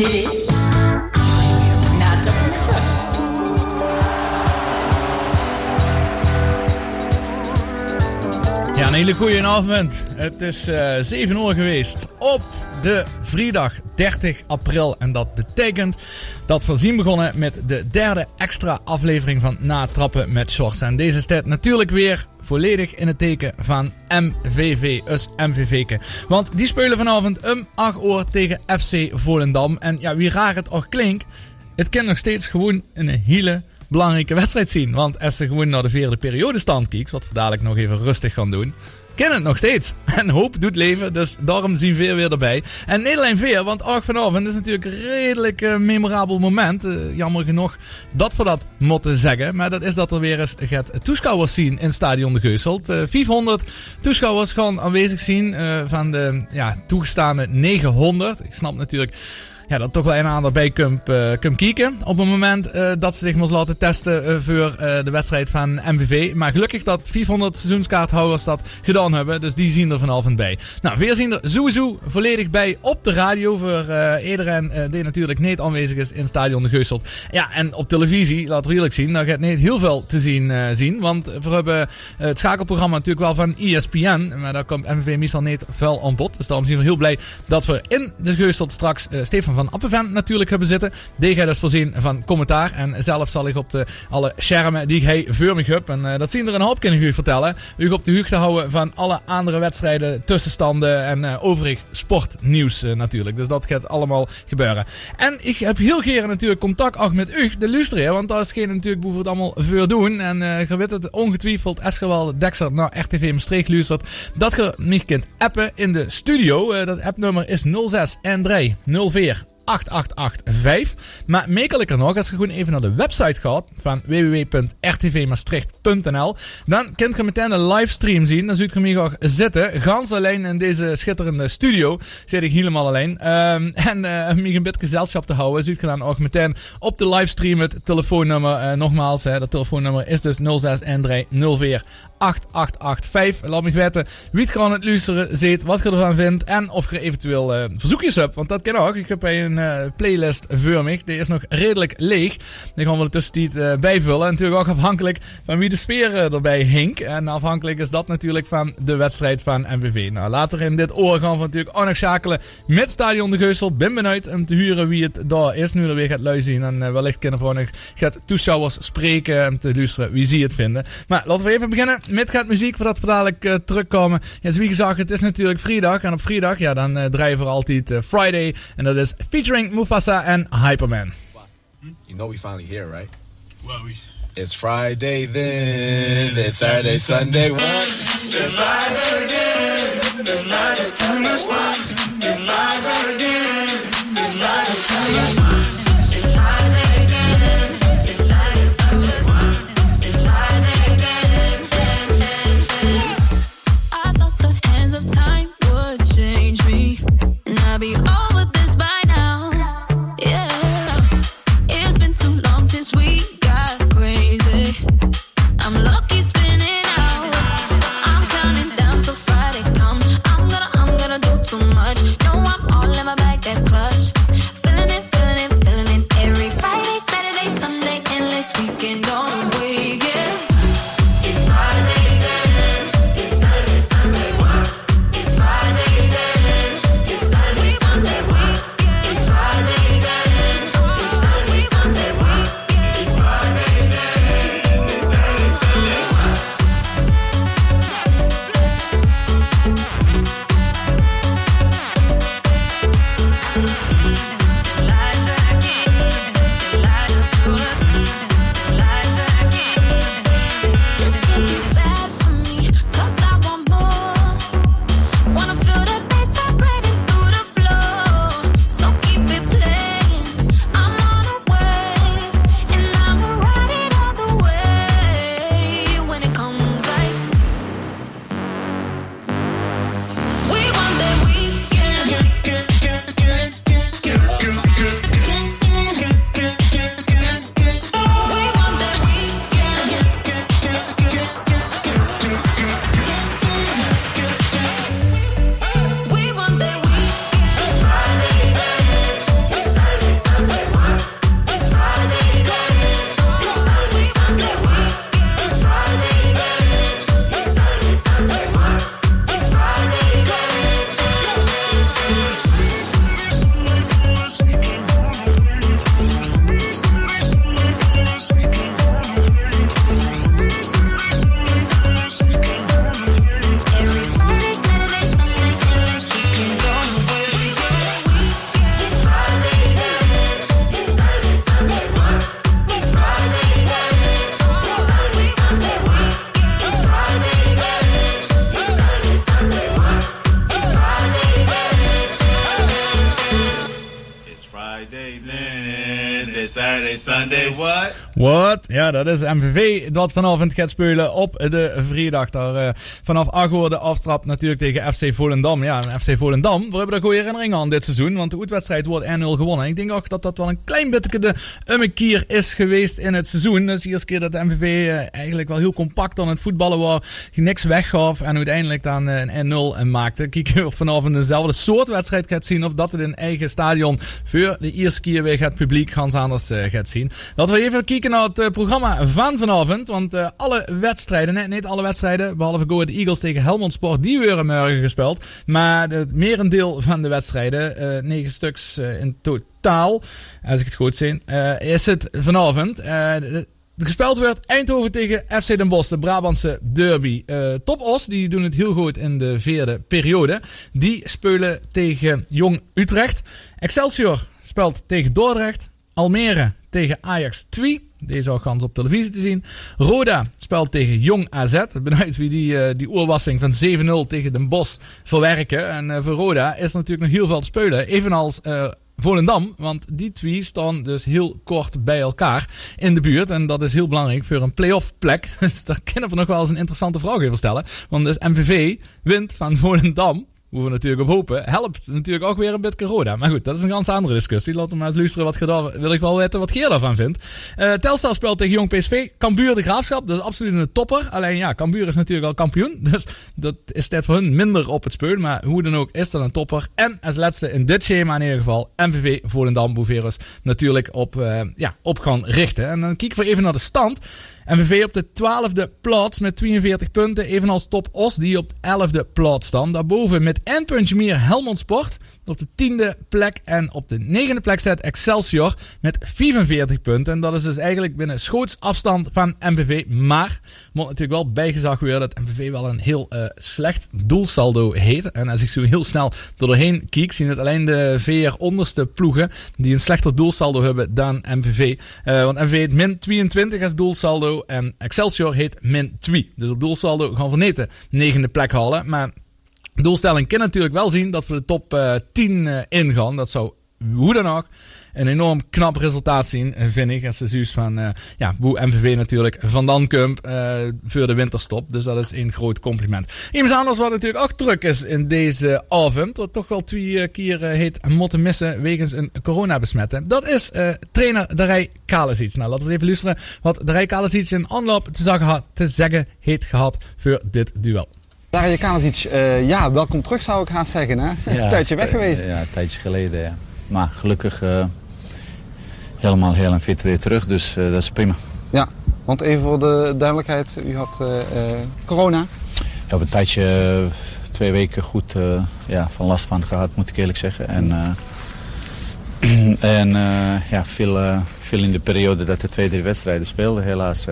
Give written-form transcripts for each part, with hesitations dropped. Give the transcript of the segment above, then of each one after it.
Dit is Natrappen met Jos. Ja, een hele goede avond. Het is 7 uur geweest op de vrijdag 30 april. En dat betekent dat we zien begonnen met de derde extra aflevering van Natrappen met Jos. En deze staat natuurlijk weer volledig in het teken van MVV, dus MVV'ke. Want die spelen vanavond om 8 uur tegen FC Volendam. En ja, wie raar het ook klinkt, het kan nog steeds gewoon een hele belangrijke wedstrijd zien. Want als ze gewoon naar de vierde periode stand kijkt, wat we dadelijk nog even rustig gaan doen, kan het nog steeds. En hoop doet leven, dus daarom zien we weer erbij. En Nederland weer, want ook vanavond is natuurlijk een redelijk memorabel moment. Jammer genoeg dat we dat moeten zeggen. Maar dat is dat er weer eens gaat toeschouwers zien in Stadion de Geuselt. 500 toeschouwers gaan aanwezig zien van de toegestaande 900. Ik snap natuurlijk ja, dat toch wel een aantal bij kunt kijken. Op het moment dat ze zich moest laten testen voor de wedstrijd van MVV. Maar gelukkig dat 400 seizoenskaarthouders dat gedaan hebben. Dus die zien er vanavond bij. Nou, we zien er sowieso volledig bij op de radio. Voor iedereen die natuurlijk niet aanwezig is in Stadion de Geuselt. Ja, en op televisie, laten we eerlijk zien, daar gaat niet heel veel te zien. Want we hebben het schakelprogramma natuurlijk wel van ESPN. Maar daar komt MVV meestal niet veel aan bod. Dus daarom zijn we heel blij dat we in de Geuselt straks Stefan van Appenvent natuurlijk hebben zitten. Die gaat dus voorzien van commentaar. En zelf zal ik op alle schermen die hij voor me heb. En dat zien er een hoop, kan ik u vertellen. U op de hoogte houden van alle andere wedstrijden, tussenstanden en overig sportnieuws natuurlijk. Dus dat gaat allemaal gebeuren. En ik heb heel graag natuurlijk contact ook met u, de luisteraar. Want daar is geen natuurlijk boven het allemaal voor doen. En je weet het ongetwijfeld, als je wel Dexter naar RTV Maastricht luistert, dat je mij kunt appen in de studio. Dat appnummer is 0613 04 8885. Maar meekelijker nog, als je gewoon even naar de website gaat van www.rtvmaastricht.nl, dan kunt je meteen een livestream zien. Dan zult je mij ook zitten, gans alleen in deze schitterende studio. Zit ik helemaal alleen. En mij een beetje gezelschap te houden, zult je dan ook meteen op de livestream het telefoonnummer, nogmaals, dat telefoonnummer is dus 0613 04 8885. Laat me weten wie het gewoon het luisteren ziet, wat je ervan vindt en of je eventueel verzoekjes hebt. Want dat kan ook. Ik heb een playlist voor me. Die is nog redelijk leeg. Die gaan we er tussentijd bijvullen. En natuurlijk ook afhankelijk van wie de sfeer erbij hinkt. En afhankelijk is dat natuurlijk van de wedstrijd van MVV. Nou, later in dit oor gaan we natuurlijk ook nog schakelen met Stadion de Geuselt. Ben benieuwd om te huren wie het daar is. Nu er weer gaat luisteren. En wellicht kunnen we nog gaat toeschouwers spreken om te luisteren wie ze het vinden. Maar laten we even beginnen met gaat muziek voordat we dadelijk terugkomen. Ja, zoals gezegd, het is natuurlijk vrijdag. En op vrijdag, ja, dan draaien we altijd Friday. En dat is featuring Mufasa en Hyperman. You know we finally here, right? Well, It's Friday then, it's Saturday, Sunday, what? It's live again, it's live again, it's live again, it's live again. I'll be over this by now. Yeah, it's been too long since we got crazy. I'm lucky spinning out. I'm counting down till Friday come. I'm gonna do too much. Saturday, Sunday, what? Wat? Ja, dat is MVV dat vanavond gaat spelen op de vrijdag. Daar vanaf 8 uur de aftrap natuurlijk tegen FC Volendam. Ja, en FC Volendam, we hebben daar goede herinneringen aan dit seizoen. Want de uitwedstrijd wordt 1-0 gewonnen. Ik denk ook dat dat wel een klein beetje de ummekier is geweest in het seizoen. Dat is de eerste keer dat de MVV eigenlijk wel heel compact aan het voetballen was. Niks weggaf en uiteindelijk dan een 1-0 maakte. Kijken of vanavond dezelfde soort wedstrijd gaat zien. Of dat het in eigen stadion voor de eerste keer weer het publiek ganz anders gaat zien. Laten we even kijken naar het programma van vanavond. Want alle wedstrijden, niet alle wedstrijden, behalve Go Ahead Eagles tegen Helmond Sport, die worden morgen gespeeld. Maar het merendeel van de wedstrijden, 9 stuks in totaal, als ik het goed zie, is het vanavond. Gespeeld werd Eindhoven tegen FC Den Bosch, de Brabantse derby. Top Os, die doen het heel goed in de 4e periode. Die spelen tegen Jong Utrecht. Excelsior speelt tegen Dordrecht. Almere tegen Ajax 2. Deze ook gans op televisie te zien. Roda speelt tegen Jong AZ. Benieuwd wie die oorwassing van 7-0 tegen Den Bosch verwerken. En voor Roda is natuurlijk nog heel veel te spelen. Evenals Volendam, want die twee staan dus heel kort bij elkaar in de buurt. En dat is heel belangrijk voor een play-off plek. Dus daar kunnen we nog wel eens een interessante vraag over stellen. Want dus MVV wint van Volendam. Hoe we natuurlijk op hopen. Helpt natuurlijk ook weer een beetje Roda. Maar goed, dat is een ganz andere discussie. Laten we maar eens luisteren wat gedaan. Wil ik wel weten wat Geer daarvan vindt. Telstar speelt tegen Jong PSV. Cambuur de Graafschap. Dat is absoluut een topper. Alleen ja, Cambuur is natuurlijk al kampioen. Dus dat is tijd voor hun minder op het speel. Maar hoe dan ook is dat een topper. En als laatste in dit schema in ieder geval MVV Volendam Boeverus natuurlijk op gaan richten. En dan kijken we even naar de stand. MVV op de 12e plaats met 42 punten. Evenals Top Os die op 11e plaats staan. Daarboven met 1 puntje meer Helmond Sport op de 10e plek. En op de 9e plek staat Excelsior met 45 punten. En dat is dus eigenlijk binnen schootsafstand van MVV. Maar moet natuurlijk wel bijgezegd worden dat MVV wel een heel slecht doelsaldo heeft. En als ik zo heel snel doorheen kijk, zien het alleen de 4 onderste ploegen die een slechter doelsaldo hebben dan MVV. Want MVV heeft min 22 als doelsaldo. En Excelsior heet min 2. Dus op doelsaldo gaan we niet de 9e plek halen. Maar de doelstelling kan natuurlijk wel zien dat we de top 10 ingaan. Dat zou hoe dan ook een enorm knap resultaat zien, vind ik. Als ze zoiets van, hoe MVV natuurlijk vandaan komt voor de winterstop. Dus dat is een groot compliment. Iemand anders wat natuurlijk ook druk is in deze avond, wat toch wel 2 keer heet moeten missen wegens een coronabesmetting. Dat is trainer Darij Kalesic. Nou, laten we even luisteren wat Darij Kalesic in aanloop te zeggen heeft gehad voor dit duel. Darij Kalesic, welkom terug zou ik haast zeggen. Hè? Ja, een tijdje weg geweest. Ja, een tijdje geleden, ja. Maar gelukkig helemaal heel en fit weer terug, dus dat is prima. Ja, want even voor de duidelijkheid, u had corona. Ik heb een tijdje, 2 weken goed van last van gehad, moet ik eerlijk zeggen. En veel in de periode dat de 2-3 wedstrijden speelden helaas.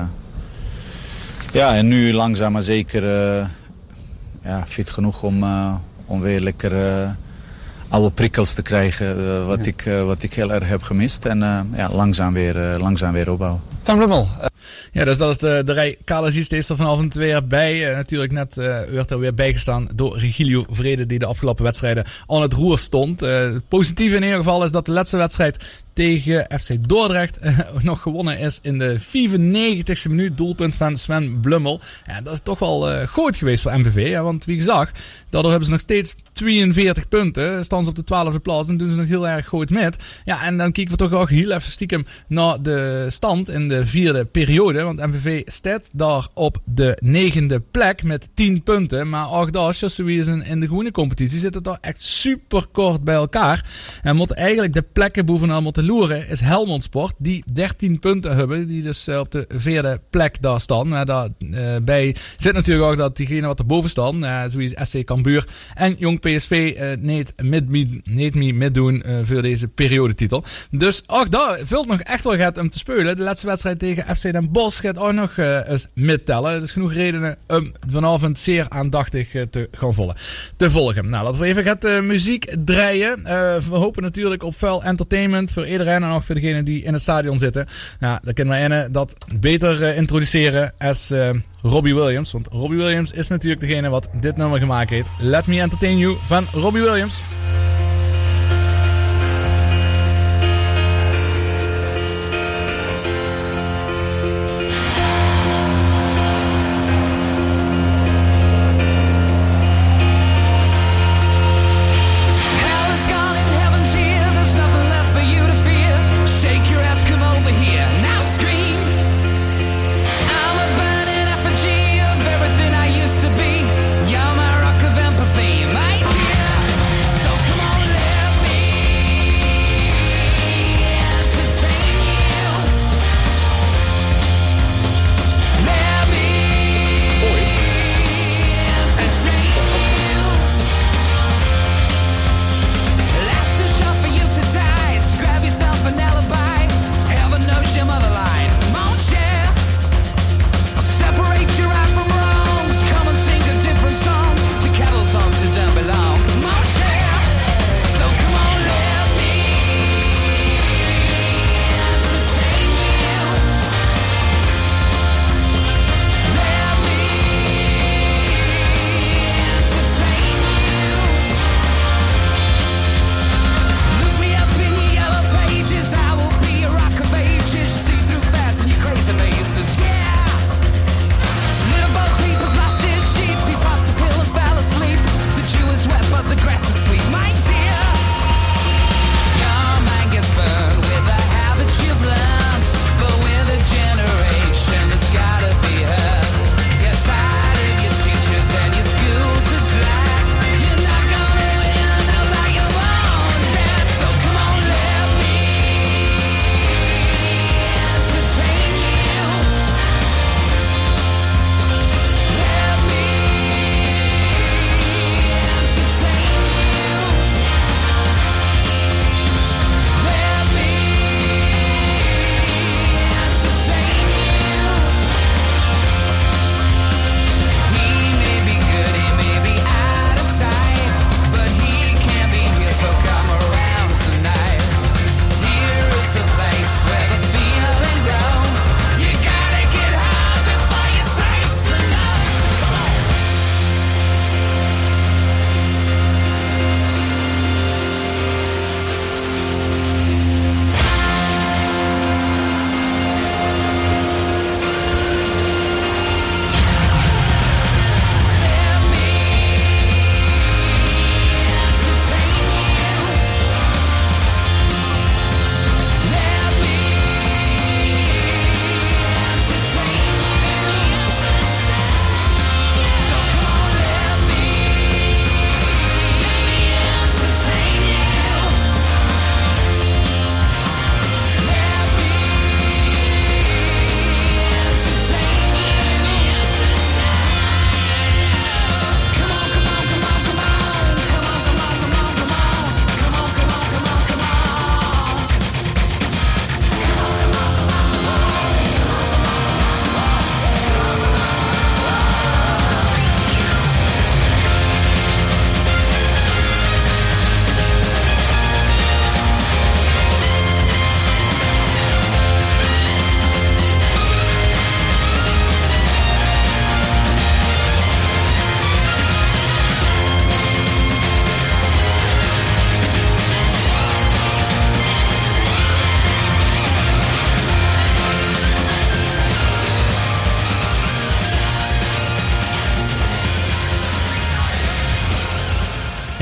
En nu langzaam maar zeker fit genoeg om weer lekker oude prikkels te krijgen wat ik heel erg heb gemist. En langzaam weer opbouwen. Van Blummel. Ja, dus dat is de Rij Kalesic, die is er vanavond weer bij. Natuurlijk net werd er weer bijgestaan door Regilio Vrede, die de afgelopen wedstrijden aan het roer stond. Positief in ieder geval is dat de laatste wedstrijd tegen FC Dordrecht nog gewonnen is in de 95e minuut. Doelpunt van Sven Blummel. Ja, dat is toch wel goed geweest voor MVV. Ja, want wie gezegd, daardoor hebben ze nog steeds 42 punten. Staan ze op de 12e plaats en doen ze nog heel erg goed met. Ja, en dan kijken we toch ook heel even stiekem naar de stand in de 4e periode. Want MVV staat daar op de 9e plek met 10 punten. Maar ook daar, zoals in de gewone competitie, zit het daar echt super kort bij elkaar. En moeten eigenlijk de plekken bovenaan moeten loeren is Helmond Sport, die 13 punten hebben, die dus op de 4e plek daar staan. Daarbij zit natuurlijk ook dat diegene wat erboven staan, zoals SC Cambuur en Jong PSV niet meedoen voor deze periodetitel. Dus ook daar vult nog echt wel gaat om te spelen. De laatste wedstrijd tegen FC Den Bosch gaat ook nog eens mittellen. Dus genoeg redenen om vanavond zeer aandachtig te gaan volgen. Nou, laten we even gaan muziek draaien. We hopen natuurlijk op veel entertainment voor iedereen en ook voor degenen die in het stadion zitten. Nou, dan kunnen we dat beter introduceren als Robbie Williams. Want Robbie Williams is natuurlijk degene wat dit nummer gemaakt heeft. Let Me Entertain You van Robbie Williams.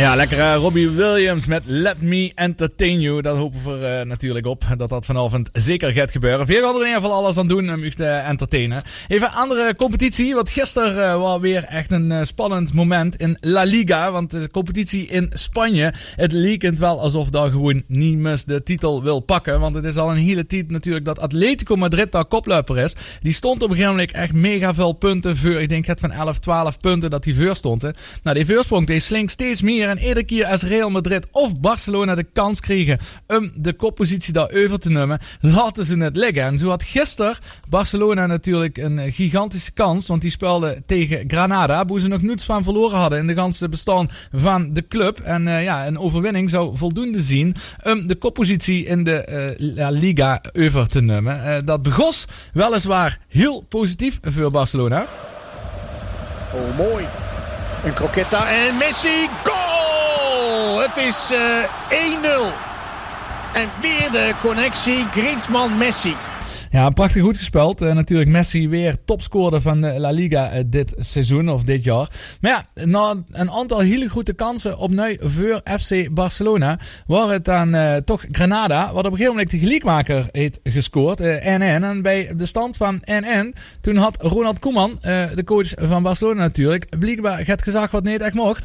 Ja, lekker Robbie Williams met Let Me Entertain You. Dat hopen we er natuurlijk op, dat vanavond zeker gaat gebeuren. Veel gaan er in ieder geval alles aan doen om u te entertainen. Even een andere competitie, want gisteren was weer echt een spannend moment in La Liga. Want de competitie in Spanje, het leek wel alsof daar gewoon niemand de titel wil pakken. Want het is al een hele tijd natuurlijk dat Atletico Madrid daar koploper is. Die stond op een gegeven moment echt mega veel punten voor. Ik denk het van 11, 12 punten dat die voor stond. Nou, die voorsprong die slinkt steeds meer. En iedere keer als Real Madrid of Barcelona de kans kregen om de koppositie daar over te nemen, laten ze het liggen. En zo had gisteren Barcelona natuurlijk een gigantische kans, want die speelde tegen Granada, waar ze nog niets van verloren hadden in de ganse bestaan van de club. En een overwinning zou voldoende zien om de koppositie in de La Liga over te nemen. Dat begon weliswaar heel positief voor Barcelona. Oh, mooi. Een croquetta en Messi, goal! Het is 1-0. En weer de connectie Griezmann-Messi. Ja, prachtig goed gespeeld. Natuurlijk Messi weer topscorer van de La Liga dit seizoen of dit jaar. Maar ja, na een aantal hele goede kansen opnieuw voor FC Barcelona, waar het dan toch Granada, wat op een gegeven moment de gelijkmaker heeft gescoord, 1-1. En bij de stand van 1-1, toen had Ronald Koeman, de coach van Barcelona natuurlijk, blijkbaar het gezag wat niet echt mocht.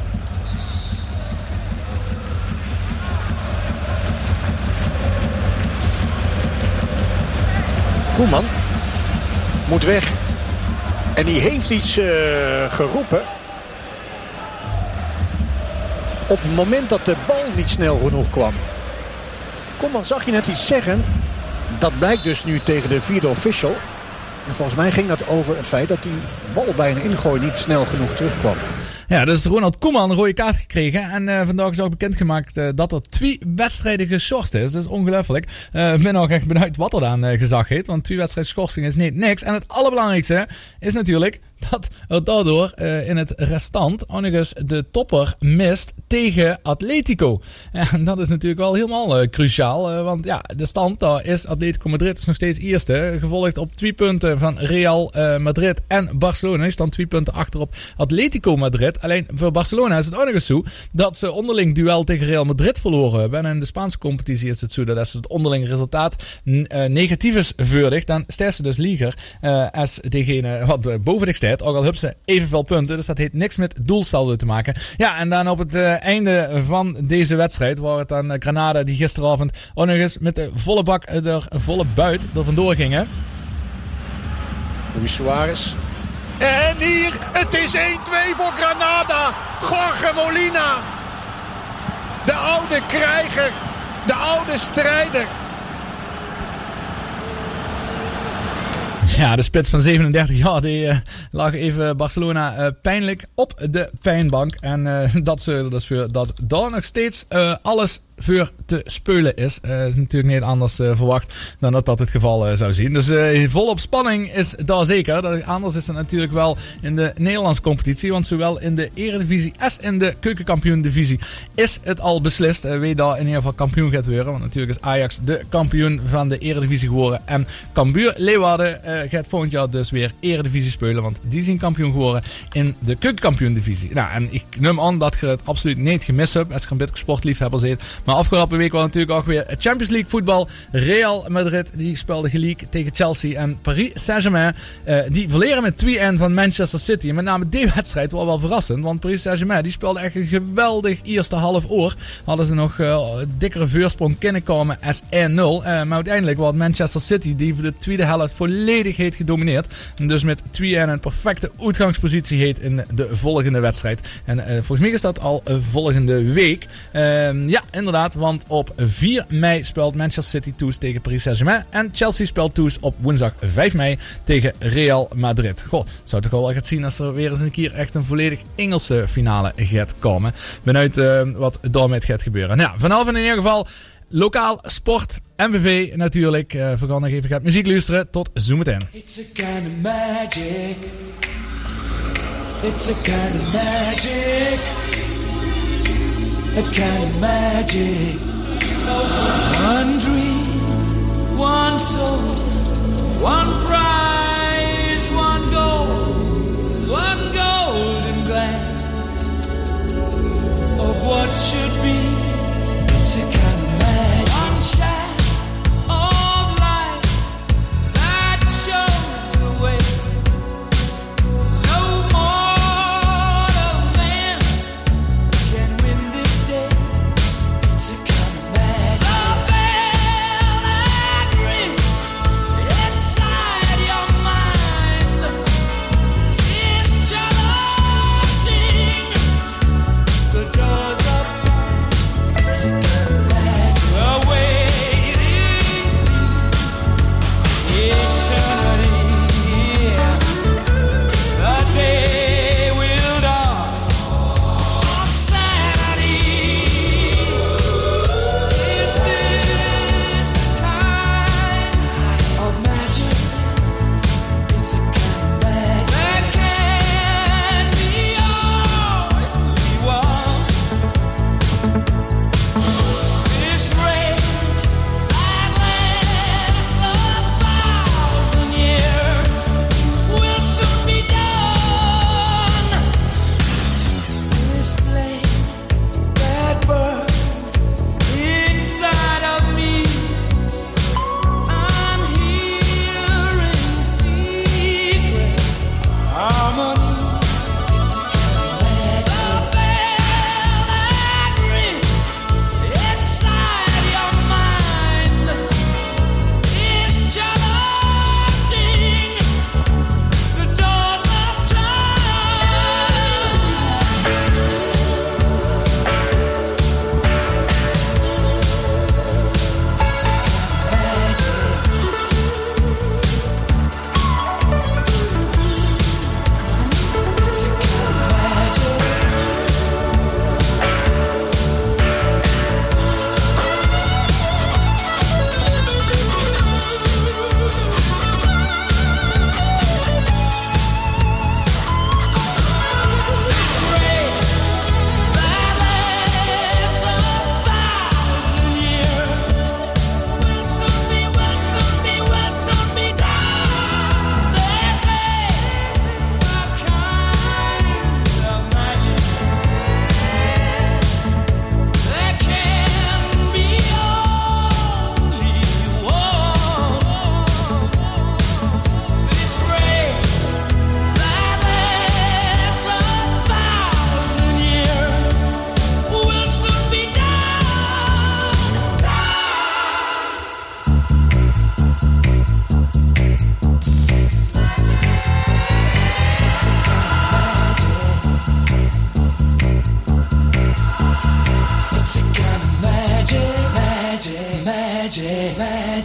Koeman moet weg. En die heeft iets geroepen. Op het moment dat de bal niet snel genoeg kwam. Koeman zag je net iets zeggen. Dat blijkt dus nu tegen de vierde official. En volgens mij ging dat over het feit dat die bal bij een ingooi niet snel genoeg terugkwam. Ja, dus Ronald Koeman een rode kaart gekregen. En vandaag is ook bekendgemaakt dat er 2 wedstrijden geschorst is. Dat is ongelooflijk. Ik ben ook echt benieuwd wat er dan gezag heeft. Want 2 wedstrijden schorsing is niet niks. En het allerbelangrijkste is natuurlijk dat er daardoor in het restant ook nog eens de topper mist tegen Atletico. En dat is natuurlijk wel helemaal cruciaal. Want ja, de stand daar is Atletico Madrid is nog steeds eerste. Gevolgd op 2 punten van Real Madrid en Barcelona. Die staan 2 punten achter op Atletico Madrid. Alleen voor Barcelona is het ook nog eens zo dat ze onderling duel tegen Real Madrid verloren hebben. En in de Spaanse competitie is het zo dat als het onderling resultaat negatief is veurdig, dan staat ze dus liever als degene wat boven de staat. Ook al hebben ze evenveel punten. Dus dat heeft niks met doelsaldo te maken. Ja, en dan op het einde van deze wedstrijd, waar het dan Granada die gisteravond ook nog eens met de volle bak, de volle buit er vandoor gingen. Luis Suarez. En hier, het is 1-2 voor Granada. Jorge Molina. De oude krijger. De oude strijder. Ja, de spits van 37 jaar, die lag even Barcelona pijnlijk op de pijnbank. En dat zullen dus voor dat daar nog steeds alles voor te spelen is. Is natuurlijk niet anders verwacht dan dat het geval zou zien. Dus volop spanning is daar zeker. Anders is het natuurlijk wel in de Nederlandse competitie. Want zowel in de Eredivisie als in de Keukenkampioen-divisie is het al beslist wie daar in ieder geval kampioen gaat worden. Want natuurlijk is Ajax de kampioen van de Eredivisie geworden. En Cambuur Leeuwarden gaat volgend jaar dus weer Eredivisie spelen. Want die zijn kampioen geworden in de Keukenkampioen-divisie. Nou, en ik neem aan dat je het absoluut niet gemist hebt als je een beetje sportliefhebber bent. Maar afgelopen week was natuurlijk ook weer Champions League voetbal. Real Madrid die speelde gelijk tegen Chelsea. En Paris Saint-Germain die verleren met 2-1 van Manchester City. En met name die wedstrijd was wel verrassend. Want Paris Saint-Germain die speelde echt een geweldig eerste half uur. Hadden ze nog dikkere voorsprong kunnen komen als 1-0. Maar uiteindelijk was Manchester City die voor de tweede helft volledig heeft gedomineerd. En dus met 2-1 een perfecte uitgangspositie heeft in de volgende wedstrijd. En volgens mij is dat al volgende week. Ja, inderdaad. Want op 4 mei speelt Manchester City thuis tegen Paris Saint-Germain. En Chelsea speelt thuis op woensdag 5 mei tegen Real Madrid. Goh, zou toch wel gaan zien als er weer eens een keer echt een volledig Engelse finale gaat komen. Benieuwd wat daarmee gaat gebeuren. Nou ja, vanavond in ieder geval lokaal sport, MVV natuurlijk. We gaan nog even gaan muziek luisteren. Tot zometeen. It's a kind of magic. It's a kind of magic. A kind of magic. One dream, one soul, one prize, one goal, one golden glance.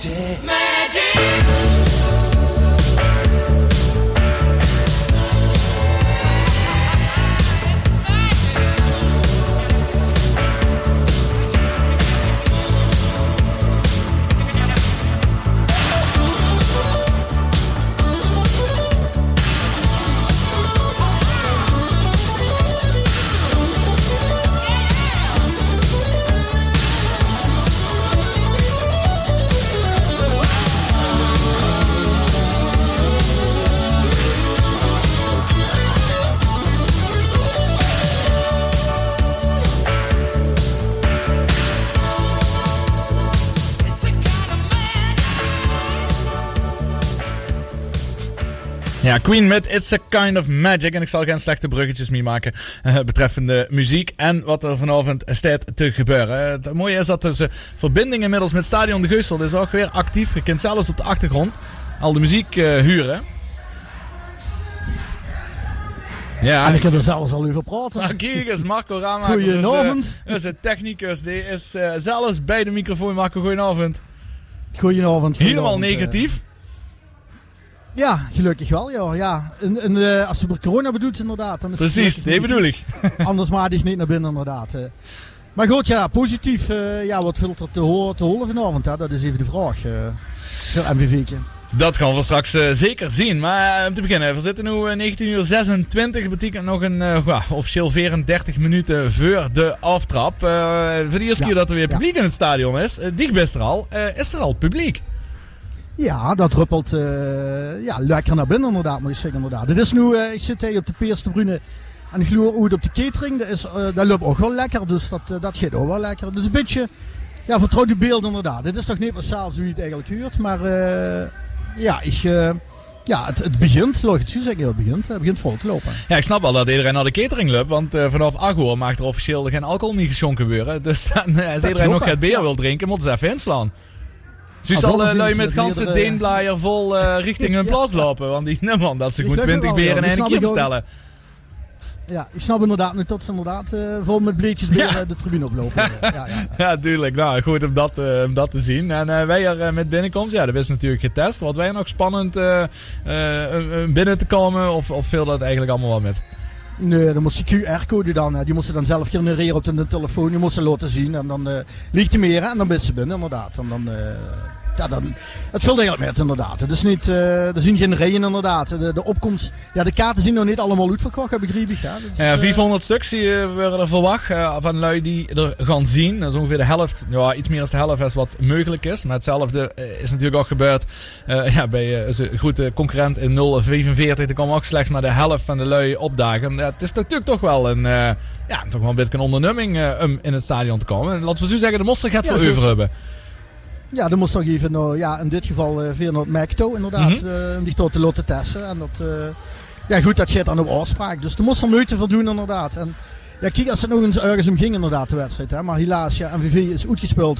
magic. Ja, Queen met It's a Kind of Magic. En ik zal geen slechte bruggetjes meer maken betreffende muziek en wat er vanavond staat te gebeuren. Het mooie is dat de verbinding inmiddels met Stadion de Geusel is ook weer actief. Je kunt zelfs op de achtergrond al de muziek huren. Ja, En ik kan er zelfs al over praten. Nou, kijk eens, Marco Ramaker. Goedenavond. Dus een technicus, die is zelfs bij de microfoon. Marco, goedenavond. Goedenavond. Helemaal negatief. Ja, gelukkig wel, ja. En als je met corona bedoelt, inderdaad. Dan is het Precies, nee bedoel ik. Anders maak ik niet naar binnen, inderdaad. Maar goed, ja, positief. Wat valt er te horen vanavond? Hè? Dat is even de vraag. Voor MVV'tje. Dat gaan we straks zeker zien. Maar om te beginnen, we zitten nu 19:26. Dat betekent nog een officieel 34 minuten voor de aftrap. Voor de eerste keer dat er weer publiek in het stadion is. Dicht is er al. Is er al publiek? Ja, dat druppelt lekker naar binnen inderdaad, moet je zeggen inderdaad. Het is nu, ik zit hier op de Peersterbrune en ik geloof ook op de catering. Dat loopt ook wel lekker, dus dat gaat ook wel lekker. Dus een beetje, vertrouw die beelden inderdaad. Het is toch niet massaal zoals je het eigenlijk huurt, maar het begint, laat ik het zo zeggen, het begint vol te lopen. Ja, ik snap wel dat iedereen naar de catering loopt, want vanaf 8 uur mag er officieel geen alcohol meer geschonken worden. Dus dan, als iedereen nog het bier wil drinken, moet ze even inslaan. Dus zal lui met ganse deenblaaier vol richting hun plaats lopen. Want die man, dat ze goed 20 beren in één keer bestellen. Ja, ik snap inderdaad nu tot ze inderdaad vol met bleetjes beren de tribune oplopen. Ja, tuurlijk. Nou, goed om dat te zien. En wij er met binnenkomst, dat is natuurlijk getest. Wat wij nog spannend binnen te komen of viel dat eigenlijk allemaal wel met? Nee, dan moest je QR-code dan. Die moesten dan zelf genereren op de telefoon. Die moesten laten zien. En dan ligt hij meer en dan ben ze binnen inderdaad. En dan, het vult eigenlijk met inderdaad. Het is niet, er zien geen rijen inderdaad. De opkomst, de kaarten zien nog niet allemaal uitverkocht, heb ik begrepen. Ja, 400 stuks worden er verwacht van lui die er gaan zien. Dat is ongeveer de helft, iets meer dan de helft is wat mogelijk is. Maar hetzelfde is natuurlijk ook gebeurd bij een grote concurrent in 045. Er kwam ook slechts maar de helft van de lui opdagen. Het is natuurlijk toch wel een beetje een onderneming om in het stadion te komen. En laten we zo zeggen, de Monster gaat voor over hebben. Ja, dan moest toch even, in dit geval via het Macto inderdaad, om die tot te laten testen. En dat, goed, dat gaat dan op afspraak. Dus er moest er moeite voor doen inderdaad. En ja, kijk, als het nog eens ergens om ging inderdaad, de wedstrijd. Hè. Maar helaas, MVV is uitgespeeld.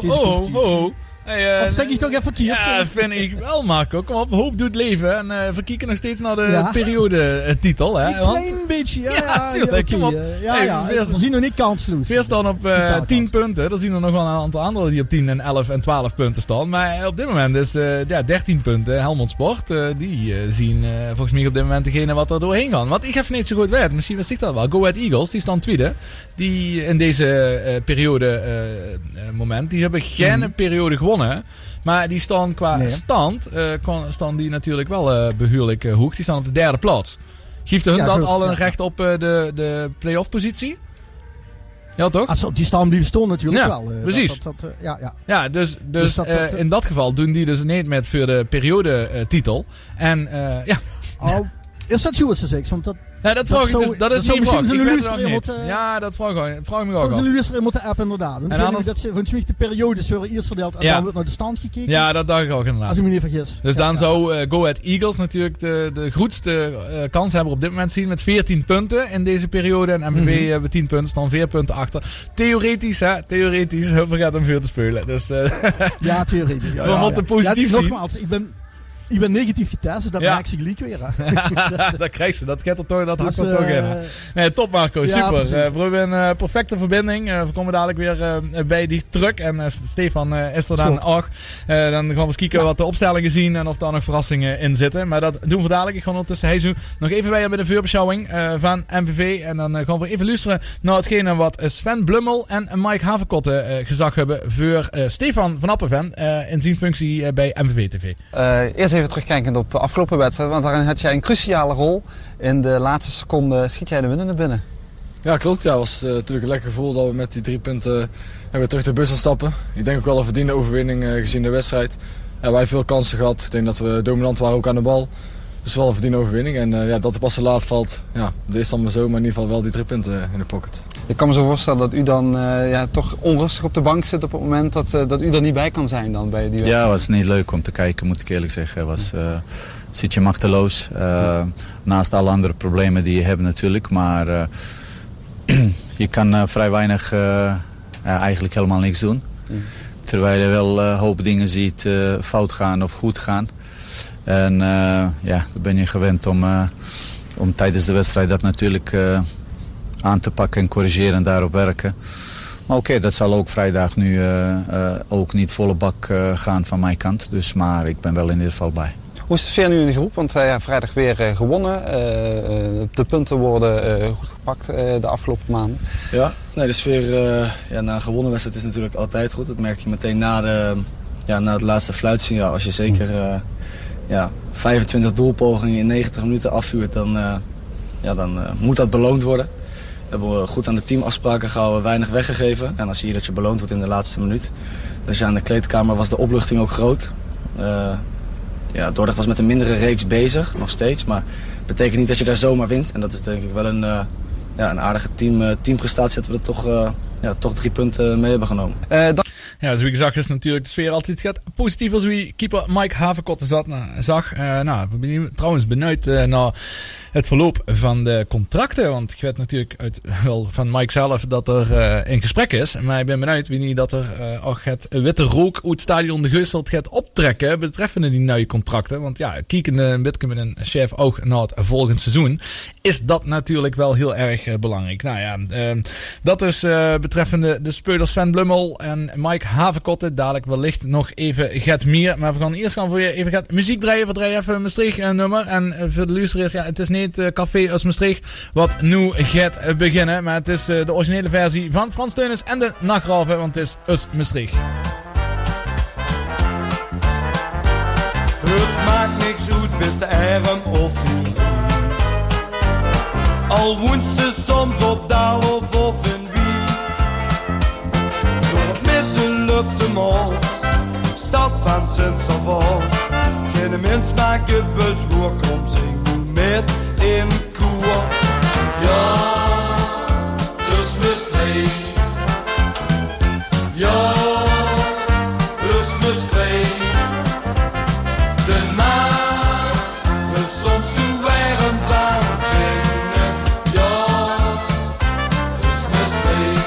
Of zeg ik toch even verkeerd? Ja, vind ik wel, Marco. Kom op, hoop doet leven. En verkieken nog steeds naar de periodetitel. Een klein beetje, tuurlijk. Kom op. We zien nog niet kansloos. Eerst dan op 10 punten. Dan zien we nog wel een aantal anderen die op 10 en 11 en 12 punten staan. Maar op dit moment is 13 punten. Helmond Sport, die zien volgens mij op dit moment degene wat er doorheen gaan. Want ik heb niet zo goed weet. Misschien wist ik dat wel. Go Ahead Eagles, die staan tweede. Die in deze periode moment, die hebben geen periode gewonnen. Maar die staan qua stand, staan die natuurlijk wel behoorlijk hoog. Die staan op de derde plaats. Geeft hun dat al een recht op de play-off positie? Ja, toch? Als ze op die stand blijven staan natuurlijk wel. Precies. Dus in dat geval doen die dus niet met voor de periodetitel. En is dat zo, want dat... Ja, dat vraag ik dus. Dat is mijn vraag. Ik weet het nog niet. Ja, dat vraag ik me ook af. Zullen we moeten app inderdaad. En anders... dat ze volgens mij de periodes worden eerst verdeeld en dan wordt naar de stand gekeken. Ja, dat dacht ik ook inderdaad. Als ik me niet vergis. Dus dan zou Go Ahead Eagles natuurlijk de grootste kans hebben op dit moment zien met 14 punten in deze periode. En MVV hebben 10 punten, staan 4 punten achter. Theoretisch, Hupper gaat hem veel te spelen. Dus, ja, theoretisch. We moeten positief zien. Nogmaals, ik ben Ik ben negatief getest, dus dat Ja. merk ik gelijk weer. Hè. Dat krijgt ze, dat gaat er toch, dat hakt Dus, er toch in. Nee, top Marco, ja, super. precies. We hebben een perfecte verbinding. We komen dadelijk weer bij die truck. En Stefan is er dan Goed. ook. Dan gaan we eens kijken wat de opstellingen zien en of daar nog verrassingen in zitten. Maar dat doen we dadelijk. Ik ga ondertussen Heizu nog even bij met de voorbeschouwing van MVV. En dan gaan we even luisteren naar hetgene wat Sven Blummel en Mike Haverkotte gezag hebben voor Stefan van Appenven in zijn functie bij MVV TV. Eerst even terugkijkend op de afgelopen wedstrijd, want daarin had jij een cruciale rol. In de laatste seconde schiet jij de winnende binnen. Ja, klopt. Ja, het was natuurlijk een lekker gevoel dat we met die 3 punten weer terug de bus gaan stappen. Ik denk ook wel een verdiende overwinning gezien de wedstrijd. Ja, wij hebben veel kansen gehad. Ik denk dat we dominant waren ook aan de bal. Dus wel een verdiende overwinning. En dat het pas te laat valt, ja, dat is dan maar zo. Maar in ieder geval wel die 3 punten in de pocket. Ik kan me zo voorstellen dat u dan toch onrustig op de bank zit op het moment dat u er niet bij kan zijn dan bij die wedstrijd. Ja, het was niet leuk om te kijken, moet ik eerlijk zeggen. Zit je machteloos. Naast alle andere problemen die je hebt natuurlijk. Maar je kan vrij weinig, eigenlijk helemaal niks doen. Terwijl je wel een hoop dingen ziet fout gaan of goed gaan. En dan ben je gewend om tijdens de wedstrijd dat natuurlijk aan te pakken en corrigeren en daarop werken. Maar oké, dat zal ook vrijdag nu ook niet volle bak gaan van mijn kant. Dus, maar ik ben wel in ieder geval bij. Hoe is de sfeer nu in de groep? Want vrijdag weer gewonnen. De punten worden goed gepakt de afgelopen maanden. Ja, nee, de sfeer na een gewonnen wedstrijd is natuurlijk altijd goed. Dat merkt je meteen na het laatste fluitsignaal. Als je zeker 25 doelpogingen in 90 minuten afvuurt, dan moet dat beloond worden. We hebben goed aan de teamafspraken gehouden, weinig weggegeven. En dan zie je dat je beloond wordt in de laatste minuut. Dus ja, in de kleedkamer was de opluchting ook groot. Dordrecht was met een mindere reeks bezig, nog steeds. Maar dat betekent niet dat je daar zomaar wint. En dat is denk ik wel een aardige teamprestatie dat we er toch 3 punten mee hebben genomen. Ja, zoals ik zag is natuurlijk de sfeer altijd gaat positief als wie keeper Mike Haverkotte zag. We ben trouwens benieuwd naar het verloop van de contracten. Want ik weet natuurlijk wel van Mike zelf dat er in gesprek is. Maar ik ben benieuwd wie niet dat er ook het witte rook uit het stadion de Geusteld gaat optrekken betreffende die nieuwe contracten. Want ja, kijken een beetje met een chef ook naar het volgend seizoen is dat natuurlijk wel heel erg belangrijk. Nou ja, dat is betreffende de spelers Sven Blummel en Mike Haverkotte. Dadelijk wellicht nog even gaat meer. Maar we gaan eerst voor je even muziek draaien. We draaien even Maastricht een nummer. En voor de luisteraars, het is niet Café als Maastricht wat nu gaat beginnen. Maar het is de originele versie van Frans Teunis en de Nachtgraven. Want het is Us Maastricht. Het maakt niks uit, best de arm of niet. Al woonst ze soms op Daal of in Wiek. Door het midden lukt de mos, stad van Sint-Savos. Geen mens maakt het bezwoer, kom zing nu met in koer. Ja, dus Maastricht. Ja, dus Maastricht. De nacht is soms zo warm van binnen. Ja, dus Maastricht.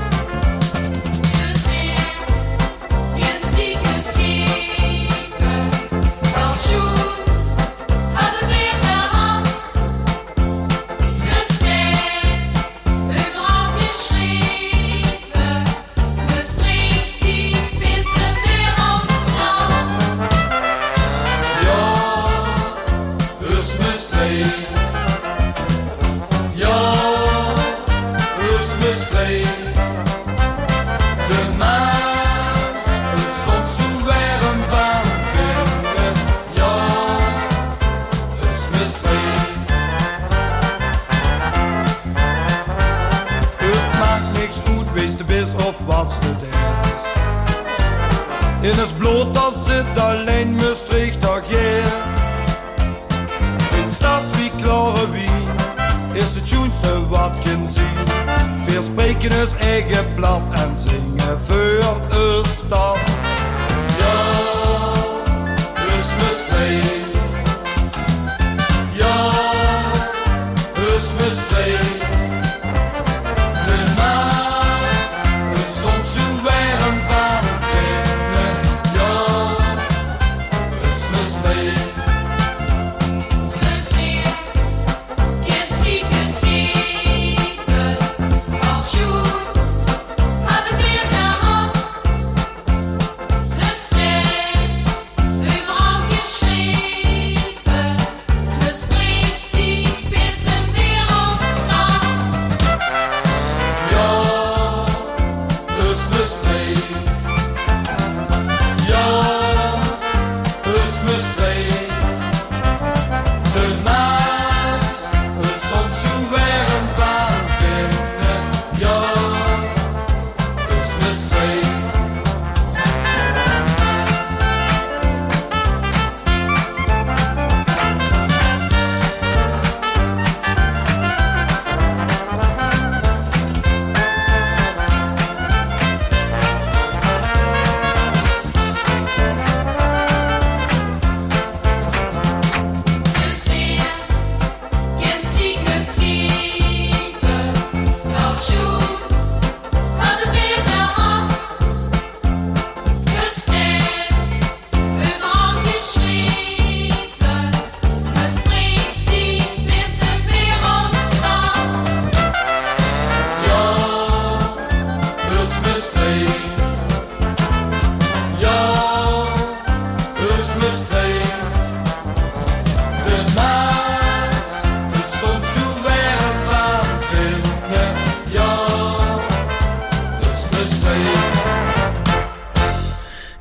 De zee, in stieke scheven, al schoens, hadden weer de hand. Het zegt, overal geschreven, Maastricht, die pissen weer op het strand. Ja, dus Maastricht. Ja, dus Maastricht. De maand is soms zo warm van binnen. Ja, dus Maastricht. Het maakt niks uit, wees de bis of wat het is. In het bloot als zit alleen Maastricht toch is. In stad wie klare wien is het schoonste wat kan zien. Veel spreken is eigen plat en zingen voor de stad. Ja, dus Maastricht. Ja, dus Maastricht. De nacht is soms zo warm van binnen. Ja, dus Maastricht.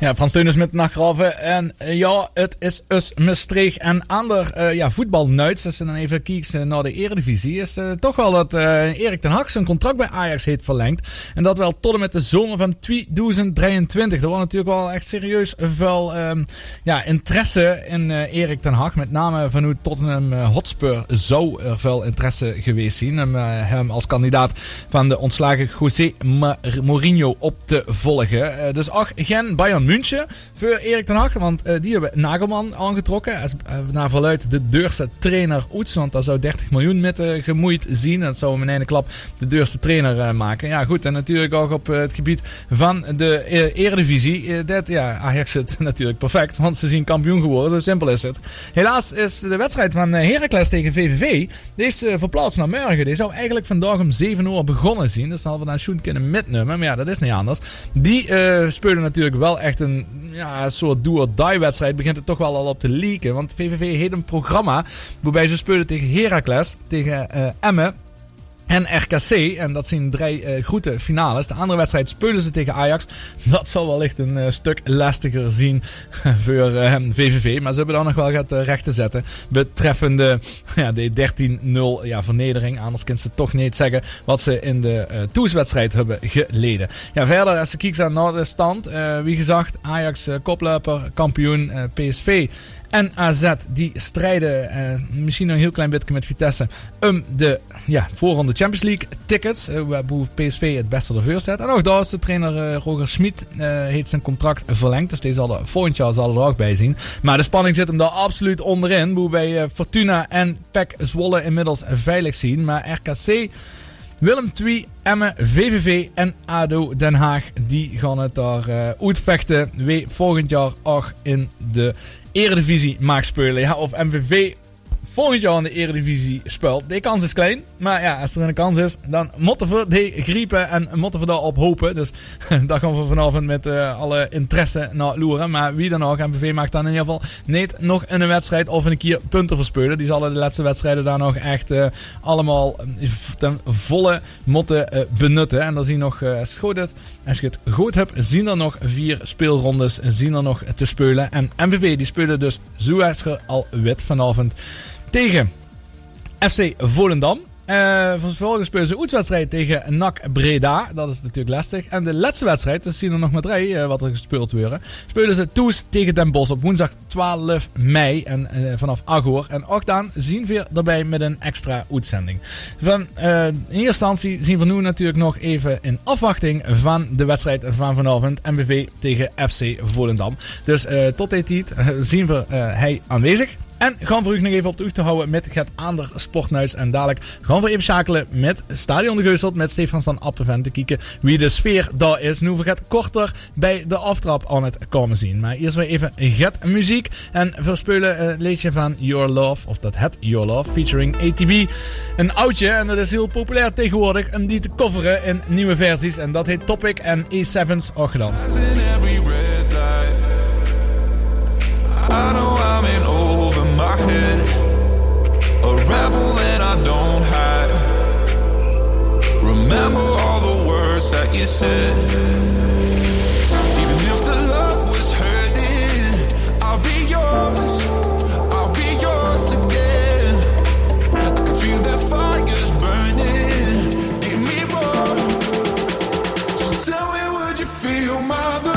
Ja, Frans Teunis met Nachtgraven. En ja, het is us Maastricht en ander voetbalnuits. Als je dan even kijkt naar de Eredivisie, is toch wel dat Erik ten Hag zijn contract bij Ajax heeft verlengd. En dat wel tot en met de zomer van 2023. Er was natuurlijk wel echt serieus veel interesse in Erik ten Hag. Met name vanuit Tottenham Hotspur zou er veel interesse geweest zijn. Hem als kandidaat van de ontslagen José Mourinho op te volgen. Dus ook geen Bayern München voor Erik ten Hag. Want die hebben Nagelman aangetrokken. Naar verluidt de duurste trainer ooit. Want daar zou 30 miljoen met gemoeid zien. Dat zou hem in één klap de duurste trainer maken. Ja goed, en natuurlijk ook op het gebied van de Eredivisie. Ajax zit natuurlijk perfect. Want ze zien kampioen geworden. Zo simpel is het. Helaas is de wedstrijd van Heracles tegen VVV. Die is verplaatst naar morgen. Die zou eigenlijk vandaag om 7 uur begonnen zien. Dus dan hadden we dan Sjoen kunnen metnemen. Maar ja, dat is niet anders. Die spelen natuurlijk wel echt een soort do-or-die wedstrijd. Begint het toch wel al op te leaken. Want VVV heeft een programma waarbij ze spelen tegen Heracles, tegen Emmen en RKC. En dat zijn 3 grote finales. De andere wedstrijd spelen ze tegen Ajax. Dat zal wellicht een stuk lastiger zien voor VVV. Maar ze hebben dan nog wel gaat recht te zetten. Betreffende de 13-0 vernedering. Anders kunnen ze toch niet zeggen wat ze in de toeswedstrijd hebben geleden. Ja, verder als je kijkt naar de stand. Wie gezegd, Ajax koploper, kampioen, PSV en AZ die strijden misschien nog een heel klein beetje met Vitesse om de voorronde Champions League tickets. Waar PSV het beste ervoor staat. En ook daar is de trainer Roger Schmid heeft zijn contract verlengd. Dus die zal volgend jaar er ook bij zien. Maar de spanning zit hem daar absoluut onderin. Waarbij Fortuna en PEC Zwolle inmiddels veilig zien. Maar RKC, Willem II, Emmen, VVV en ADO Den Haag die gaan het daar uitvechten. Wie volgend jaar ook in de Eredivisie mag spelen. Ja, of MVV volgend jaar in de Eredivisie speelt. Die kans is klein. Maar ja, als er een kans is, dan moeten we die griepen en moeten we daarop hopen. Dus daar gaan we vanavond met alle interesse naar loeren. Maar wie dan ook, MVV mag dan in ieder geval niet nog in een wedstrijd of een keer punten verspelen. Die zullen de laatste wedstrijden daar nog echt allemaal ten volle moeten benutten. En dan zien nog, als je het goed hebt, zien er nog 4 speelrondes zien er nog te spelen. En MVV die spelen dus zoals al wit vanavond tegen FC Volendam. Vervolgens spelen ze een uitwedstrijd tegen NAC Breda. Dat is natuurlijk lastig. En de laatste wedstrijd, dus zien er nog maar 3 wat er gespeeld worden. Spelen ze Toes tegen Den Bosch op woensdag 12 mei. En vanaf Agor. En ook dan zien we erbij met een extra uitzending. In eerste instantie zien we nu natuurlijk nog even in afwachting van de wedstrijd van vanavond. MVV tegen FC Volendam. Dus tot die tijd zien we hij aanwezig. En gaan we u nog even op de hoogte houden met het ander sportnieuws. En dadelijk gaan we even schakelen met Stadion de Geuselt, met Stefan van Appenven te kijken wie de sfeer daar is. Nu we het korter bij de aftrap aan het komen zien. Maar eerst weer even get muziek. En we spelen een liedje van Your Love, of dat het Your Love, featuring ATB. Een oudje, en dat is heel populair tegenwoordig, om die te coveren in nieuwe versies. En dat heet Topic en E7's ook gedaan. I know I'm in over my head, a rebel and I don't hide. Remember all the words that you said. Even if the love was hurting, I'll be yours. I'll be yours again. I can feel the fire's burning. Give me more. So tell me, would you feel my love?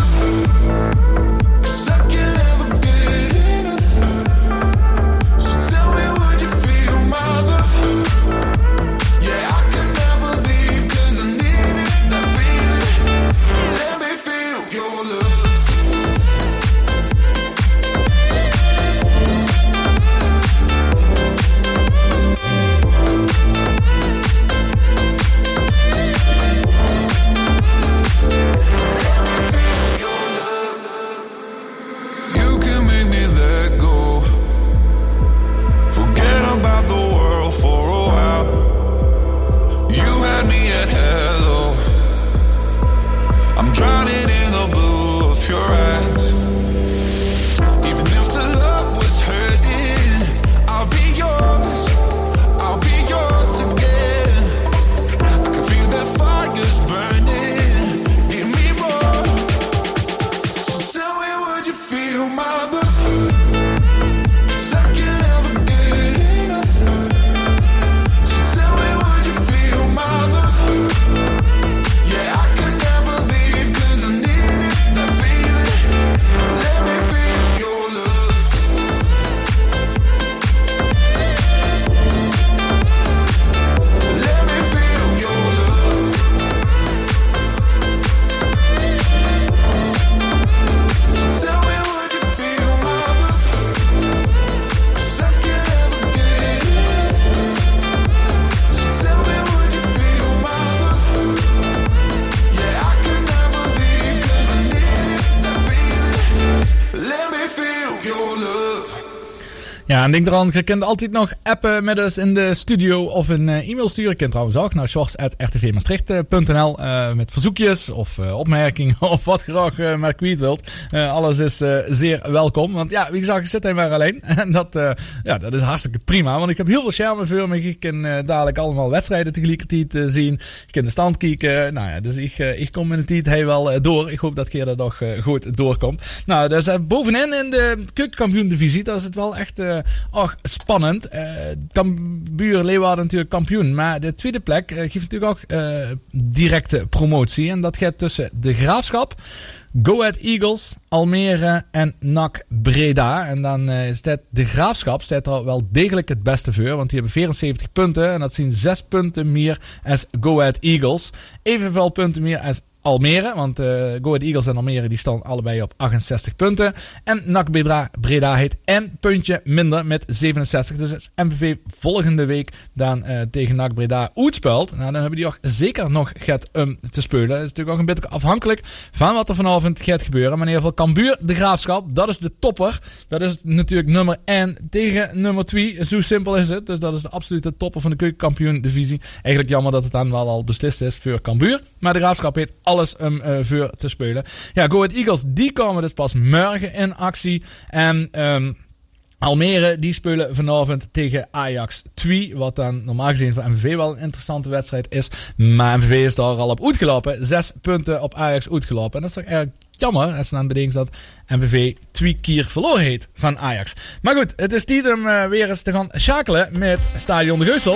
Ja, en denk eraan, je kunt altijd nog appen met ons in de studio of een e-mail sturen. Je kunt trouwens ook naar shorts@rtvmaastricht.nl met verzoekjes of opmerkingen of wat je graag maar kwijt wilt. Alles is zeer welkom. Want ja, wie gezegd, ik zit hier maar alleen. En dat is hartstikke prima. Want ik heb heel veel schermen voor me. Je kan dadelijk allemaal wedstrijden tegelijkertijd zien. Je kunt de stand kijken. Nou ja, dus ik kom in de tijd heel wel door. Ik hoop dat je er nog goed doorkomt. Nou, dus bovenin in de keukenkampioen-divisie, dat is het wel echt spannend. Cambuur Leeuwarden natuurlijk kampioen. Maar de tweede plek geeft natuurlijk ook directe promotie. En dat gaat tussen de Graafschap, Go Ahead Eagles, Almere en NAC Breda. En dan staat de Graafschap staat er wel degelijk het beste voor. Want die hebben 74 punten. En dat zijn 6 punten meer als Go Ahead Eagles. Evenveel punten meer als Almere, want Go Ahead Eagles en Almere die staan allebei op 68 punten. En NAC Breda heeft een puntje minder met 67. Dus als MVV volgende week dan tegen NAC Breda uitspeelt, nou, dan hebben die ook zeker nog gaat te spelen. Dat is natuurlijk ook een beetje afhankelijk van wat er vanavond gaat gebeuren. Maar in ieder geval Cambuur, de Graafschap, dat is de topper. Dat is natuurlijk nummer 1 tegen nummer 2. Zo simpel is het. Dus dat is de absolute topper van de keukenkampioen divisie. Eigenlijk jammer dat het dan wel al beslist is voor Cambuur. Maar de Graafschap heeft alles voor te spelen. Ja, Go Ahead Eagles, die komen dus pas morgen in actie. En Almere, die spelen vanavond tegen Ajax 2. Wat dan normaal gezien voor MVV wel een interessante wedstrijd is. Maar MVV is daar al op uitgelopen. 6 punten op Ajax uitgelopen. En dat is toch eigenlijk jammer als je dan bedenkt dat MVV 2 keer verloren heeft van Ajax. Maar goed, het is tijd om weer eens te gaan schakelen met Stadion de Geuselt.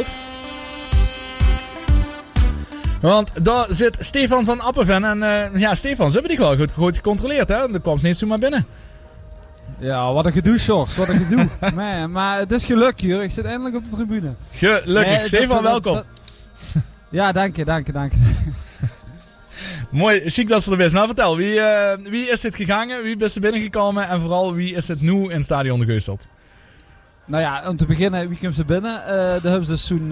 Want daar zit Stefan van Appenven. En ja, Stefan, ze hebben die wel goed gecontroleerd, hè? Dat kwam ze niet zomaar binnen. Ja, wat een gedoe, Sjors. Wat een gedoe. Man, maar het is geluk, Jur. Ik zit eindelijk op de tribune. Gelukkig. Stefan, welkom. Ja, dank je. Mooi, chic dat ze er best. Maar vertel, wie is het gegaan? Wie is er binnengekomen? En vooral, wie is het nu in Stadion de Geuselt? Nou ja, om te beginnen, wie komt ze binnen? Daar hebben ze dus zo'n,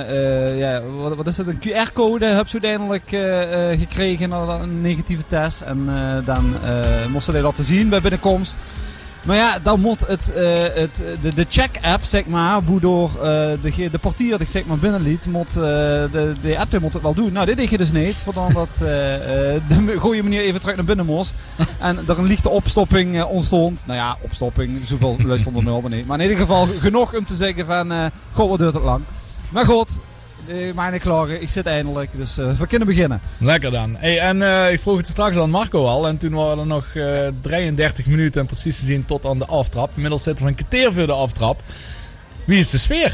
wat is het, een QR-code hebben ze uiteindelijk gekregen, een negatieve test. En dan moesten ze laten zien bij binnenkomst. Maar ja, dan moet de check-app, zeg maar, waardoor de portier die zeg maar binnenliet, moet de app moet het wel doen. Nou, dit deed je dus niet, voordat dat de goede manier even terug naar binnen moest. En er een lichte opstopping ontstond. Nou ja, opstopping, zoveel luistert er nul niet. Maar in ieder geval genoeg om te zeggen van, goh, wat duurt het lang. Maar goed, maar niet klagen, ik zit eindelijk, dus we kunnen beginnen. Lekker dan. Hey, en ik vroeg het straks aan Marco al, en toen waren er nog 33 minuten, en precies te zien, tot aan de aftrap. Inmiddels zitten we een kwartier voor de aftrap. Wie is de sfeer?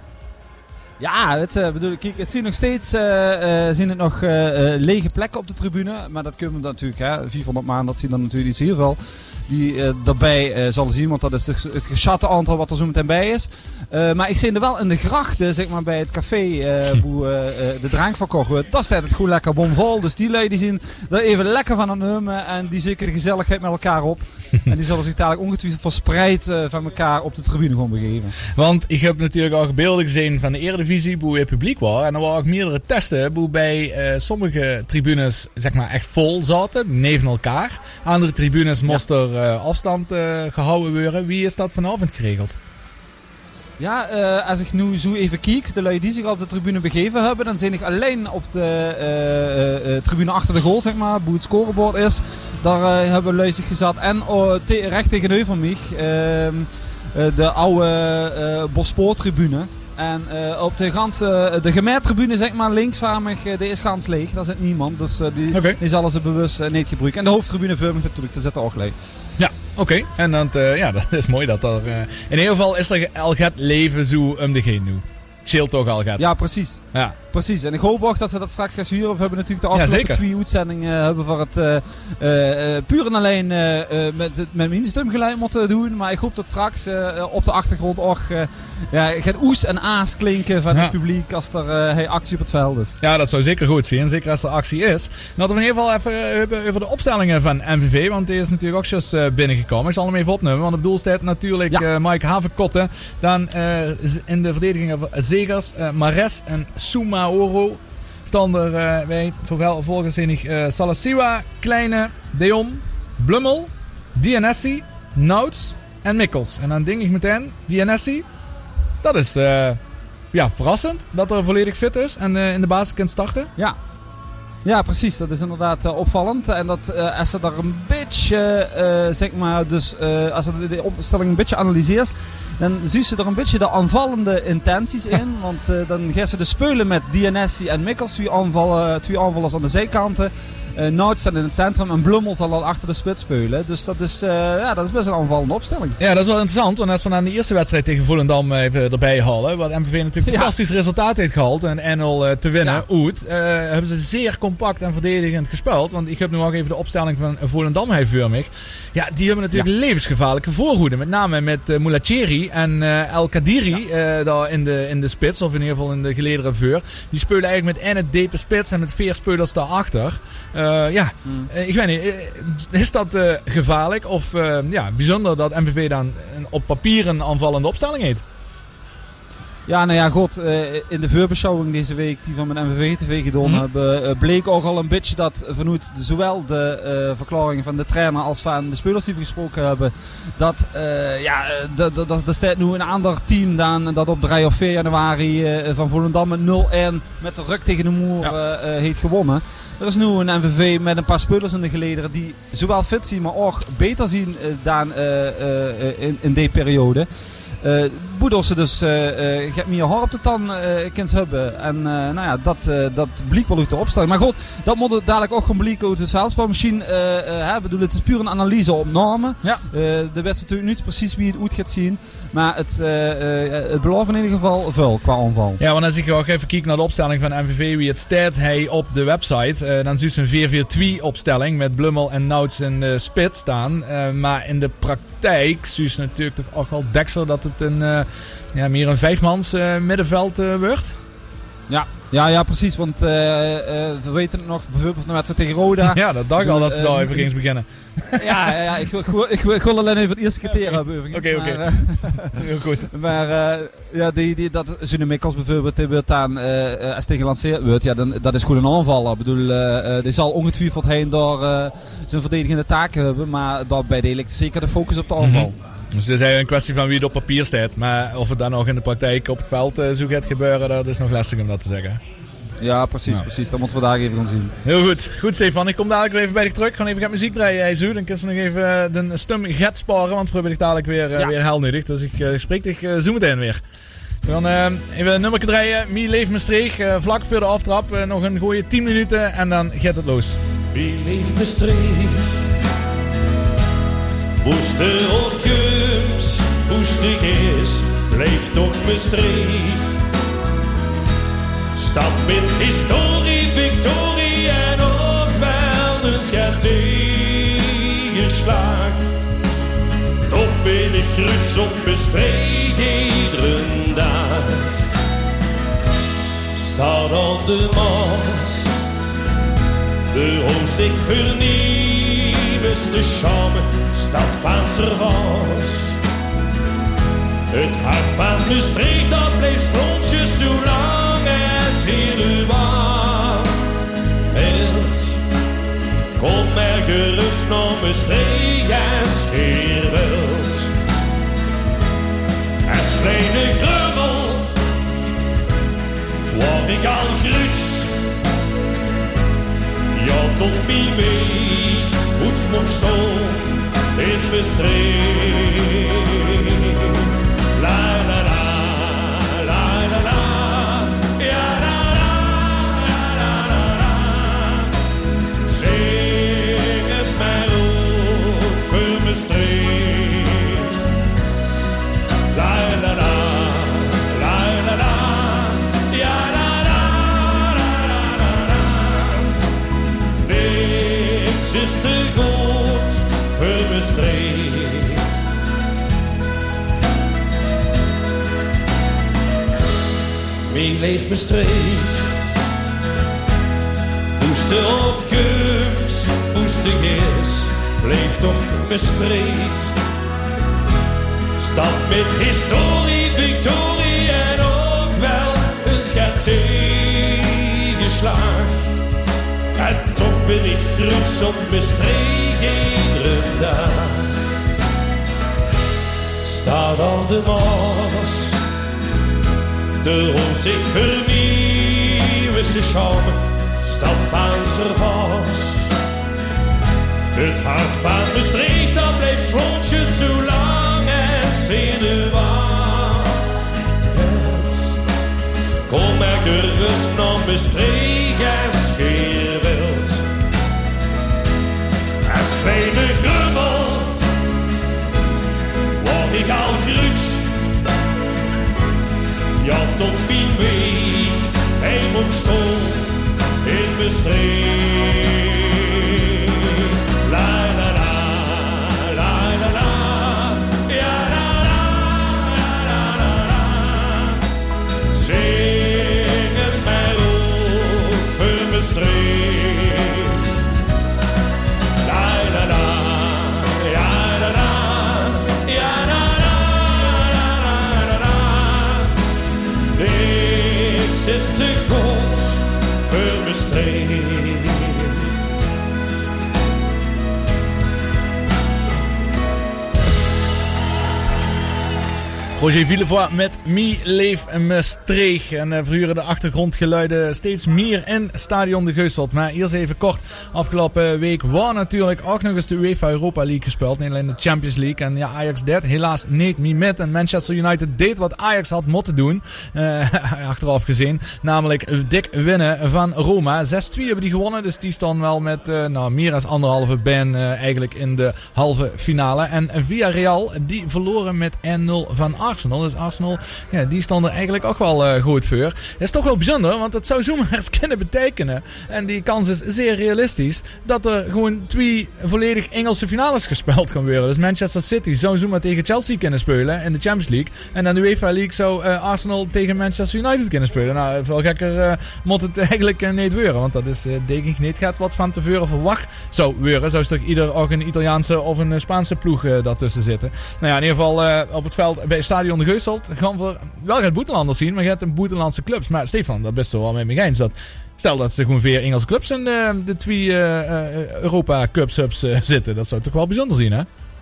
Ja, kijk, het zien nog steeds nog lege plekken op de tribune, maar dat kunnen we natuurlijk, hè, 400 man, dat zien dan natuurlijk iets heel veel. Die daarbij zullen zien, want dat is het geschatte aantal wat er zo meteen bij is. Maar ik zie er wel in de grachten, zeg maar bij het café, hoe de drank verkocht wordt. Dat staat het goed lekker bomvol. Dus die lui die zien er even lekker van aan nemen en die zoeken de gezelligheid met elkaar op. En die zullen zich dadelijk ongetwijfeld verspreid van elkaar op de tribune gewoon begeven. Want ik heb natuurlijk ook beelden gezien van de Eredivisie, hoe het publiek was. En er waren ook meerdere testen, hoe bij sommige tribunes zeg maar echt vol zaten, neven elkaar. Andere tribunes moesten er afstand gehouden worden. Wie is dat vanavond geregeld? Ja, als ik nu zo even kijk, de lui die zich op de tribune begeven hebben, dan zijn ik alleen op de tribune achter de goal, zeg maar, hoe het scorebord is. Daar hebben lui zich gezet. En recht tegenover mij, de oude Bospoortribune. En op de gemeentetribune, zeg maar, links van mij, die is gans leeg. Daar zit niemand, dus die zullen ze bewust niet gebruiken. En de hoofdtribune voor mij natuurlijk, daar zit ook leeg. Ja, oké. En dan, dat is mooi dat er... in ieder geval is er al gaat leven zo om degene nu. Chill toch al gaat. Ja, precies. Ja. Precies. En ik hoop ook dat ze dat straks gaan huren. We hebben natuurlijk de afgelopen 2 uitzendingen hebben voor het puur en alleen met mijn stemgeluid moeten doen. Maar ik hoop dat straks op de achtergrond ook gaat oes en aas klinken van het publiek als er actie op het veld is. Ja, dat zou zeker goed zijn. Zeker als er actie is. Laten we in ieder geval even hebben over de opstellingen van MVV. Want die is natuurlijk ook juist binnengekomen. Ik zal hem even opnemen. Want op doel staat natuurlijk Mike Havenkotten. Dan in de verdediging Zegers, Mares en Soumaoro. Staan er bij vervolgens Salasiwa, Kleine, Deon, Blummel, DNSI, Nouts, en Mikkels. En dan denk ik meteen, die NSI, dat is verrassend dat er volledig fit is en in de basis kunt starten. Ja, precies. Dat is inderdaad opvallend. En dat als je daar een beetje, als je de opstelling een beetje analyseert, dan zie je er een beetje de aanvallende intenties in. Want dan gaan ze dus spelen met DNSI en Mikkels, twee aanvallers aan de zijkanten. Nout staat in het centrum en Blummel zal al achter de spits spelen. Dus dat is best een aanvallende opstelling. Ja, dat is wel interessant. Want als we aan de eerste wedstrijd tegen Volendam even erbij halen, wat MVV natuurlijk een fantastisch resultaat heeft gehaald en 1-0 te winnen, hebben ze zeer compact en verdedigend gespeeld. Want ik heb nu ook even de opstelling van Volendam voor mij. Ja, die hebben natuurlijk levensgevaarlijke voorhoeden. Met name met Moulacheri en El Kadiri daar in de spits, of in ieder geval in de gelederen veur. Die spelen eigenlijk met een diepe spits en met 4 spelers daarachter. Ik weet niet, is dat gevaarlijk of bijzonder dat MVV dan op papier een aanvallende opstelling heeft? Ja, nou ja, goed. In de voorbeschouwing deze week die van mijn MVV-TV gedaan hebben, bleek ook al een beetje dat vanuit zowel de verklaringen van de trainer als van de spelers die we gesproken hebben, dat er staat nu een ander team dan dat op 3 of 4 januari van Volendam met 0-1 met de ruk tegen de muur heeft gewonnen. Er is nu een MVV met een paar spelers in de gelederen die zowel fit zien, maar ook beter zien dan in deze periode. Waardoor ze dus meer haar op de tand kunnen hebben. En dat blijkt wel uit de opstelling. Maar goed, dat moet dadelijk ook gaan blijken uit het veldspel. Misschien, het is puur een analyse op namen. Ja. De wist natuurlijk niet precies wie het uit gaat zien. Maar het belooft in ieder geval veel qua aanval. Ja, want als ik ook even kijk naar de opstelling van MVV, wie het staat hij op de website. Dan zie je een 4-4-2 opstelling met Blummel en Nouts in de spits staan. Maar in de praktijk zie je natuurlijk toch ook wel deksel dat het meer een 5-mans middenveld wordt. Ja, precies. Want we weten het nog bijvoorbeeld naar wedstrijd tegen Roda. Ja, dat dacht al dat ze daar even gingen beginnen. Ja, ik wil alleen even het eerste criterium hebben. Oké. Heel goed. Maar dat Zune Mikkels bijvoorbeeld wordt dan, als het tegen gelanceerd wordt, ja, dan, dat is goed een aanvaller. Ik bedoel, die zal ongetwijfeld heen door zijn verdedigende taken hebben, maar daarbij deel ik zeker de focus op de aanval. Dus het is eigenlijk een kwestie van wie het op papier staat. Maar of het dan nog in de praktijk op het veld zo gaat gebeuren, dat is nog lastig om dat te zeggen. Ja, precies. Dat moeten we daar even gaan zien. Heel goed. Goed, Stefan. Ik kom dadelijk weer even bij je terug. Ik ga even gaan muziek draaien, zo. Dan kun je nog even de stum get sparen, want voor heb ik dadelijk weer hel nodig. Dus ik spreek dich zo meteen weer. We gaan even een nummertje draaien. Mie leeft Maastricht. Vlak voor de aftrap. Nog een goeie 10 minuten en dan gaat het los. Wie leeft Maastricht? Woeste ortjums, woestig is, leeft toch Maastricht. Stad met historie, victorie en ook wel een tegenslag. Toch ben ik trots op Maastricht iedere dag. Staat aan de Maas, de hoofd zich vernieuwt, de charme. Stad Panzerhaus. Het hart van Maastricht dat bleef sprontjes zolang als hier u waard. Kom er gerust naar Maastricht als hier wilt. Als kleine grummel word ik al gruut. Ja, tot wie weet hoe het moest zo. In Maastricht, la la la, la la la, ja la la, la la la. Zing het maar ook voor Maastricht, la la la, la la la, ja la la, la la la. Niks is te goed. Wie leeft Maastricht? Woeste opjums, woestig is, leeft toch Maastricht. Stad met historie, victorie en ook wel een schat tegenslag. En toch ben ik trots op Maastricht iedere dag. staat aan de Maas. De onzekernieuwste charme staat van zijn vast. Het hart van Maastricht, dat bleef rondjes zo lang en zeer waard. Kom maar gerust naar Maastricht als je wilt. Als kleine grummel word ik al gruks. Ja, tot mijn wees, hij mocht stom in Maastricht. La la la, la la la, ja la la, la la la. Zing het mij over Maastricht. La la la, ja la la, ja la la, la la la. Niks is te goed voor Maastricht. Roger Villevoix met Mi Leef Maastricht. En verhuren de achtergrondgeluiden steeds meer in Stadion de Geuselt. Maar eerst even kort. Afgelopen week was natuurlijk ook nog eens de UEFA Europa League gespeeld. Niet alleen de Champions League. En ja, Ajax deed helaas niet meer met. En Manchester United deed wat Ajax had moeten doen. Achteraf gezien. Namelijk dik winnen van Roma. 6-2 hebben die gewonnen. Dus die staan wel met meer dan anderhalve been eigenlijk in de halve finale. En Villarreal die verloren met 1-0 van Arsenal. Dus Arsenal, ja, die stond er eigenlijk ook wel goed voor. Dat is toch wel bijzonder, want het zou zomaar eens kunnen betekenen. En die kans is zeer realistisch. Dat er gewoon 2 volledig Engelse finales gespeeld kan worden. Dus Manchester City zou zomaar tegen Chelsea kunnen spelen in de Champions League. En dan de UEFA League zou Arsenal tegen Manchester United kunnen spelen. Nou, veel gekker moet het eigenlijk niet worden. Want dat is denk ik niet gaat wat van tevoren verwacht zou worden. Zou toch ieder ook een Italiaanse of een Spaanse ploeg daartussen zitten. Nou ja, in ieder geval op het veld bij Stadion de Geuselt gaan we wel het buitenlanders zien, maar je hebt een buitenlandse clubs. Maar Stefan, dat best wel met me eens. Stel dat ze gewoon 4 Engelse clubs in de 2 Europa Cups zitten. Dat zou toch wel bijzonder zien, hè?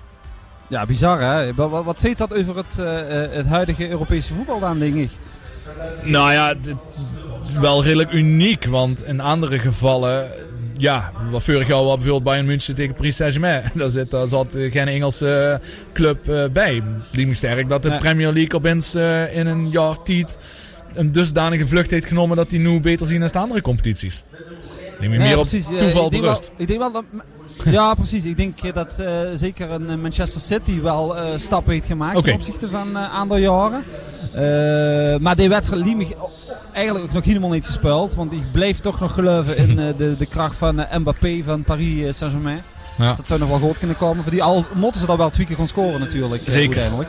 Ja, bizar hè. Wat zegt dat over het huidige Europese voetbal dan, denk ik? Nou ja, het is wel redelijk uniek, want in andere gevallen... Ja, wat vorig jaar was bijvoorbeeld Bayern München tegen Paris Saint-Germain. Daar zat geen Engelse club bij. Die me sterk dat de Premier League opeens in een jaar tijd een dusdanige vlucht heeft genomen dat die nu beter zien dan de andere competities. Neem je meer op toeval berust. Ik denk wel dat... Ja, precies. Ik denk dat zeker een Manchester City wel stappen heeft gemaakt ten opzichte van andere jaren. Maar die wedstrijd liep me eigenlijk ook nog helemaal niet gespeeld. Want ik bleef toch nog geloven in de kracht van Mbappé van Paris Saint-Germain. Ja. Dus dat zou nog wel goed kunnen komen. Voor die al moeten ze dat wel 2 keer gaan scoren natuurlijk. Zeker. Uiteindelijk.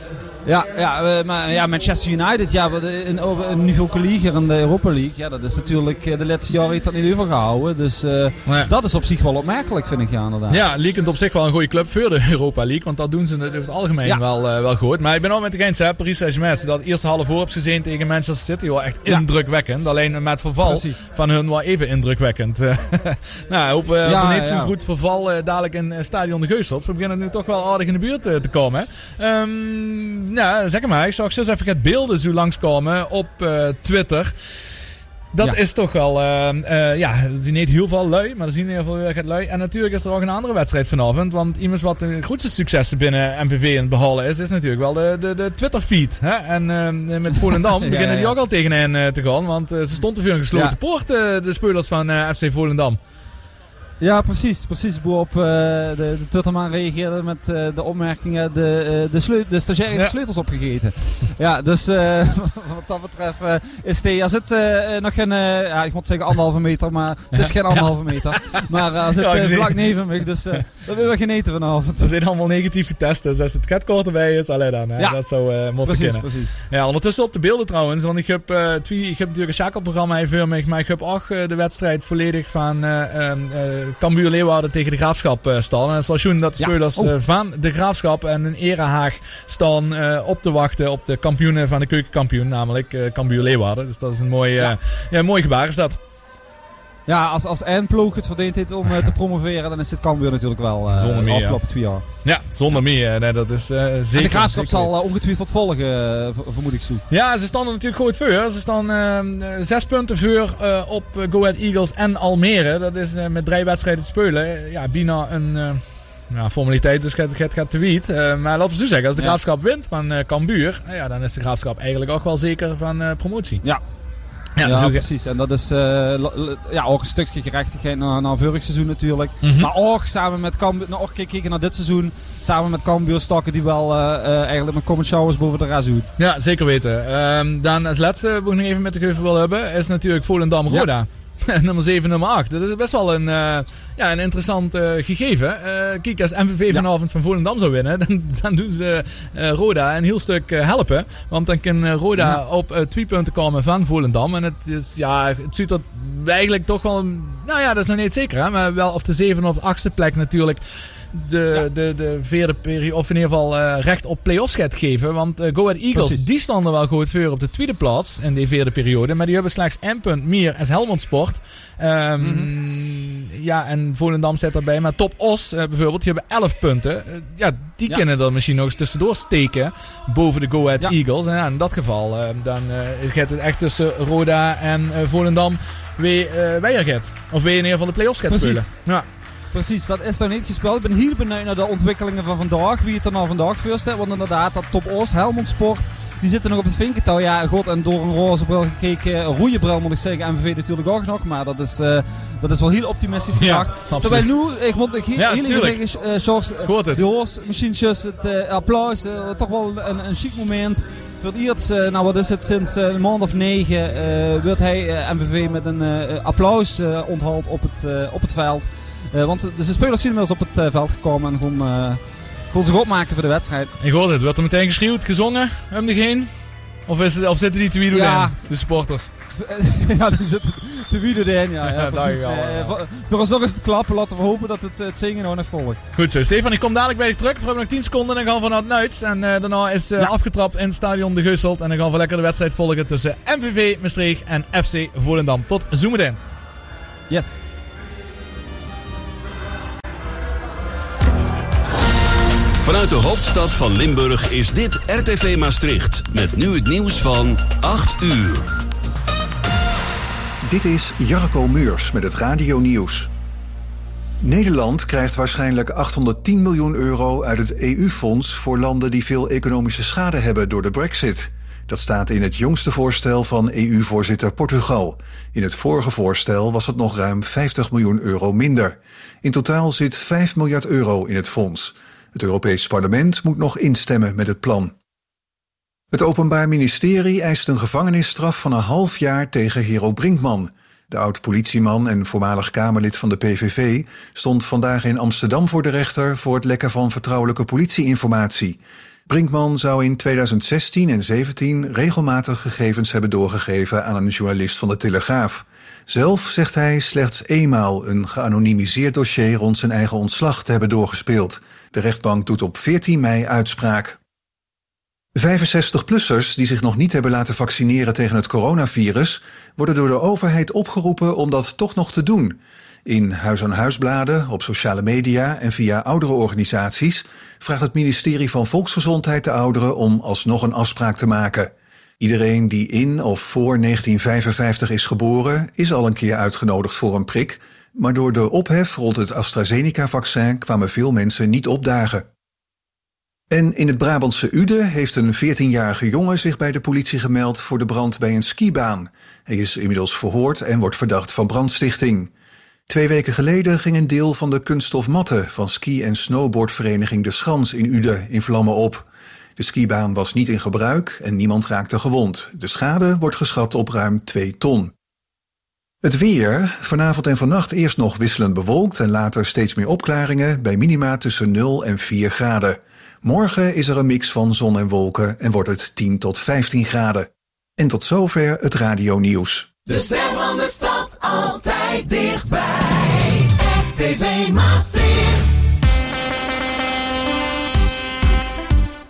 Maar Manchester United, ja, een niveau league in de Europa League, ja, dat is natuurlijk de laatste jaren heeft dat niet overgehouden. Dus dat is op zich wel opmerkelijk, vind ik, ja, inderdaad. Ja, liekend op zich wel een goede club voor de Europa League, want dat doen ze in het algemeen wel goed. Maar ik ben ook met de eens, hè, Paris Saint-Germain, dat eerste half voor gezien tegen Manchester City, was echt indrukwekkend. Alleen met verval van hun was even indrukwekkend. Nou, ik hoop niet zo'n goed verval dadelijk in Stadion de Geuselt. We beginnen nu toch wel aardig in de buurt te komen. Ja, zeg maar. Ik zag zo even het beelden zo langskomen op Twitter. Dat is toch wel... er zien niet heel veel lui, maar er zien heel veel het lui. En natuurlijk is er ook een andere wedstrijd vanavond. Want iemand wat de grootste successen binnen MVV in het behalen is natuurlijk wel de Twitter-feed. Hè? En met Volendam beginnen die ook al tegen hen te gaan. Want ze stond te veel een gesloten poort, de spelers van FC Volendam. Ja, precies. Boer op de Twitterman reageerde met de opmerkingen de stagiaire sleutels opgegeten. Ja, dus wat dat betreft is hij, als het nog geen, ik moet zeggen 1,5 meter, maar het is geen 1,5 meter. Maar als het vlak neven me, dus dat willen we geen eten vanavond. Ze zijn allemaal negatief getest, dus als het catcourt erbij is, alleen dan. Dat zou moeten kunnen. Precies. Ja, ondertussen op de beelden trouwens, want ik heb natuurlijk een schakelprogramma even voor mij, maar ik heb ook de wedstrijd volledig van Cambuur Leeuwarden tegen de Graafschap staan. En het was toen dat de spelers van de Graafschap en een erehaag staan op te wachten op de kampioenen van de keukenkampioen, namelijk Cambuur Leeuwarden. Dus dat is een mooi gebaar is dat. Ja, als eindploeg het verdiend heeft om te promoveren, dan is het Cambuur natuurlijk wel Zonder meer, afgelopen 2 jaar. Ja, zonder meer. Nee, dat is zeker. En de Graafschap zeker. zal ongetwijfeld volgen, vermoed ik zo. Ja, ze staan er natuurlijk goed voor. Ze staan 6 punten voor op Go Ahead Eagles en Almere. Dat is met 3 wedstrijden te spelen. Ja, bijna een formaliteit, dus het gaat te wiet. Maar laten we zo zeggen, als de Graafschap wint van Cambuur, dan is de Graafschap eigenlijk ook wel zeker van promotie. Ja, precies. En dat is ook een stukje gerechtigheid naar vorig seizoen natuurlijk. Maar ook samen met Cambuur, kijken naar dit seizoen, samen met Cambuur stakken die wel eigenlijk met Common Showers boven de rest uit. Ja, zeker weten. Dan als laatste, wat ik nog even met de Geuvel wil hebben, is natuurlijk Volendam-Roda. Ja. Nummer 7, nummer 8. Dat is best wel een interessant gegeven. Kijk, als MVV vanavond van Volendam zou winnen, dan doen ze Roda een heel stuk helpen. Want dan kan Roda op 2 punten komen van Volendam. En het ziet er eigenlijk toch wel, dat is nog niet zeker, hè, maar wel op de 7e of 8e plek natuurlijk de vierde periode, of in ieder geval recht op play-offs gaat geven. Want Go Ahead Eagles, die stonden wel goed voor op de tweede plaats in die vierde periode. Maar die hebben slechts 1 punt meer als Helmond Sport. Ja, en Volendam zit erbij. Maar Top Os bijvoorbeeld, die hebben 11 punten. Die kunnen er misschien nog eens tussendoor steken boven de Go Ahead Eagles. En in dat geval dan gaat het echt tussen Roda en Volendam wie gaat. Of wie in ieder geval de play-offs gaat spelen. Ja. Precies, dat is nog niet gespeeld. Ik ben heel benieuwd naar de ontwikkelingen van vandaag. Wie het er nou vandaag voor staat. Want inderdaad, dat Top Os, Helmond Sport, die zitten nog op het vinkentouw. Ja, god, en door een roze bril gekeken. Een rode bril moet ik zeggen. MVV natuurlijk ook nog. Maar dat is wel heel optimistisch gedacht. Ja, terwijl nu, ik moet heel even zeggen, George, Joost, misschien just het applaus. Toch wel een chic moment. Voor het eerst, wat is het, sinds een maand of 9 werd hij MVV met een applaus onthaald op het veld. Want de spelers zijn inmiddels op het veld gekomen en gewoon zich opmaken voor de wedstrijd. Ik hoorde het. Werd er meteen geschreeuwd, gezongen om degene? Of zitten die te wieden in, de supporters? Ja, die zitten te wieden in, ja precies. Voor ons nog eens te klappen, laten we hopen dat het zingen nog net volgt. Goed zo, Stefan, ik kom dadelijk bij je terug. We hebben nog 10 seconden en dan gaan we vanuit Nuits. En daarna is afgetrapt in het stadion De Gusselt. En dan gaan we lekker de wedstrijd volgen tussen MVV Maastricht en FC Volendam. Tot zometeen. Yes. Vanuit de hoofdstad van Limburg is dit RTV Maastricht. Met nu het nieuws van 8 uur. Dit is Jarko Meurs met het Radio Nieuws. Nederland krijgt waarschijnlijk 810 miljoen euro uit het EU-fonds voor landen die veel economische schade hebben door de Brexit. Dat staat in het jongste voorstel van EU-voorzitter Portugal. In het vorige voorstel was het nog ruim 50 miljoen euro minder. In totaal zit 5 miljard euro in het fonds. Het Europees Parlement moet nog instemmen met het plan. Het Openbaar Ministerie eist een gevangenisstraf van 1,5 jaar tegen Hero Brinkman. De oud-politieman en voormalig Kamerlid van de PVV stond vandaag in Amsterdam voor de rechter voor het lekken van vertrouwelijke politieinformatie. Brinkman zou in 2016 en 2017 regelmatig gegevens hebben doorgegeven aan een journalist van de Telegraaf. Zelf zegt hij slechts eenmaal een geanonimiseerd dossier rond zijn eigen ontslag te hebben doorgespeeld. De rechtbank doet op 14 mei uitspraak. 65-plussers die zich nog niet hebben laten vaccineren tegen het coronavirus worden door de overheid opgeroepen om dat toch nog te doen. In huis-aan-huisbladen, op sociale media en via ouderenorganisaties vraagt het ministerie van Volksgezondheid de ouderen om alsnog een afspraak te maken. Iedereen die in of voor 1955 is geboren is al een keer uitgenodigd voor een prik, maar door de ophef rond het AstraZeneca-vaccin kwamen veel mensen niet opdagen. En in het Brabantse Uden heeft een 14-jarige jongen zich bij de politie gemeld voor de brand bij een skibaan. Hij is inmiddels verhoord en wordt verdacht van brandstichting. 2 weken geleden ging een deel van de kunststofmatten van ski- en snowboardvereniging De Schans in Uden in vlammen op. De skibaan was niet in gebruik en niemand raakte gewond. De schade wordt geschat op ruim 2 ton. Het weer, vanavond en vannacht eerst nog wisselend bewolkt en later steeds meer opklaringen bij minima tussen 0 en 4 graden. Morgen is er een mix van zon en wolken en wordt het 10 tot 15 graden. En tot zover het Radio Nieuws. De ster van de stad altijd dichtbij. RTV Maastricht.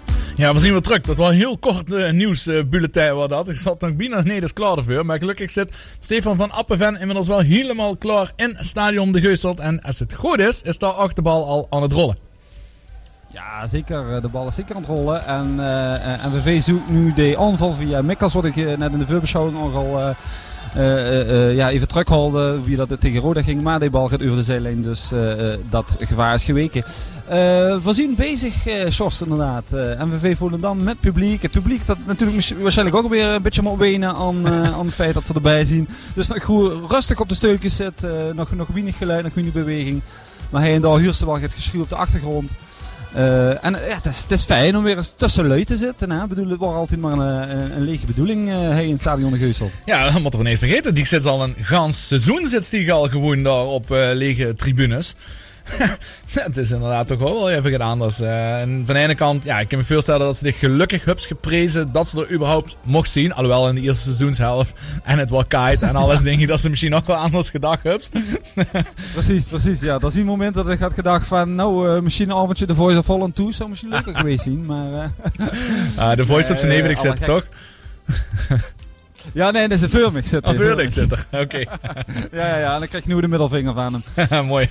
Ja, we zien weer terug. Dat was een heel kort nieuwsbulletin was dat. Ik zat nog bijna, nee, dat is klaar ervoor. Maar gelukkig zit Stefan van Appenven inmiddels wel helemaal klaar in Stadion de Geusselt. En als het goed is daar achterbal al aan het rollen. Ja, zeker. De bal is zeker aan het rollen. En MVV zoekt nu de aanval via Mikkels, wat ik net in de voorbeschouwing al even terughaalde wie dat tegen Roda ging. Maar die bal gaat over de zijlijn, dus dat gevaar is geweken. We zien bezig, Sjors inderdaad. MVV Volendam met publiek. Het publiek dat natuurlijk waarschijnlijk ook weer een beetje moet wenen aan het feit dat ze erbij zien. Dus nog goed rustig op de steukjes zit. Nog weinig geluid, nog weinig beweging. Maar hij en daar huurste wel gaat geschreeuw op de achtergrond. Het is fijn om weer eens tussen lui te zitten. Hè? Ik bedoel, het was altijd maar een lege bedoeling in het Stadion de Geusselt. Ja, dat moet er niet vergeten. Die zit al een gans seizoen al gewoon daar op lege tribunes. Het is inderdaad toch wel even gedaan. En van de ene kant, ja, ik kan me voorstellen dat ze zich gelukkig hebben geprezen dat ze er überhaupt mocht zien. Alhoewel in de eerste seizoenshelft en het wel kaait en alles denk ik dat ze misschien nog wel anders gedacht hebben. Precies. Ja, dat is een moment dat ik had gedacht van, misschien een avondje de Voice of Holland toe zou misschien leuker geweest zien. Maar, de Voice op zijn neverig zit, toch? Ja, nee, dat is een Veurmig zit er. Veurmig zit er, oké. Ja, en dan krijg je nu de middelvinger van hem. Mooi.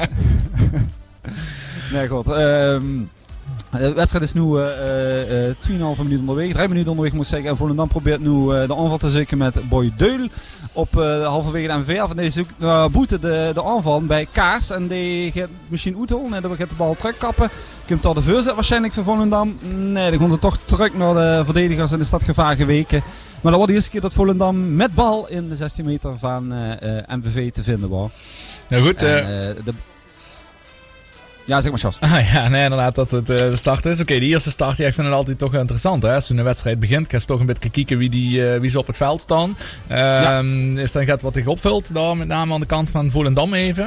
Nee, goed. De wedstrijd is nu 2,5 minuten onderweg, 3 minuten onderweg moet ik zeggen. En Volendam probeert nu de aanval te zoeken met Boy Deul op halverwege de MVV af. En die zoekt Boete de aanval bij Kaars. En die gaat misschien uitholen. Nee, dan gaat de bal terugkappen. Komt daar de voorzet waarschijnlijk van Volendam. Nee, dan komt het toch terug naar de verdedigers en is dat gevaar geweken. Maar dat was de eerste keer dat Volendam met bal in de 16 meter van MVV te vinden was. Nou goed, ja, zeg maar, Sjors. Ja, nee, inderdaad dat het de start is. Oké, de eerste start, ja, ik vind het altijd toch interessant. Hè? Als een wedstrijd begint, ga je toch een beetje kijken wie ze op het veld staan. Is dan gaat wat zich opvult, daar met name aan de kant van Volendam even.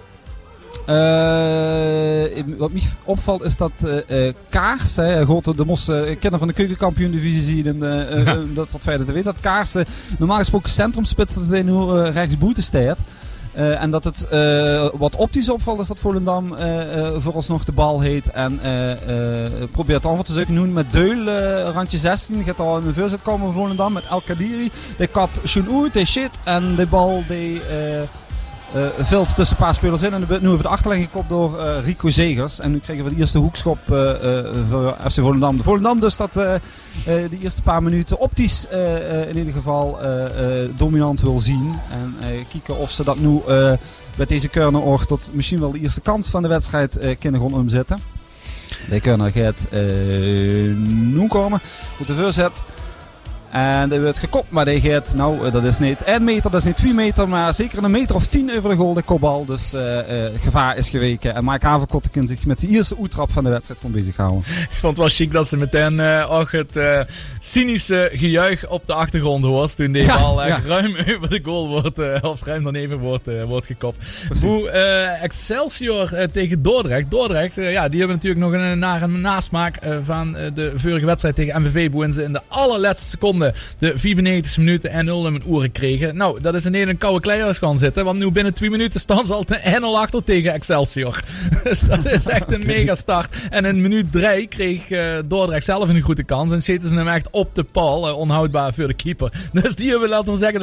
Wat mij opvalt is dat Kaars, de moest kenner van de keukenkampioen-divisie zien dat soort feiten te weten, dat Kaars normaal gesproken centrumspits dat hij nu rechts Boete staat. En dat het wat optisch opvalt is dat Volendam vooralsnog de bal heet en probeert aanval te zoeken. Nu met Deul, randje 16, gaat al in de voorzet komen van Volendam met El Kadiri. Die kap schoen uit, die shit en de bal die veld tussen een paar spelers in. En er wordt nu over de achterlijn gekopt door Rico Zegers. En nu krijgen we de eerste hoekschop voor FC Volendam. De Volendam dus dat de eerste paar minuten optisch in ieder geval dominant wil zien. En kijken of ze dat nu met deze Körner tot misschien wel de eerste kans van de wedstrijd kunnen gaan omzetten. De Körner gaat nu komen. Goed de voorzet. En die wordt gekopt, maar die gaat, dat is niet 1 meter, dat is niet 2 meter, maar zeker een meter of 10 over de goal, de kopbal. Dus gevaar is geweken. En Mike Haverkotte kan zich met zijn eerste oetrap van de wedstrijd gewoon bezighouden. Ik vond het wel chic dat ze meteen ook het cynische gejuich op de achtergrond hoort. Toen die bal ruim over de goal wordt, of ruim dan even wordt gekopt. Hoe Excelsior tegen Dordrecht. Dordrecht, die hebben natuurlijk nog een nare nasmaak van de vorige wedstrijd tegen MVV. Waarin ze in de allerlaatste seconde de 94 minuten en 0 in mijn oren kregen. Nou, dat is in een koude kleiers gaan zitten. Want nu binnen 2 minuten staan ze al 1-0 achter tegen Excelsior. Dus dat is echt een mega start. En in minuut 3 kreeg Dordrecht zelf een goede kans. En zitten ze hem echt op de paal. Onhoudbaar voor de keeper. Dus die hebben, laten we zeggen,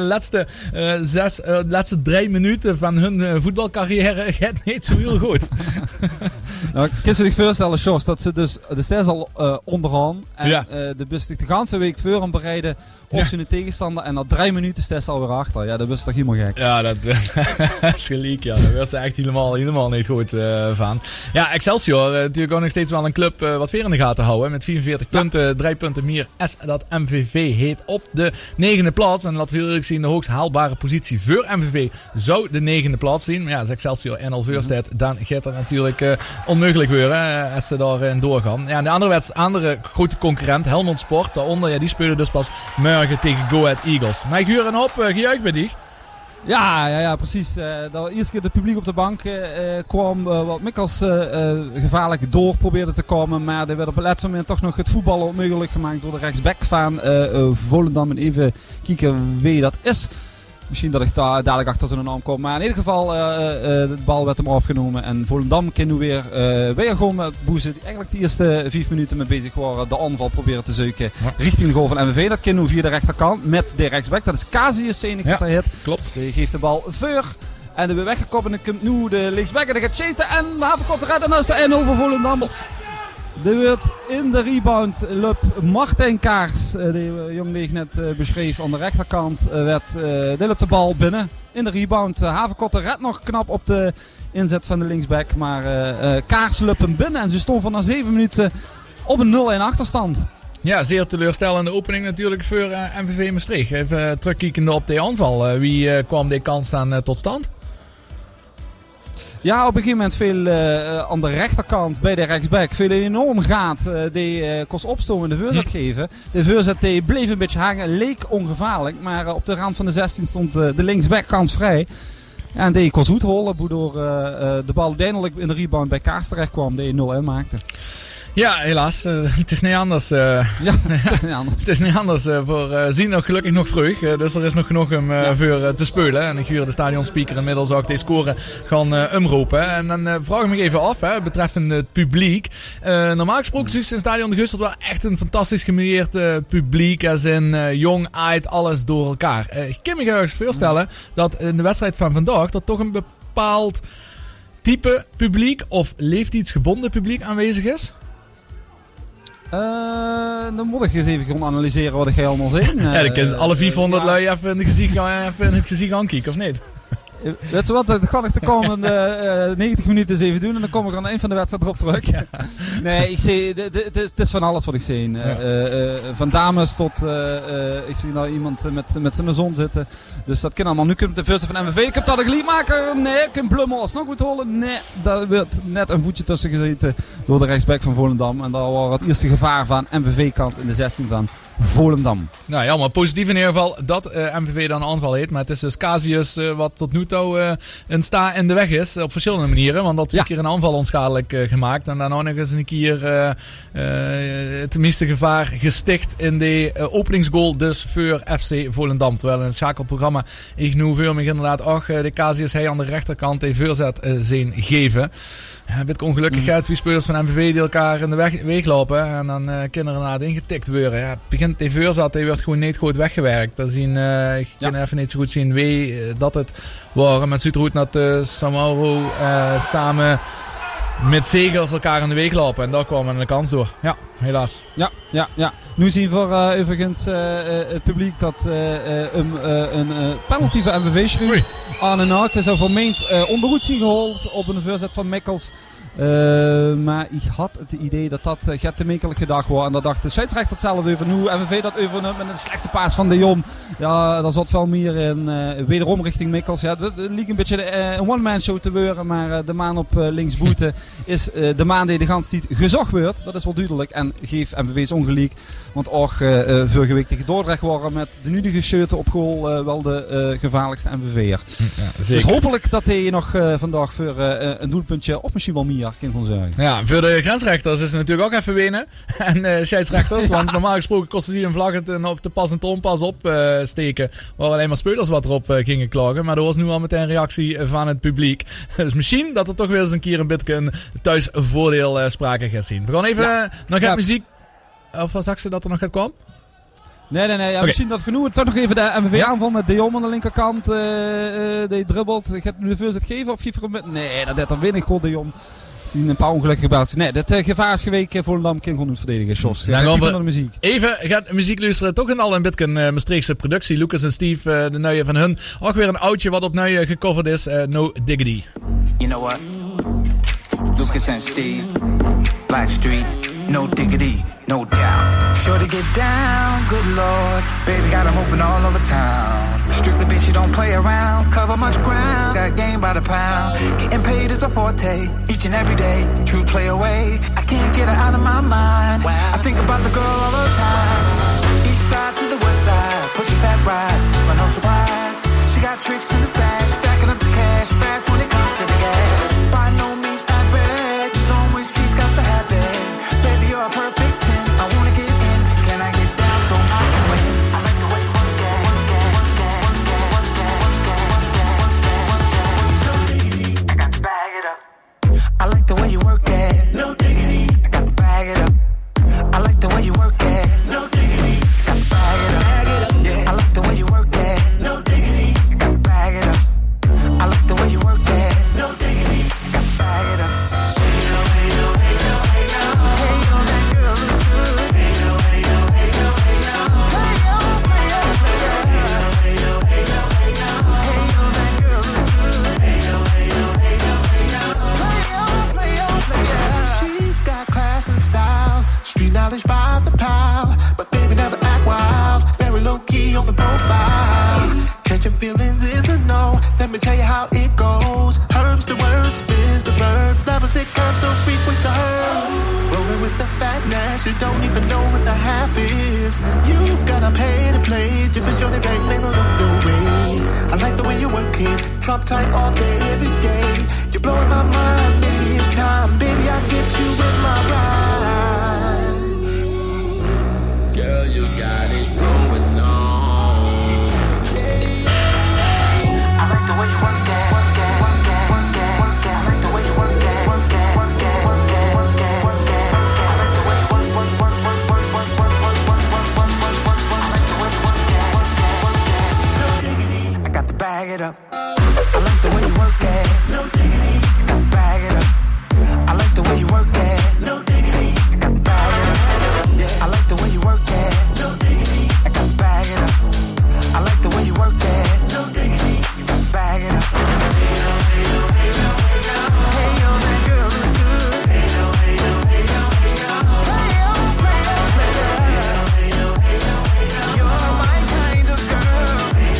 de laatste 3 minuten van hun voetbalcarrière gaat niet zo heel goed. Nou, ik kan zich voorstellen, Sjors, dat ze dus de steeds al onderaan. En de bus zich de ganse week voor aan bereiden op zijn tegenstander. En na 3 minuten staat ze alweer achter. Ja, dat was toch helemaal gek. Ja, dat is gelijk. Ja, daar was ze echt helemaal niet goed van. Ja, Excelsior, natuurlijk ook nog steeds wel een club wat weer in de gaten houden. Met 44 punten, 3 punten meer als dat MVV heet op de 9e plaats. En laten we eerlijk zien, de hoogst haalbare positie voor MVV zou de 9e plaats zien. Maar ja, als Excelsior en al voor staat, dan gaat dat natuurlijk onmogelijk worden als ze daarin doorgaan. Ja, en de andere grote concurrent, Helmond Sport, daaronder, die spelen dus pas morgen tegen Go Ahead Eagles. Maar ik huur een hoop gejuich bij die. Ja, precies. De eerste keer het publiek op de bank kwam wat Mikkels gevaarlijk door probeerde te komen. Maar er werd op het laatste moment toch nog het voetballen onmogelijk gemaakt door de rechtsback van Volendam. En even kijken wie dat is. Misschien dat ik daar dadelijk achter zijn naam kom. Maar in ieder geval, de bal werd hem afgenomen. En Volendam kan nu weer gewoon met Boeze, die eigenlijk de eerste 5 minuten mee bezig waren, de aanval proberen te zoeken richting de goal van MVV. Dat kan nu via de rechterkant met de rechtsback. Dat is Casius Zenig dat hij hit. Klopt. Die geeft de bal voor. En de weer weggekomen. En dan komt nu de linksback. En dan gaat Cheten en Havenkot eruit. En dat is de 1-0 voor Volendam. Er werd in de rebound lup Martijn Kaars, die Jong Leeg net beschreef, aan de rechterkant deed op de bal binnen. In de rebound. Havenkot redt nog knap op de inzet van de linksback. Maar Kaars lup hem binnen. En ze stond van na 7 minuten op een 0-1 achterstand. Ja, zeer teleurstellende opening natuurlijk voor MVV Maastricht. Even terugkijkende op de aanval. Wie kwam die kans dan tot stand? Ja, op een gegeven moment veel aan de rechterkant bij de rechtsback. Veel enorm gaat. Die kost opstomen de voorzet geven. De voorzet die bleef een beetje hangen. Leek ongevaarlijk. Maar op de rand van de 16 stond de linksback kans vrij. En die kost goed hollen. Waardoor de bal uiteindelijk in de rebound bij Kaars terecht kwam. Die 0-1 maakte. Ja, helaas. Het is niet anders. Het is niet anders. Voor zien nog gelukkig nog vroeg. Dus er is nog genoeg om voor te spelen. En ik huur de stadionspeaker inmiddels ook die score gaan omroepen. En dan vraag ik me even af, betreffende het publiek. Normaal gesproken is het stadion de Gustert wel echt een fantastisch gemêleerd publiek. Als in jong, oud, alles door elkaar. Ik kan me ergens voorstellen dat in de wedstrijd van vandaag dat toch een bepaald type publiek of leeftijdsgebonden publiek aanwezig is. Dan moet ik eens even gaan analyseren wat ik allemaal zie. Ja, dan kunnen alle 400 lui even in het gezicht aankijken, of niet? Weet je wat, dat ga ik de komende 90 minuten eens even doen en dan kom ik aan een van de wedstrijden erop terug. Ja. Nee, ik zie, het is van alles wat ik zie. Van dames tot, ik zie nou iemand met zijn zon zitten. Dus dat kan allemaal. Nu komt de versie van MVV. Ik heb dat een glied maken. Nee, ik kan Blummel alsnog goed holen. Nee, daar werd net een voetje tussen gezeten door de rechtsback van Volendam. En daar was het eerste gevaar van MVV-kant in de 16 van Volendam. Nou ja, maar positief in ieder geval dat MVV dan een aanval heeft. Maar het is dus Casius wat tot nu toe een sta in de weg is. Op verschillende manieren. Want dat 2 keer een aanval onschadelijk gemaakt. En daarna nog eens een keer het meeste gevaar gesticht in de openingsgoal. Dus voor FC Volendam. Terwijl in het schakelprogramma ik nu veel meer inderdaad de Casius hij aan de rechterkant de voorzet zien geven. Een beetje ongelukkigheid. 2 spelers van MVV die elkaar in de weg lopen. En dan kunnen er inderdaad ingetikt worden. Ja, het begint de voorzet, die wordt gewoon niet goed weggewerkt. Dat zien, ik kan even niet zo goed zien wie dat het waren. Met Zuidroet naar Samauro samen met Zegels elkaar in de weg lopen. En daar kwam een kans door. Ja, helaas. Ja. Nu zien we overigens het publiek dat een penalty voor MVV schreeuwt aan en uit. Zij zou vermeend onderhoed zien gehold op een voorzet van Mikkels. Maar ik had het idee dat gaat te makkelijke dag was. En dat dacht de scheidsrechter hetzelfde over. Nu MVV dat overneemt met een slechte paas van de Jong. Ja, daar zat veel meer in. Wederom richting Mikkels. Ja, het liep een beetje een one-man show te worden. Maar de man op linksboete is de man die de gans niet gezocht wordt. Dat is wel duidelijk. En geeft MVV's ongelijk. Want ook vorige week tegen Dordrecht waren met de nudige shirt op goal wel de gevaarlijkste MVV'er. Ja, dus hopelijk dat hij nog vandaag voor een doelpuntje of misschien wel meer kan van zeggen. Ja, voor de grensrechters is het natuurlijk ook even wenen. En scheidsrechters, want normaal gesproken kosten die een vlag en op de pas en toonpas opsteken. Waar alleen maar spelers wat erop gingen klagen. Maar er was nu al meteen een reactie van het publiek. Dus misschien dat er toch weer eens een keer een beetje een thuisvoordeel sprake gaat zien. We gaan even nog muziek. Of wat zag ze dat er nog gaat komen? Nee. Ja, okay. Misschien dat genoeg. Toch nog even de MVV-aanval met De Jong aan de linkerkant. Die dribbelt. Gaat nu de voorzet geven of geef er een... Nee, dat deed dan weinig goed, De Jong. Zien een paar ongelukkige basis. Nee, dit gevaar is geweken. Volendam kan gewoon niet verdedigen. Jos. Dan gaan we naar de muziek. Even gaat muziek luisteren. Toch een beetje Maastrichtse productie. Lucas en Steve, de nieuwe van hun. Ook weer een oudje wat op nieuwe gecoverd is. No Diggity. You know what? Lucas and Steve. Blackstreet. No diggity. No doubt. Sure to get down, good lord. Baby got them open all over town. Strictly bitch, you don't play around. Cover much ground, got game by the pound. Getting paid is a forte, each and every day. True play away, I can't get her out of my mind. Wow. I think about the girl all the time. East side to the west side, push back rise, but no surprise. She got tricks in the stash, stacking up the cash fast when it comes to the gas. By no means not bad, just on when she's got the habit. Baby, you're a perfect 10. I wanna get in. Can I get down so I can win? I like the way you work it. me tell you how it goes. Herbs the word, spins the verb. Lovers it curves so frequent to her. Rolling with the fatness, you don't even know what the half is. You've gotta pay to play, just for sure they ain't gonna look the way. I like the way you work it, drop tight all day, every day. You're blowing my mind, baby, in time. Baby, I get you in my ride. Girl, you got it going on. I like the way you work it, work it, work it, work it, work it. I like the way you work it, work it, work it, work it, work it, work it, work it. I like the way you work, work, work, work, work, work, work, work, work, work, work, work, work. I like the way you work it, work it, work it. No diggity, I got to bag it up. I like the way you work it. no diggity, I got to bag it up. I like the way you work it. no diggity, I got to bag it up. I like the way you work it. no diggity, I got to bag it up. I like the way you work it. no diggity. You got to bag it up. Hey yo, that girl is good. Hey yo, player. You're my kind of girl.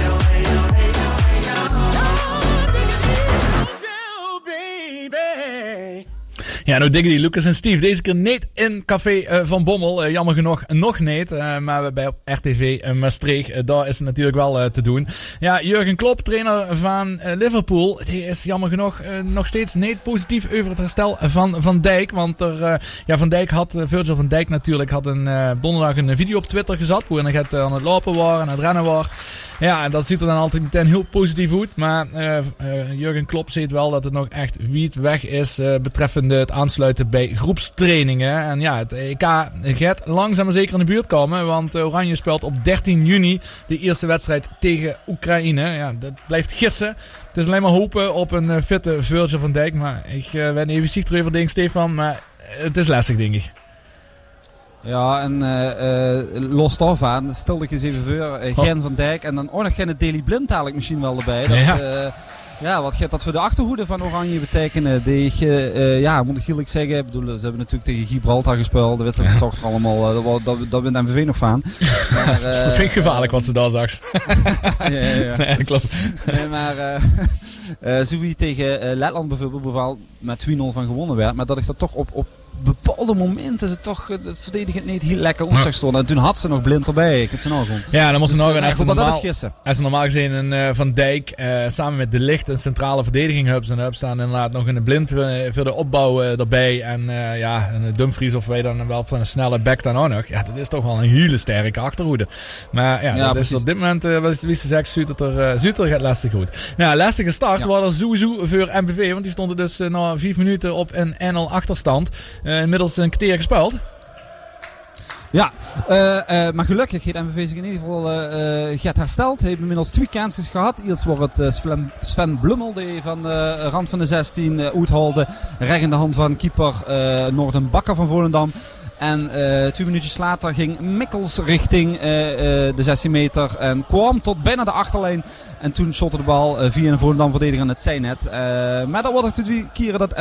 Ja, nou Diggity, Lucas en Steve. Deze keer niet in Café Van Bommel. Jammer genoeg nog niet. Maar bij op RTV Maastricht, daar is het natuurlijk wel te doen. Ja, Jurgen Klopp, trainer van Liverpool. Die is jammer genoeg nog steeds niet positief over het herstel van Van Dijk. Want Van Dijk had, Virgil van Dijk natuurlijk, had donderdag een video op Twitter gezet. Hoe hij net aan het lopen was en aan het rennen was. Ja, en dat ziet er dan altijd meteen heel positief uit. Maar Jurgen Klopp ziet wel dat het nog echt wiet weg is betreffende het aansluiten bij groepstrainingen. En ja, het EK gaat langzaam maar zeker in de buurt komen. Want Oranje speelt op 13 juni de eerste wedstrijd tegen Oekraïne. Ja, dat blijft gissen. Het is alleen maar hopen op een fitte Virgil van Dijk. Maar ik ben even ziek erover, denk Stefan. Maar het is lastig, denk ik. Ja, en los daarvan, stel ik eens even voor, Gen van Dijk en dan ook nog geen Daley Blind eigenlijk misschien wel erbij. Dat, wat gaat dat voor de achterhoede van Oranje betekenen? Moet ik eerlijk zeggen, ik bedoel, ze hebben natuurlijk tegen Gibraltar gespeeld, de wedstrijd zag er allemaal, daar wint MVV nog van. Maar, dat vind ik gevaarlijk wat ze daar zag. ja. Nee, dat klopt. Nee, maar zo wie tegen Letland bijvoorbeeld met 2-0 van gewonnen werd, maar dat ik dat toch op bepaalde momenten is het toch het verdedigend niet heel lekker onzag stonden. En toen had ze nog Blind erbij. Ik het zo nou gewoon. Ja, dan moest ze nog een als ze normaal gezien een Van Dijk samen met De Ligt een centrale verdediging hubs en hubs staan inderdaad nog een Blind voor de opbouw erbij en een Dumfries of wij dan wel van een snelle back dan ook nog. Ja, dat is toch wel een hele sterke achterhoede. Maar ja, dat is op dit moment wie ze zegt, Zuter gaat lastig goed. Nou, lastige start was er sowieso voor MVV, want die stonden dus na 5 minuten op een 1-0 achterstand. Inmiddels een kwartier gespeeld. Ja, maar gelukkig heeft MVV zich in ieder geval hersteld. Hij heeft inmiddels 2 kansen gehad. Eerst wordt het Sven Blummel die van de rand van de 16 uithaalde. Reggende hand van keeper Noorden Bakker van Volendam. En 2 minuutjes later ging Mikkels richting de 16 meter en kwam tot bijna de achterlijn. En toen shotte de bal via een Volendam verdediger aan het zijnet. Maar dan wordt er 2 keren dat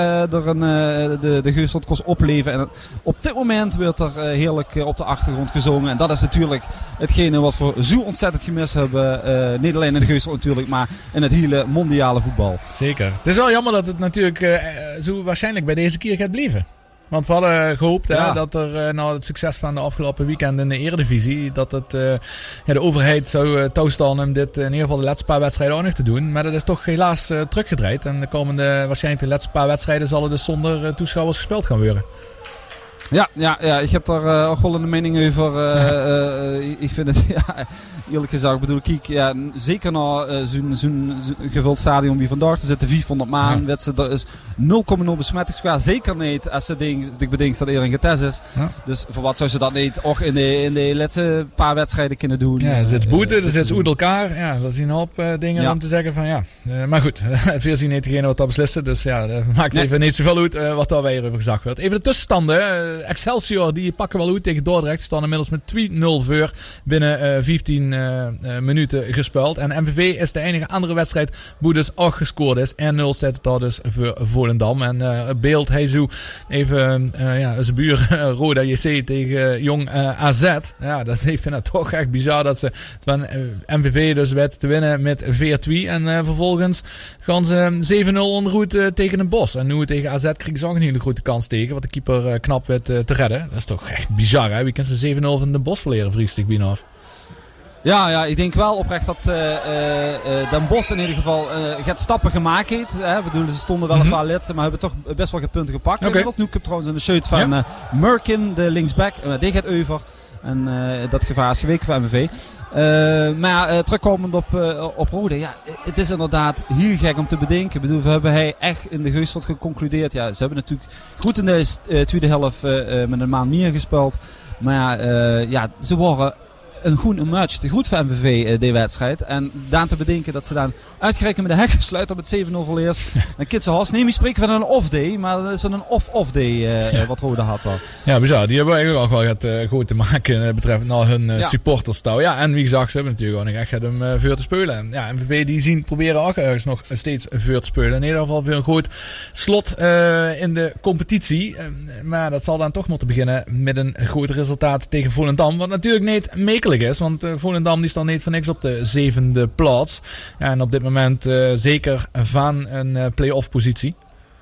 de Geusselt kost opleven. En op dit moment wordt er heerlijk op de achtergrond gezongen. En dat is natuurlijk hetgene wat we zo ontzettend gemist hebben. Niet alleen in de Geusselt natuurlijk, maar in het hele mondiale voetbal. Zeker. Het is wel jammer dat het natuurlijk zo waarschijnlijk bij deze keer gaat blijven. Want we hadden gehoopt dat er na het succes van de afgelopen weekend in de Eredivisie, dat het, de overheid zou toestaan om dit in ieder geval de laatste paar wedstrijden ook nog te doen. Maar dat is toch helaas teruggedraaid. En de komende, waarschijnlijk de laatste paar wedstrijden zal het dus zonder toeschouwers gespeeld gaan worden. Ja, ik heb daar ook wel een mening over. Ik vind het, eerlijk gezegd, bedoel ik, zeker na zo'n gevuld stadion wie vandaag, er zitten 500 man, er is 0,0 besmettingsgevaar. Zeker niet als ik bedenk dat er een getest is. Ja. Dus voor wat zou ze dat niet ook in de laatste paar wedstrijden kunnen doen? Ja, er zit boete, er zit ze uit elkaar. Ja, dat is een hoop dingen om te zeggen van maar goed, veel zien niet degene wat dat beslissen. Dus ja, dat maakt even niet zoveel uit wat daar weer over gezegd werd. Even de tussenstanden. Excelsior, die pakken wel uit tegen Dordrecht. Die staan inmiddels met 2-0 voor binnen 15 minuten gespeeld. En MVV is de enige andere wedstrijd waar dus ook gescoord is. 1-0 staat het daar dus voor Volendam. En beeld hij zo even zijn buur Roda JC tegen Jong AZ. Ja, dat ik vind het toch echt bizar dat ze van MVV dus weten te winnen met 4-2. En vervolgens gaan ze 7-0 onderuit tegen een Bos. En nu tegen AZ kreeg ze ook een hele grote kans tegen. Wat de keeper knap werd te redden. Dat is toch echt bizar, hè? Wie kan ze 7-0 van de Bos verleren, vriest ik bijna af. Ja, ik denk wel oprecht dat Den Bosch in ieder geval gaat stappen gemaakt heeft. Ze stonden weliswaar lidsen, maar hebben toch best wel punten gepakt. Okay. Nu heb trouwens in de shirt van Merkin, de linksback. Die gaat over. En dat gevaar is geweken voor MVV. Terugkomend op Roda. Ja, het is inderdaad heel gek om te bedenken. Ik bedoel, we hebben hij echt in de Geusteld geconcludeerd. Ja, ze hebben natuurlijk goed in de tweede helft met een maand meer gespeeld. Maar ze waren een goede match. Te goed voor MVV die wedstrijd. En dan te bedenken dat ze dan uitgerekend met de hek sluiten op het 7-0 verlies. Dan kan ze haast niet meer spreken van een off-day. Maar dat is wel een off-off day wat Roda had al. Ja, bizar. Die hebben eigenlijk ook wel goed te maken betreffend hun supporterstouw. Ja, en wie gezegd, ze hebben natuurlijk ook nog echt hem voor te spelen. Ja, MVV die proberen ook ergens nog steeds voor te spelen. In ieder geval weer een goed slot in de competitie. Maar dat zal dan toch moeten beginnen met een goed resultaat tegen Volendam. Wat natuurlijk niet meekelijk is, want Volendam die staat niet voor niks op de 7e plaats. Ja, en op dit moment zeker van een play-off positie.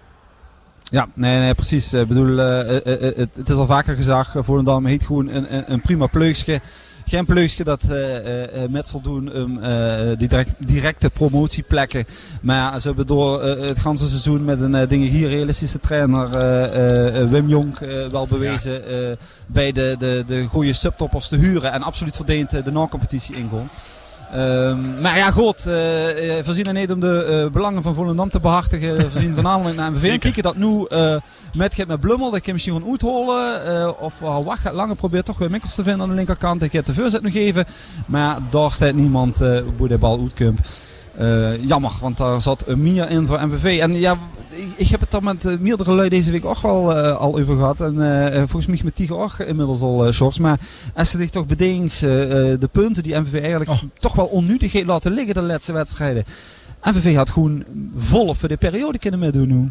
Ja, nee, precies. Ik bedoel, het is al vaker gezegd, Volendam heeft gewoon een prima pleugje. Geen pleugje dat met voldoen die directe promotieplekken. Maar ze hebben door het ganse seizoen met een dingen hier realistische trainer Wim Jonk wel bewezen bij de goede subtoppers te huren. En absoluut verdiend de na-competitie ingaan. Maar ja, goed, voorzien er niet om de belangen van Volendam te behartigen. Voorzien voornamelijk naar MVV. En kijken dat nu met Blummel, dat ik misschien gewoon uitholen. Of wacht, gaat langer probeert toch weer mikkels te vinden aan de linkerkant. Ik heb de voorzet nog geven. Maar daar staat niemand hoe de bal uitkomt. Jammer, want daar zat meer in voor MVV. En ja, ik heb het daar met meerdere lui deze week ook wel al over gehad. En volgens mij met Tiger ook inmiddels al shorts. Maar als je zich toch bedenkt, de punten die MVV eigenlijk toch wel onnuttig heeft laten liggen de laatste wedstrijden. MVV had gewoon volop voor de periode kunnen meedoen nu.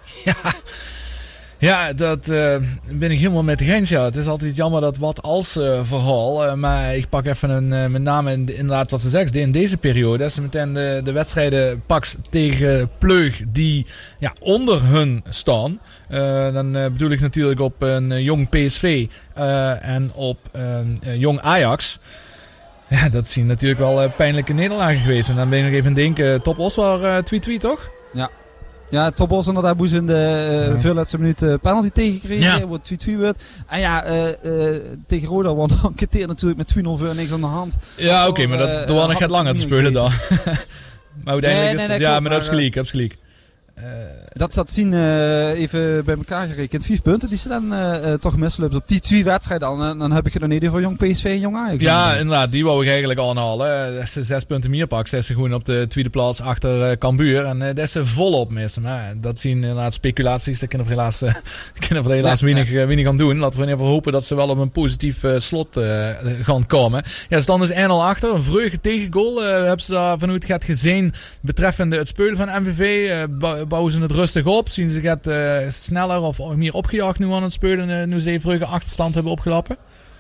Ja, dat ben ik helemaal met de eens. Ja. Het is altijd jammer dat wat als verhaal. Maar ik pak even met name inderdaad wat ze zegt. In deze periode. Als ze meteen de wedstrijden pakt tegen Pleug die onder hun staan. Dan bedoel ik natuurlijk op een jong PSV en op jong Ajax. Ja, dat zien natuurlijk wel pijnlijke nederlagen geweest. En dan ben ik nog even denken. Top Oswar 2-2 toch? Ja. Ja, Top Os inderdaad moest in de voorlaatste minuut penalty tegengekregen. Wordt 2-2 wordt. En ja, tegen Roda was een keer natuurlijk met 2-0 voor niks aan de hand. Ja, oké, maar dat was nog gaat langer te spelen dan. Maar uiteindelijk is het, ja, maar dat is gelijk. Dat zat zien even bij elkaar gerekend. 5 punten die ze dan toch mislukt op die 2 wedstrijden. Dan heb ik er een idee voor jong PSV en jong Ajax. Ja, inderdaad. Die wou ik eigenlijk aanhalen. Als ze 6 punten meer pakt, zijn ze gewoon op de tweede plaats achter Cambuur. En dat is ze volop missen. Maar dat zien inderdaad speculaties. Dat kunnen we helaas weinig aan doen. Laten we in ieder geval hopen dat ze wel op een positief slot gaan komen. Ja, ze staan dus 1-0 achter. Een vreugde tegengoal. Hebben ze daar vanuit gaat gezien betreffende het spelen van MVV. Bouwen ze het rustig op? Zien ze het sneller of meer opgejaagd nu aan het spelen? Nu ze even vreugde achterstand hebben opgelopen?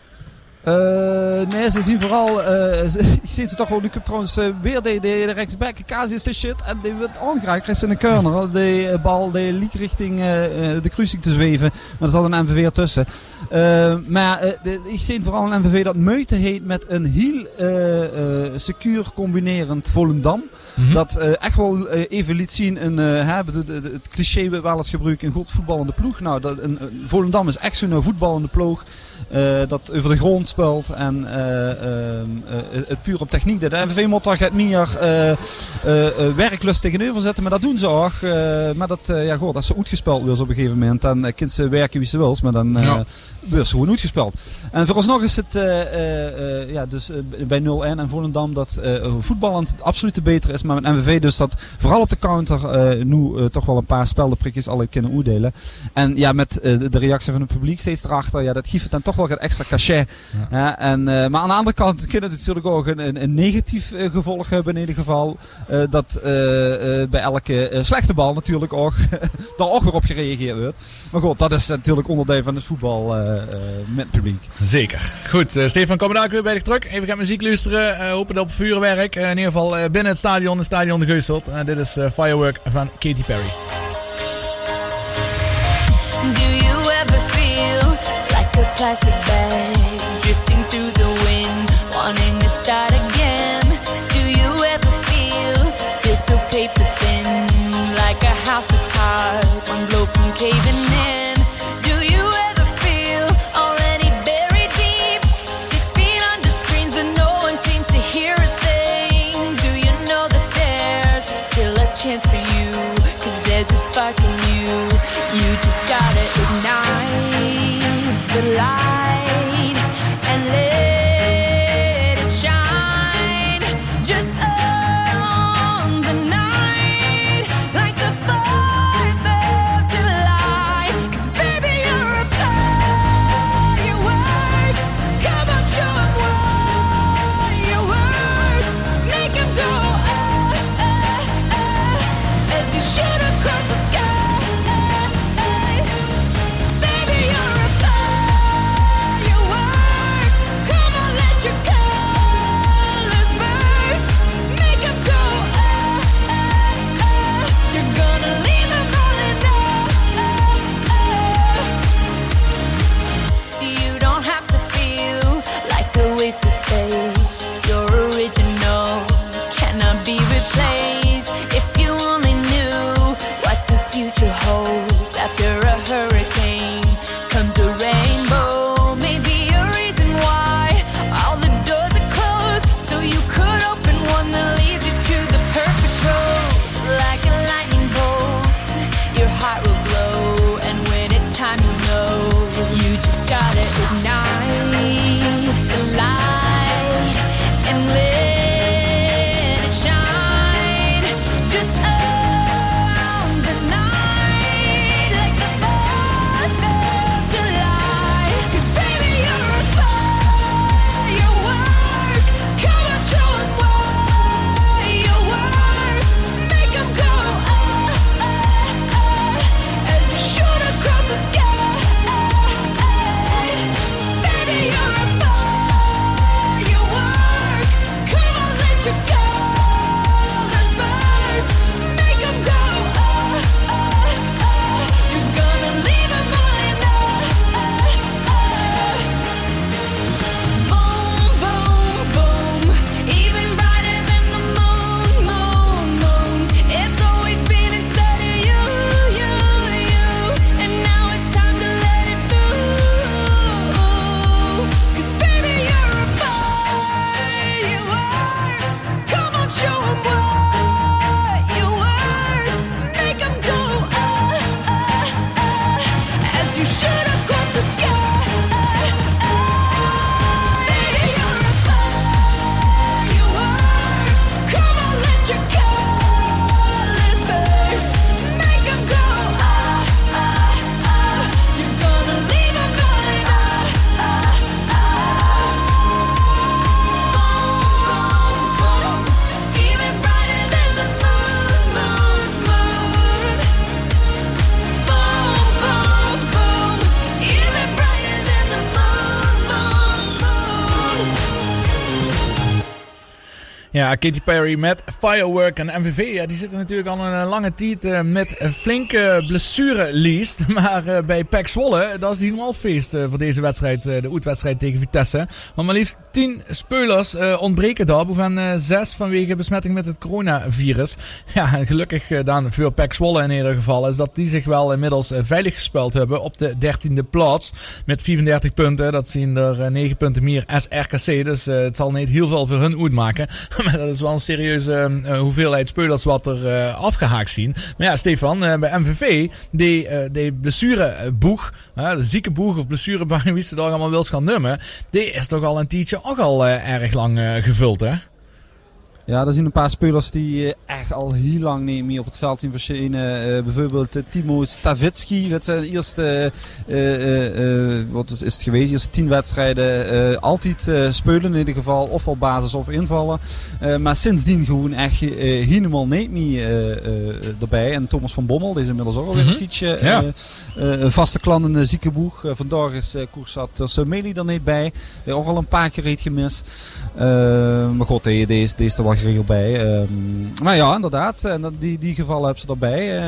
Nee, ze zien vooral... ik zie ze toch wel... Ik heb trouwens weer de rechtsback. Casius de shit. En die wordt aangeraakt. Is in een corner. De bal die liep richting de kruising te zweven. Maar er zat een MVV ertussen. Maar ik zie vooral een MVV dat moeite heeft met een heel secuur combinerend Volendam. Mm-hmm. Dat echt wel even liet zien het cliché wel eens gebruikt een goed voetballende ploeg. Nou, Volendam is echt zo'n voetballende ploeg. dat over de grond speelt en het puur op techniek deed. De MVV moet daar gaat meer werklust tegenover zetten, maar dat doen ze ook. Maar dat is zo uitgespeeld weer op een gegeven moment. Dan kunnen ze werken wie ze wil, maar dan weer ze gewoon uitgespeeld. En vooralsnog is het dus bij 0-1 en Volendam dat voetballend het absolute beter is, maar met MVV dus dat vooral op de counter nu toch wel een paar speldenprikjes alle kunnen oordelen. En ja, met de reactie van het publiek steeds erachter, dat geeft het dan toch wel een extra cachet. Ja. Maar aan de andere kant kan het natuurlijk ook een negatief gevolg hebben in ieder geval. Dat bij elke slechte bal natuurlijk ook daar ook weer op gereageerd wordt. Maar goed, dat is natuurlijk onderdeel van het voetbal met het publiek. Zeker. Goed, Stefan, komen we daar weer bij je terug. Even gaan muziek luisteren. Hopen op vuurwerk. In ieder geval binnen het stadion de Geuselt. Dit is Firework van Katy Perry. Do you ever feel like a plastic bag drifting through the wind, wanting to start again? Do you ever feel so paper thin, like a house of cards, one blow from caving in? Do you ever feel already buried deep, 6 feet under screens, but no one seems to hear a thing? Do you know that there's still a chance for you, 'cause there's a spark in you? You just gotta ignite the light and let it shine. Just on the night, like the 4th of July. 'Cause baby, you're a firework. Come on, show 'em what you work. Make 'em go as you shoot across the sky. Your original cannot be replaced. If you only knew what the future holds, after a hurricane comes a rainbow. Maybe a reason why all the doors are closed, so you could open one that leads you to the perfect road. Like a lightning bolt, your heart will glow, and when it's time, you know you just gotta ignite the light and let it shine. Just on the night, like the 4th of July. 'Cause baby, you're a firework. Come on, show 'em what you work. Make 'em go as you shoot across the sky. Baby, you're a firework. Come on, let your colors burst. Make 'em go you're gonna leave 'em all in boom, boom, boom. Even brighter than the moon, moon, moon. It's always been inside of you, you, you. And now it's time to let it through. 'Cause baby, you're a firework. Come on, show 'em what you work. Make 'em go as you shoot across the sky. Baby, you're a firework. Come on, let your colors burst. Make 'em go you're gonna leave 'em all in boom, boom, boom. Even brighter Ja, Katy Perry met Firework en MVV. Ja, die zitten natuurlijk al een lange tijd met een flinke blessurelijst. Maar bij PEC Zwolle, dat is helemaal feest voor deze wedstrijd. De uitwedstrijd tegen Vitesse. Want maar liefst 10 spelers ontbreken daar. Waarvan 6 vanwege besmetting met het coronavirus. Ja, en gelukkig dan voor PEC Zwolle in ieder geval is dat die zich wel inmiddels veilig gespeeld hebben op de 13e plaats. Met 34 punten. Dat zien er 9 punten meer als RKC. Dus het zal niet heel veel voor hun uitmaken. Maar dat is wel een serieuze hoeveelheid spelers wat er afgehaakt zien. Maar ja, Stefan, bij MVV, die blessureboeg, de ziekenboeg of blessurebang, wie ze daar allemaal wil gaan noemen, die is toch al een tijdje ook al erg lang gevuld, hè? Ja, er zijn een paar spelers die echt al heel lang niet meer op het veld zien verschijnen. Bijvoorbeeld Timo Stavitski. Dat zijn de eerste, wat is het geweest? De eerste 10 wedstrijden altijd spelen in ieder geval. Ofwel basis of invallen. Maar sindsdien gewoon echt helemaal niet meer erbij. En Thomas van Bommel, die is inmiddels ook alweer een tijdje vaste klant in de ziekenboeg. Vandaag is Koersat Someli er niet bij. Die ook al een paar keer reed gemist. Maar god, die is er wel geregeld bij. Maar ja, inderdaad. En die gevallen hebben ze erbij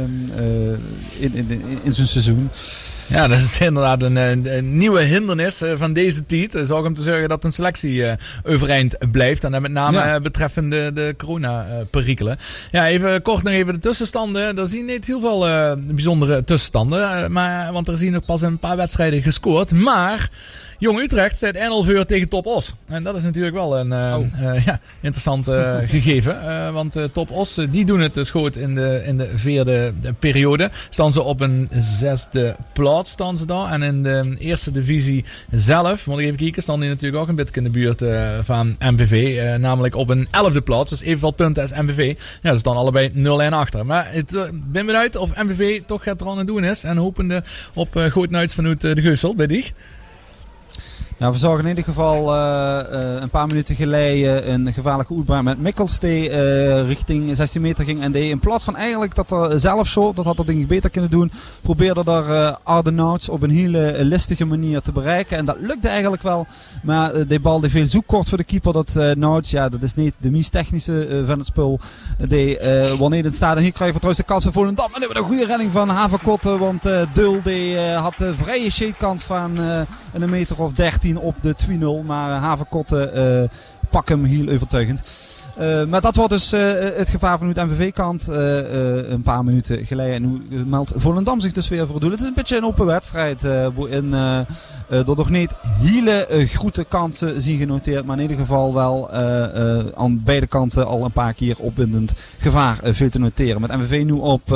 in zo'n seizoen. Ja, dat is inderdaad een nieuwe hindernis van deze tijd. Dus ook om te zorgen dat een selectie overeind blijft. En dan met name betreffende de corona-perikelen. Ja, even kort nog even de tussenstanden. Er zien niet heel veel bijzondere tussenstanden. Want er zien nog pas een paar wedstrijden gescoord. Maar Jong Utrecht staat 1-0 voor tegen Top Os. En dat is natuurlijk wel een interessant gegeven. Want Top Os die doen het dus goed in de 4e periode. Staan ze op een 6e plaats staan ze daar. En in de eerste divisie zelf, moet ik even kijken, staan die natuurlijk ook een beetje in de buurt van MVV. Namelijk op een 11e plaats. Dus evenveel punten als MVV. Ja, ze staan allebei 0-1 achter. Maar ik ben benieuwd of MVV toch gaat er aan het doen is. En hopende op goed nuits vanuit de Geusel bij die. Nou, we zagen in ieder geval een paar minuten geleden een gevaarlijke uitbraak met Mikkels die richting 16 meter ging. En die in plaats van eigenlijk dat er zelf zo, dat had dat denk ik beter kunnen doen, probeerde daar Ardenouts op een hele listige manier te bereiken. En dat lukte eigenlijk wel. Maar die bal die veel zoekkort voor de keeper. Dat Nouts, ja, dat is niet de meest technische van het spul. Wanneer het staat en hier krijgen we trouwens de kans van Volendam. En dan hebben we een goede redding van Haverkotten. Want Dul die had de vrije shadekant van een meter of 13 op de 2-0. Maar Haverkotten pak hem heel overtuigend. Maar dat wordt dus het gevaar vanuit de MVV-kant een paar minuten geleden. En nu meldt Volendam zich dus weer voor het doel. Het is een beetje een open wedstrijd. Waarin er nog niet hele grote kansen zien genoteerd. Maar in ieder geval wel aan beide kanten al een paar keer opwindend gevaar veel te noteren. Met MVV nu op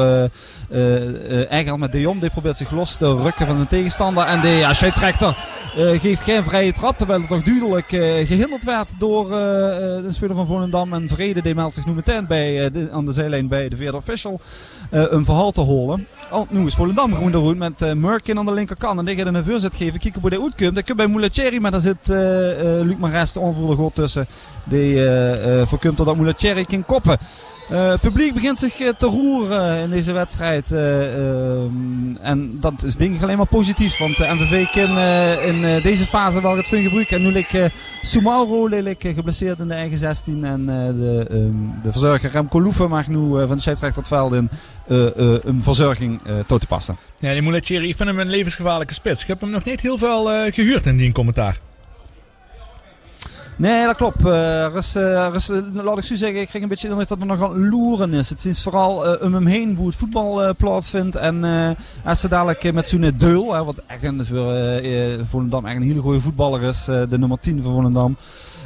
eigenlijk met De Jong. Die probeert zich los te rukken van zijn tegenstander. En de scheidsrechter geeft geen vrije trap. Terwijl het toch duidelijk gehinderd werd door de speler van Volendam. En Vrede die meldt zich nu meteen aan de zijlijn bij de vierde official een verhaal te holen. Nu is Volendam gewoon de route met Murkin aan de linkerkant. En die gaat een voorzet geven. Kijken hoe die uitkomt. Dat komt bij Moulacheri, maar daar zit Luc Marest onvoorlijk goed tussen. Die voorkomt dat Moulacheri kan koppen. Het publiek begint zich te roeren in deze wedstrijd. En dat is denk ik alleen maar positief. Want de MVV kan in deze fase wel het steun gebruiken. En nu ligt Soumaoro geblesseerd in de eigen 16. En de verzorger Remco Loeven mag nu van de scheidsrechter het veld in een verzorging toe te passen. Ja, die Moulacheri, ik vind hem een levensgevaarlijke spits. Ik heb hem nog niet heel veel gehuurd in die commentaar. Nee, dat klopt. Laat ik zo zeggen, ik kreeg een beetje de indruk dat er nog aan loeren is. Het is vooral om hem heen hoe het voetbal plaatsvindt. En als ze dadelijk met zo'n Deul, wat echt voor Volendam echt een hele goede voetballer is, de nummer 10 van Volendam.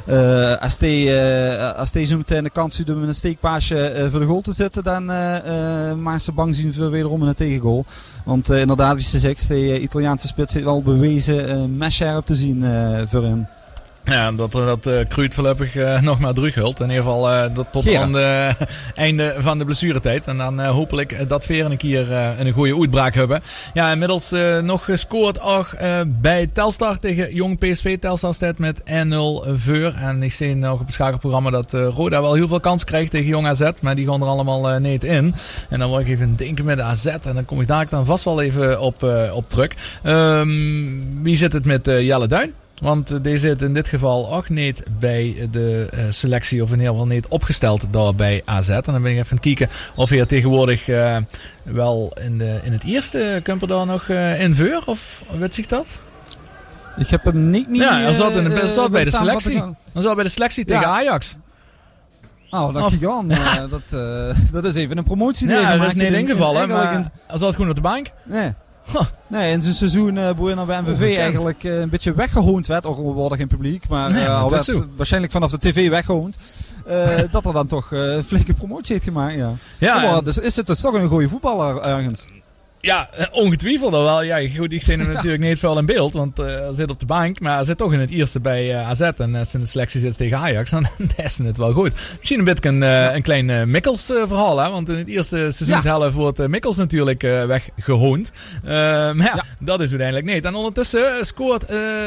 Als die zo meteen de kans ziet om een steekpaasje voor de goal te zetten, dan maakt ze bang zien voor wederom een tegengoal. Want inderdaad, wie ze zegt, de Italiaanse spits heeft wel bewezen mescherp te zien voor hem. Ja, dat Kruid voorlopig nog maar terughult. In ieder geval tot aan het einde van de blessuretijd. En dan hopelijk dat we een keer een goede uitbraak hebben. Ja, inmiddels nog gescoord ook bij Telstar tegen Jong PSV. Telstar staat met 1-0 voor. En ik zie nog op het schakelprogramma dat Roda wel heel veel kans krijgt tegen Jong AZ. Maar die gaan er allemaal niet in. En dan word ik even denken met de AZ. En dan kom ik daar dan vast wel even op terug. Wie zit het met Jelle Duin? Want die zit in dit geval ook niet bij de selectie, of in ieder geval niet opgesteld daar bij AZ. En dan ben ik even aan het kijken of hij tegenwoordig wel in het eerste Kumper daar nog in veur, of weet zich dat? Ik heb hem niet meer... Ja, hij zat bij de selectie. Dan zat bij de selectie tegen Ajax. Oh, dat gegaan. Dat is even een promotie. Ja, dat is niet ingevallen, maar hij zat gewoon op de bank. Nee. Nee, in zijn seizoen Boeien bij MVV eigenlijk een beetje weggehoond werd. Ook al wordt er geen publiek, maar al werd waarschijnlijk vanaf de tv weggehoond. Dat er dan toch flinke promotie heeft gemaakt. Ja, dus is het dus toch een goede voetballer ergens? Ja, ongetwijfeld al wel. Ja, goed, ik zie hem natuurlijk niet veel in beeld, want hij zit op de bank. Maar hij zit toch in het eerste bij AZ. En als in de selectie zit tegen Ajax, dan is het wel goed. Misschien een beetje een klein Mikkels verhaal, hè? Want in het eerste seizoenshelft wordt Mikkels natuurlijk weggehoond. Maar dat is uiteindelijk niet. En ondertussen scoort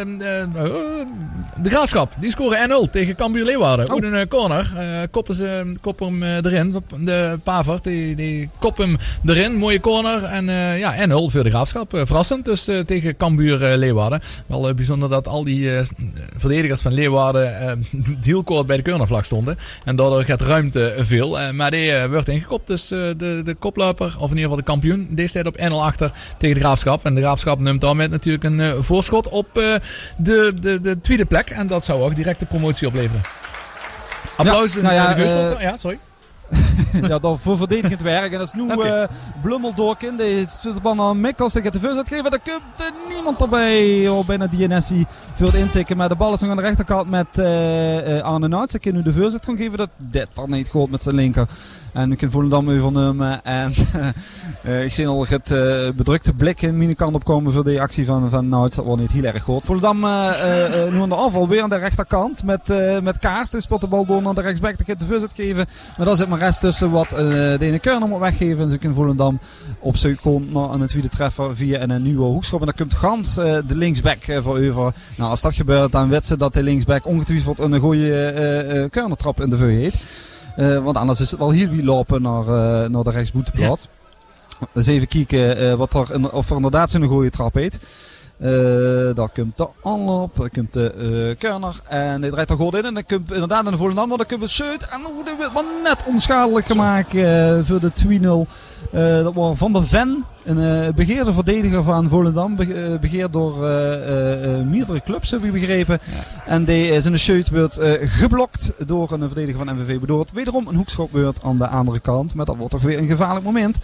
de Graafschap. Die scoren 1-0 tegen Cambuur Leeuwarden. Uit een corner. Koppen hem erin. De Pavert, die koppen hem erin. Mooie corner. En 1-0 voor de Graafschap. Verrassend dus tegen Cambuur Leeuwarden. Wel bijzonder dat al die verdedigers van Leeuwarden heel kort bij de cornervlag stonden. En daardoor gaat ruimte veel. Maar die wordt ingekopt. Dus de koploper, of in ieder geval de kampioen, die staat op 1-0 achter tegen de Graafschap. En de Graafschap neemt daarmee natuurlijk een voorschot op de tweede plek. En dat zou ook direct de promotie opleveren. Applaus in de Geusel. Ja, sorry. Ja, dan voor verdedigend werk. En dat is nu Blummeldorken. Die speelt de bal naar Mikkels. Die gaat de voorzet geven. Daar komt niemand erbij. Bijna DNSI voor het intikken. Maar de bal is nog aan de rechterkant met Arne Nuits. Ik kan nu de voorzet gaan geven. Dat dit dan niet goed met zijn linker. En we kunnen Volendam overnemen. En ik zie al het bedrukte blik in mijn kant opkomen voor de actie van Nuits. Dat wordt niet heel erg goed. Volendam nu aan de afval weer aan de rechterkant. Met Kaars. Die speelt de bal door naar de rechtsback. Die gaat de voorzet geven. Maar daar zit maar rest tussen wat de ene Keurner moet weggeven. En zo kan Volendam op zoek komen naar een tweede treffer via een nieuwe hoekschop. En dan komt Gans de linksback voor over. Nou, als dat gebeurt, dan weet ze dat de linksback ongetwijfeld een goede Keurnertrap in de veu heeft. Want anders is het wel hier wie lopen naar de rechtsboeteplaats. Ja. Dus even kijken of er inderdaad zo'n goede trap heet. Daar komt de aanloop, daar komt de Keurner en die draait er goed in. En dan komt inderdaad in de Volendam, maar dan komt het Zeut. En dan wordt het maar net onschadelijk gemaakt voor de 2-0. Dat was Van der Ven, een begeerde verdediger van Volendam. Begeerd door meerdere clubs, heb ik begrepen. Ja. En die zijn Zeut wordt geblokt door een verdediger van MVV. Waardoor het wederom een hoekschop wordt aan de andere kant. Maar dat wordt toch weer een gevaarlijk moment.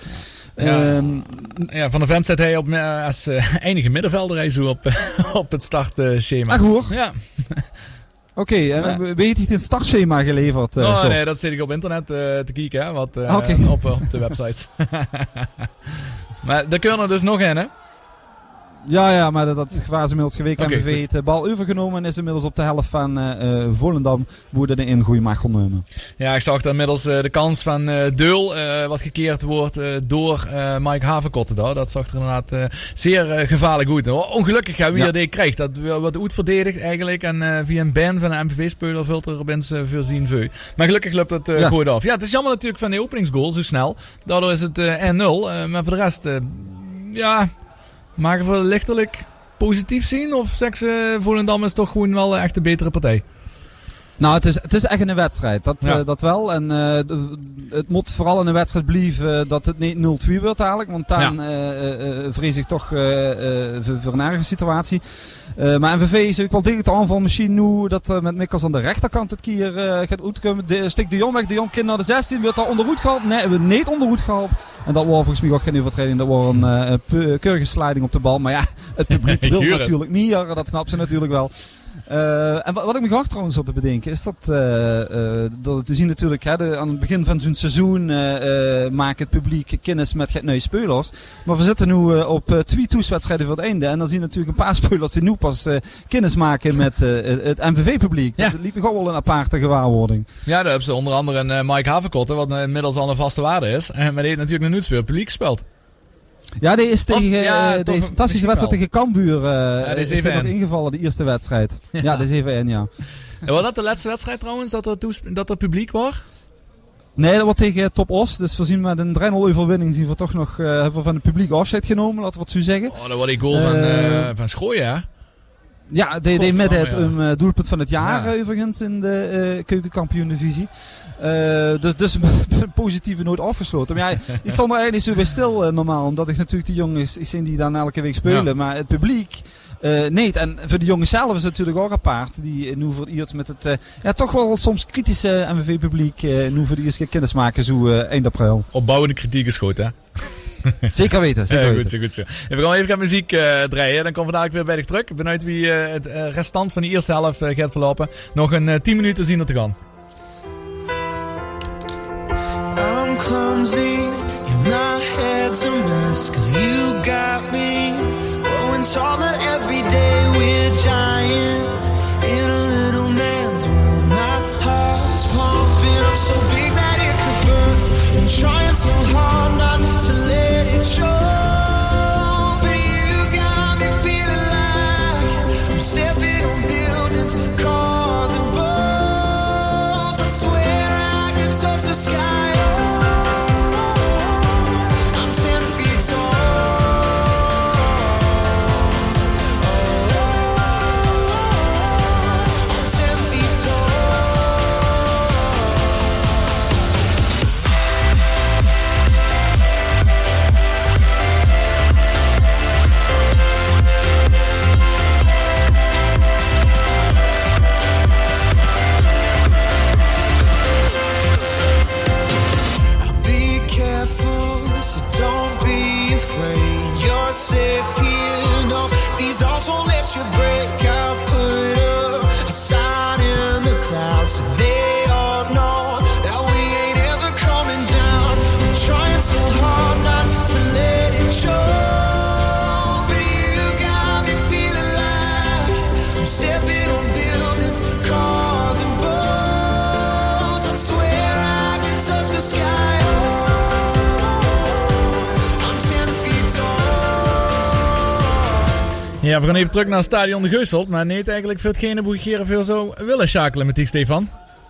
Ja, Van der Ven zet hij op als enige middenvelder hij zo op het startschema. Echt hoor? Ja. Oké, en weet hij het startschema geleverd? Nee, dat zit ik op internet te kijken, hè, op de websites. Maar daar kunnen er dus nog in, hè? Ja, maar dat gevaar is inmiddels geweken. MVV heeft de bal overgenomen en is inmiddels op de helft van Volendam. Boerde de ingooi mag genomen. Ja, ik zag dan inmiddels de kans van Deul, wat gekeerd wordt door Mike Haverkotten daar. Dat zag er inderdaad zeer gevaarlijk uit. Ongelukkig wie dat krijgt. Dat wordt uitverdedigd eigenlijk. En via een ban van een MVV-speler vult er opeens voorzien veu. Maar gelukkig loopt het goed af. Ja, het is jammer natuurlijk van de openingsgoal zo snel. Daardoor is het 1-0. Maar voor de rest, maken we lichtelijk positief zien? Of zeggen ze Volendam is toch gewoon wel echt de betere partij? Nou, het is echt een wedstrijd. Dat wel. En het moet vooral in een wedstrijd blijven dat het niet 0-2 wordt eigenlijk. Want dan vrees ik toch voor een erge situatie. Maar MVV is ook wel tegen de aanval. Misschien nu dat met Mikkels aan de rechterkant het keer gaat uitkomen. Stikt de Jong weg. De Jong kind naar de 16. Wordt daar onderhoed gehaald? Nee, we niet onderhoed gehaald. En dat was volgens mij ook geen overtreding. Dat was een keurige sliding op de bal. Maar ja, het publiek wil natuurlijk meer. Dat snapt ze natuurlijk wel. En wat ik me graag trouwens op te bedenken is dat we zien natuurlijk aan het begin van zo'n seizoen maakt het publiek kennis met nieuwe spelers. Maar we zitten nu op 2 toetswedstrijden voor het einde. En dan zien we natuurlijk een paar spelers die nu pas kennis maken met het MVV-publiek. Ja. Dat liep ik ook wel een aparte gewaarwording. Ja, daar hebben ze onder andere een Mike Haverkotten, wat inmiddels al een vaste waarde is. Maar die heeft natuurlijk nog nooit veel publiek gespeeld. Ja, die is tegen de fantastische wedstrijd tegen Cambuur is nog ingevallen, de eerste wedstrijd. Ja, dat is 1-1, ja. En was dat de laatste wedstrijd trouwens, dat er publiek was? Nee, dat wordt tegen Top Os. Dus voorzien met een 3-0 overwinning zien we toch nog hebben we van het publiek afscheid genomen, laten we het zo zeggen. Oh, dat was die goal van Schooien, hè? Ja, deed met het doelpunt van het jaar overigens in de keukenkampioen-divisie. Dus een positieve noot afgesloten. Maar ja, ik stond er eigenlijk niet zo bij stil normaal. Omdat ik natuurlijk die jongens zie die dan elke week spelen. Ja. Maar het publiek nee. En voor de jongens zelf is het natuurlijk ook apart. Die nu voor het eerst met het toch wel soms kritische MVV-publiek nu voor de eerste keer kennis maken zo eind april. Opbouwende kritiek is goed, hè? Zeker weten. Goed zo. We gaan even muziek draaien. Dan komen we dadelijk weer bij de terug. Benieuwd wie het restant van de eerste helft gaat verlopen. Nog een 10 minuten zien er te gaan. I'm clumsy, and my head's a mess, 'cause you got me growing taller every day. We're giants in a little man's world. My heart is pumping up so big that it could burst. I'm trying so hard not to let it show. But you got me feeling like I'm stepping on buildings, cars and boats. I swear I could touch the sky. Safe here, no, these arms won't let you break. I put up a sign in the clouds so they all know that we ain't ever coming down. I'm trying so hard not to let it show, but you got me feeling like I'm stepping on buildings, cars and boats. I swear I can touch the sky. Ja, we gaan even terug naar het stadion de Geuselt. Maar niet eigenlijk voor hetgene hoe Heerenveen zou willen schakelen met die Stefan.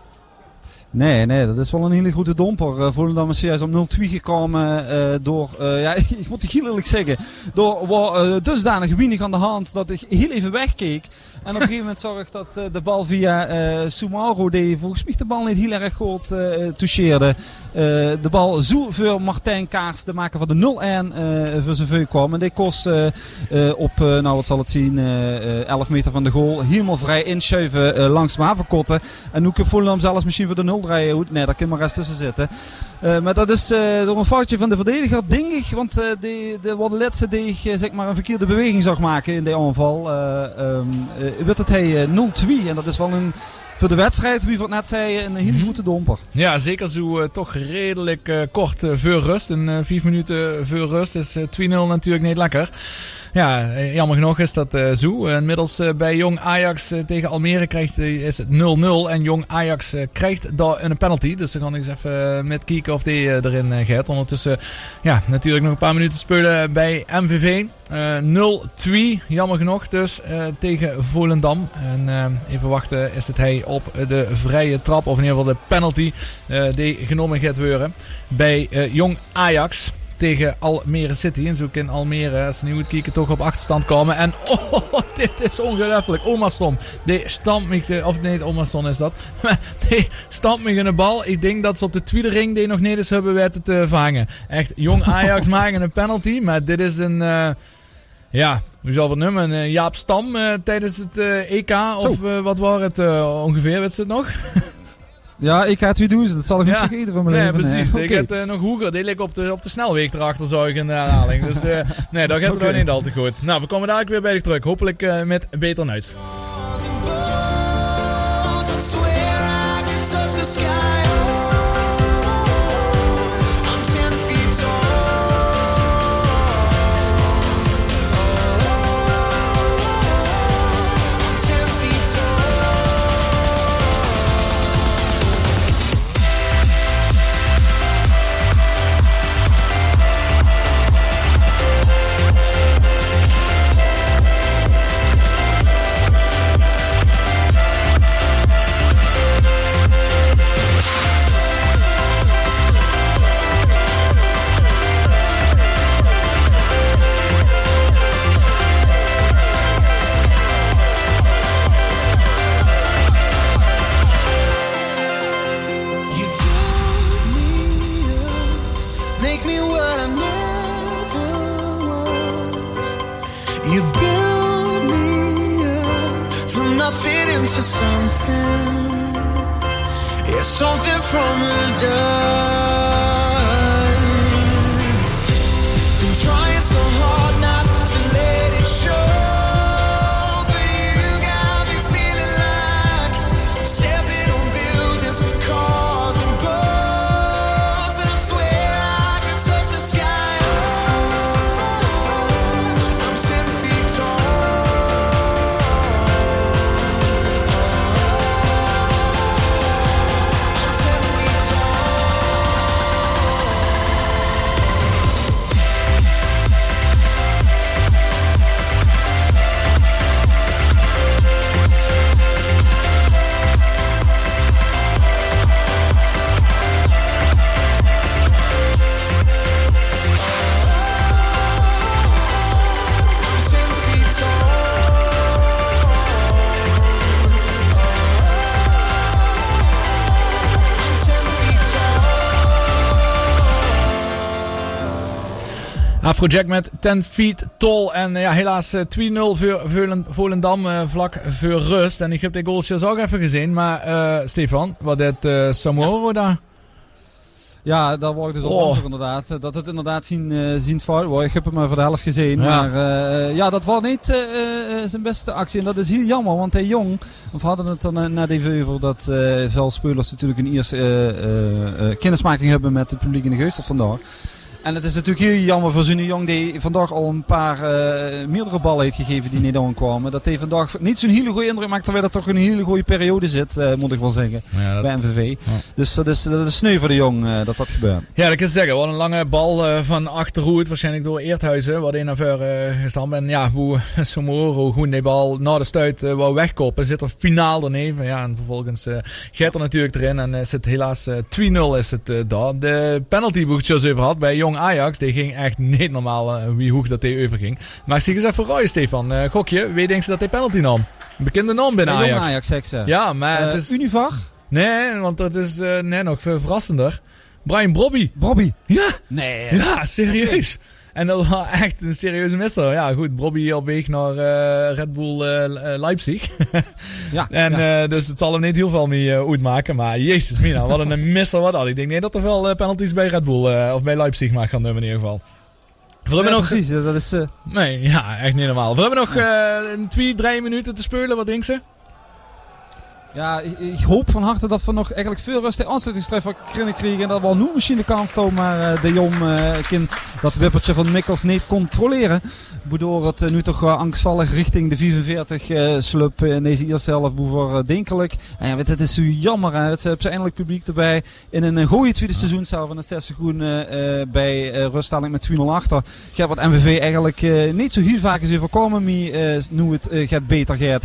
Nee, dat is wel een hele goede domper. Volendam is juist om 0-2 gekomen door, ik moet het heel eerlijk zeggen, door dusdanig weinig aan de hand dat ik heel even wegkeek. En op een gegeven moment zag ik dat de bal via Soumaoro, die volgens mij de bal niet heel erg goed toucheerde. De bal zo voor Martijn Kaars, de maker van de 0-1, voor zijn veu kwam. En die kost op, wat zal het zien, 11 meter van de goal helemaal vrij inschuiven langs Maverkotten. En nu kan Volendam zelfs misschien voor de 0 draaien. Nee, daar kan maar rest tussen zitten. Maar dat is door een foutje van de verdediger, denk ik. Want de laatste die zeg maar een verkeerde beweging zag maken in de aanval. Werd het hij 0-2. En dat is wel een, voor de wedstrijd, wie het net zei, een hele goede domper. Ja, zeker zo toch redelijk kort voor rust. En 5 minuten voor rust is 2-0 natuurlijk niet lekker. Ja, jammer genoeg is dat zo. Inmiddels bij Jong Ajax tegen Almere is het 0-0. En Jong Ajax krijgt daar een penalty. Dus dan gaan we eens even met kijken of die erin gaat. Ondertussen, ja, natuurlijk nog een paar minuten spelen bij MVV. 0-2, jammer genoeg dus, tegen Volendam. En even wachten, is het hij op de vrije trap. Of in ieder geval de penalty die genomen gaat worden bij Jong Ajax tegen Almere City. En zo kan Almere, als ze nu moet kijken, toch op achterstand komen. En dit is ongelooflijk. Omarsson, die stampt me, of nee, Omarsson is dat. Maar die stampt me in de bal. Ik denk dat ze op de tweede ring die nog niet eens hebben weten te vangen. Echt, Jong Ajax maken een penalty. Maar dit is een, hoe zal het noemen? Een Jaap Stam tijdens het EK. Of wat was het ongeveer, weet ze het nog? Ja, ik ga 2000, dat zal ik niet vergeten van mijn leven. Nee, precies. Okay. Ik had nog hoger. Die ligt op de snelweg erachter, zag ik in de herhaling. Dus nee, dat gaat er niet al te goed. Nou, we komen daar weer bij de terug. Hopelijk met beter nieuws. to something. Yeah, something from the dust. Been trying so hard not to let it show. Afrojack met 10 Feet Tall. En ja, helaas 2-0 voor Volendam vlak voor rust. En ik heb de goaltjes ook even gezien. Maar Stefan, wat deed Samoro daar? Ja, daar word ik dus op antwoord inderdaad. Dat het inderdaad zien fout wordt. Ik heb hem maar voor de helft gezien. Ja. Maar ja, dat was niet zijn beste actie. En dat is heel jammer, want hij jong. We hadden het dan net even over dat veel spelers natuurlijk een eerste kennismaking hebben met het publiek in de Geustert vandaag. En het is natuurlijk heel jammer voor zo'n jong die vandaag al een paar meerdere ballen heeft gegeven die niet aankwamen. Dat hij vandaag niet zo'n hele goede indruk maakt, terwijl dat toch een hele goede periode zit, moet ik wel zeggen, bij MVV. Ja. Dus dat is sneu voor de jong dat gebeurt. Ja, dat kan ik zeggen. Wat een lange bal van achterhoed, waarschijnlijk door Eerthuizen, wat hij naar voren gestaan. En ja, hoe Samoro goed die bal na de stuit wou wegkoppen, zit er finaal erneven. Ja, en vervolgens gaat er natuurlijk erin en is het helaas 2-0 is het daar. De penalty die ik het over had bij Jong Ajax, die ging echt niet normaal wie hoog dat die overging. Maar ik zie eens even rooien, Stefan. Gokje, wie denkt ze dat die penalty nam? Een bekende naam binnen Ajax. Jong Ajax, zeg ze. Ja, maar het is... Univar? Nee, want dat is nog veel verrassender. Brian Brobby. Brobby? Ja. Nee. Ja, serieus. Okay. En dat was echt een serieuze misser. Ja, goed, Brobby op weg naar Red Bull Leipzig. Ja. En dus het zal hem niet heel veel mee uitmaken. Maar jezus mina, wat een misser wat dat. Ik denk niet dat er veel penalties bij Red Bull of bij Leipzig mag gaan doen in ieder geval. We hebben nog... precies, dat is... Nee, ja, echt niet normaal. We hebben nog 2-3 minuten te spelen. Wat denk ze? Ja, ik hoop van harte dat we nog eigenlijk veel rustig aansluitingstreffer kunnen krijgen. En dat we al nu misschien de kans tonen, maar de Jong kan dat wippertje van Mikkels niet controleren. Waardoor het nu toch angstvallig richting de 45 slup in deze eerste helft voor denkelijk. En ja, het is zo jammer. Het hebben ze eindelijk publiek erbij. In een goede tweede seizoen zelf. En dan staat ze gewoon bij rust met 2-0 achter. Gaat wat MVV eigenlijk niet zo heel vaak is overkomen. Maar nu het gaat beter gaat.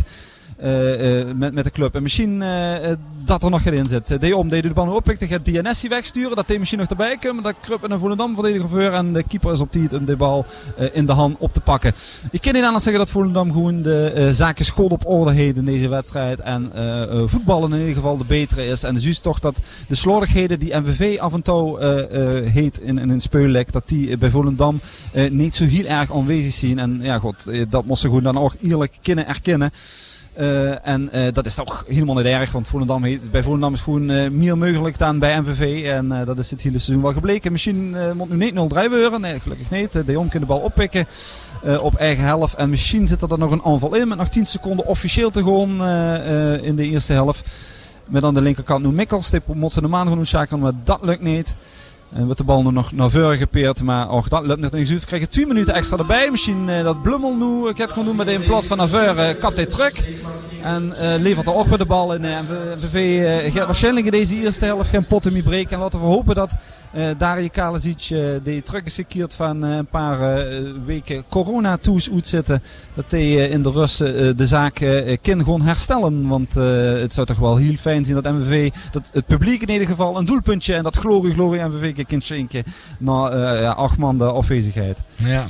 Met de club. En misschien dat er nog geen in zit. Die de bal oppikt, gaat DNS wegsturen. Dat die misschien nog erbij komen. Dat Krupp en een Volendam verdediger voor. En de keeper is op die om de bal in de hand op te pakken. Ik kan niet anders zeggen dat Volendam gewoon de zaken goed op orde heeft in deze wedstrijd. En voetballen in ieder geval de betere is. En dus is toch dat de slordigheden die MVV af en toe heet in een speellek. Dat die bij Volendam niet zo heel erg aanwezig zijn. En ja god, dat moest ze gewoon dan ook eerlijk kunnen erkennen. En dat is toch helemaal niet erg, want bij Volendam is gewoon meer mogelijk dan bij MVV. En dat is het hele seizoen wel gebleken. Misschien moet nu niet 0-3 worden, nee gelukkig niet. De Jong kan de bal oppikken op eigen helft. En misschien zit er dan nog een aanval in met nog 10 seconden officieel te gaan in de eerste helft. Met aan de linkerkant nu Mikkels, die moet ze normaal genoeg schakelen, maar dat lukt niet. En wordt de bal nu nog naar voren gepeerd, maar ook dat lukt niet. We krijgen 2 minuten extra erbij. Misschien dat Blummel nu gaat gaan doen met een plaats van naar voren, kapt hij terug. En levert er ook weer de bal in. MVV gaat waarschijnlijk in deze eerste helft geen potten meer breken. En laten we hopen dat Darije Kalasic die terug is gekeerd van een paar weken corona-toes uitzitten. Dat hij in de rust de zaak kan gewoon herstellen. Want het zou toch wel heel fijn zijn dat MVV, dat het publiek in ieder geval een doelpuntje en dat glorie MVV kan schenken na 8 maanden afwezigheid. Ja.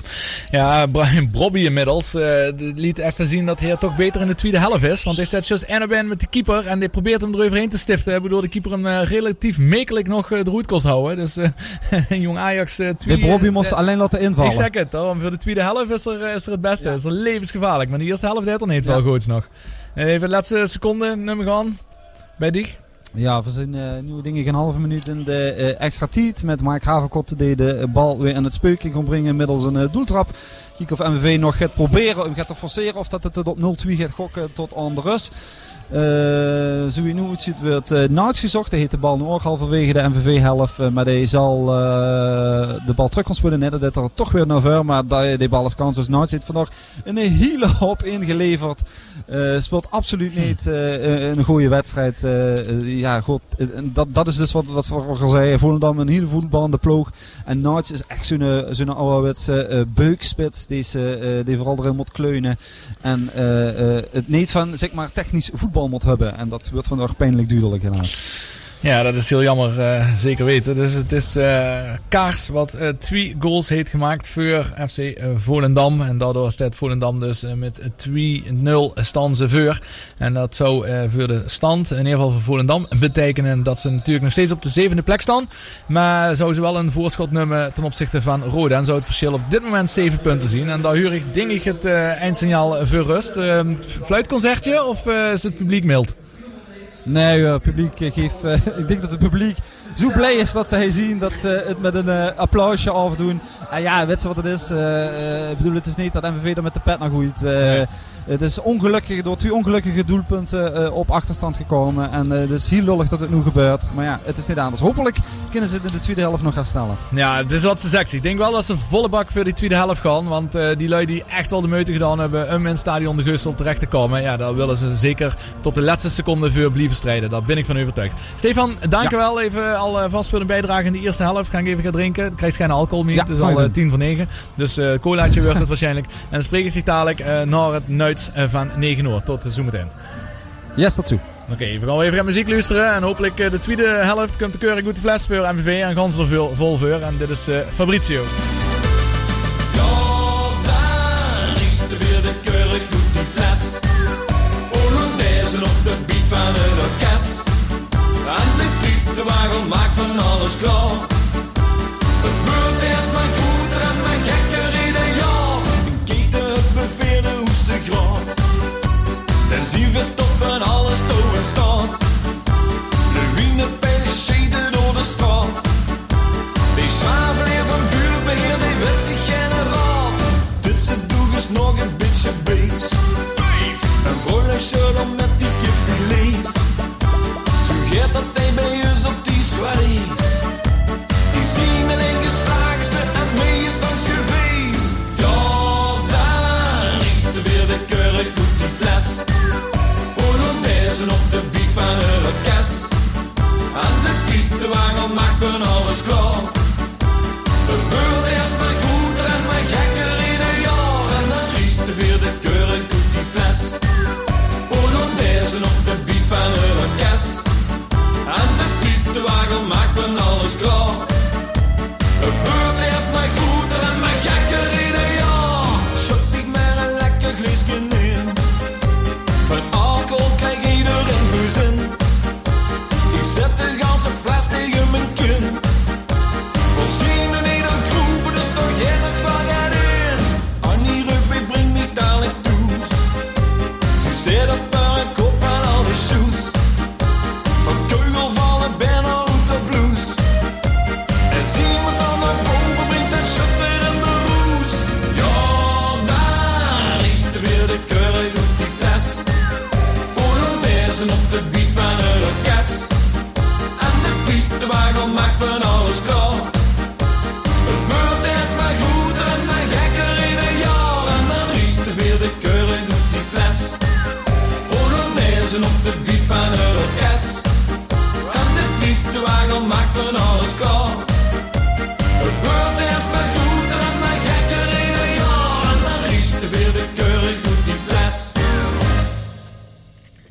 Ja, Brian Brobby inmiddels liet even zien dat hij toch beter in de tweede helft is. Want hij staat just en met de keeper en hij probeert hem eroverheen te stiften. Waardoor de keeper hem relatief mekelijk nog de roet kost houden. Dus jong Ajax... Brobby moest alleen laten invallen. Ik zeg het, hoor. Voor de tweede helft is er het beste. Het is levensgevaarlijk. Maar de eerste helft deed er niet wel goed nog. Even de laatste seconde, nummer gaan. Bij dich. Ja, we zijn nieuwe dingen een halve minuut in de extra tijd. Met Mark Haverkot die de bal weer aan het speuken kon brengen middels een doeltrap. Kijk of MVV nog gaat proberen, hem gaat te forceren of dat het op 0-2 gaat gokken tot aan de rust. Zo je nu het ziet wordt Nauts gezocht. Hij heeft de bal nu ook halverwege de MVV-helft. Maar hij zal de bal terug kon spelen. Net dat er toch weer naar ver. Maar die bal is kans. Dus Nauts heeft vandaag een hele hoop ingeleverd. Speelt absoluut niet een goede wedstrijd. Ja, goed. Dat is dus wat we al zeiden. Volendam een hele voetballende ploeg. En Nauts is echt zo'n ouderwetse beukspits. Die vooral erin moet kleunen. En het niet van zeg maar technisch voetbal moet hebben. En dat wordt vandaag pijnlijk duidelijk helaas. Ja, dat is heel jammer. Zeker weten. Dus het is Kaars wat 2 goals heeft gemaakt voor FC Volendam. En daardoor staat Volendam dus met 2-0 staan ze voor. En dat zou voor de stand, in ieder geval voor Volendam, betekenen dat ze natuurlijk nog steeds op de 7e plek staan. Maar zou ze wel een voorschot nemen ten opzichte van Roda. En zou het verschil op dit moment 7 punten zien. En daar huur ik denk ik het eindsignaal voor rust. Fluitconcertje of is het publiek mild? Nee, het publiek geeft... ik denk dat het publiek zo blij is dat ze zien dat ze het met een applausje afdoen. En ja, weet je wat het is? Ik bedoel, het is niet dat MVV er met de pet naar gooit. Het is ongelukkig, door 2 ongelukkige doelpunten op achterstand gekomen. En het is heel lullig dat het nu gebeurt. Maar ja, het is niet anders. Hopelijk kunnen ze het in de tweede helft nog herstellen. Ja, het is wat ze zegt. Ik denk wel dat ze volle bak voor die tweede helft gaan. Want die lui die echt wel de moeite gedaan hebben om in het stadion de Geusel terecht te komen. Ja, daar willen ze zeker tot de laatste seconde voor blijven strijden. Daar ben ik van overtuigd. Stefan, dankjewel even alvast voor de bijdrage in de eerste helft. Ga ik even gaan drinken. Ik krijg geen alcohol meer. Het is al 10:50. Dus colaatje wordt het waarschijnlijk. En dan spreek ik je dadelijk naar het Nuits van 9 uur. Tot zometeen. Yes, tot zo. Oké, we gaan even gaan muziek luisteren. En hopelijk de tweede helft komt de keurig goed de fles voor MVV. En gaan ze er vol voor. En dit is Fabrizio. Ja, daar riep er weer de keurig goed die fles. Hollandaise op de beat van het orkest. En de frietwagen maakt van alles klaar. Het beurt eerst mijn groeter en mijn gekke reden, ja. Een keten het beveerde hoeste graad. Dan zien we top van alles toe en staat. De wienenpijlen scheiden door de straat. Die schaafleer van buurtbeheer, die weet zich geen raad. Dit ze doeg is nog een beetje beets. Een volle shirt om met die kipfilets. Zo gaat dat hij bij ons op die soirées. Die zien alleen geslaagste en meestens geweest. Ja, daar riep er weer de keurig goed die fles. Hollandaise op de beat van het orkest. En de fietsenwagen maakt van alles klaar. Het beurt eerst mijn groeter en mijn gekke reden, ja. En dan riep er weer de keurig goed die fles. Hollandaise op de beat van het orkest. En de fietsenwagen maakt van alles klaar. Het beurt eerst mijn groeter en mijn gekke reden, ja. Schop ik met een lekker glisje in. Van alcohol krijg ieder een gezin. Ik zet de ganse fles tegen mijn kin. Voorzien in een kroep, er is toch erg van het in. Annie Rugby brengt me dadelijk toes. Ze steekt op een kop van al die shoes. Van keugelvallen ben al uit de blues. En zien we dan naar boven.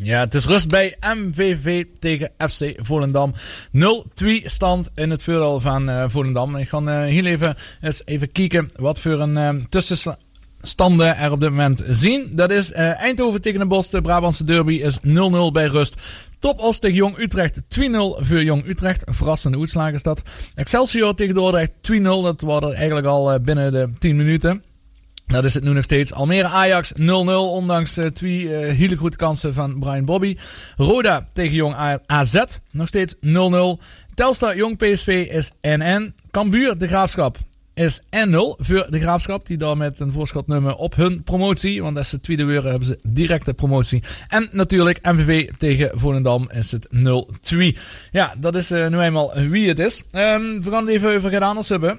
Ja, het is rust bij MVV tegen FC Volendam. 0-2 stand in het voordeel van Volendam. Ik ga hier even kijken wat voor een tussenstanden er op dit moment zien. Dat is Eindhoven tegen Den Bosch. De Brabantse derby is 0-0 bij rust. Top Os tegen Jong Utrecht 2-0 voor Jong Utrecht. Verrassende uitslag is dat. Excelsior tegen Dordrecht 2-0. Dat was er eigenlijk al binnen de 10 minuten. Dat is het nu nog steeds. Almere Ajax 0-0, ondanks 2 hele goede kansen van Brian Bobby. Roda tegen Jong AZ, nog steeds 0-0. Telstar Jong PSV is 1-1. Cambuur de Graafschap is 1-0 voor de Graafschap. Die daar met een voorschotnummer op hun promotie. Want als ze tweede worden hebben ze directe promotie. En natuurlijk MVV tegen Volendam is het 0-2. Ja, dat is nu eenmaal wie het is. We gaan het even over wat anders hebben.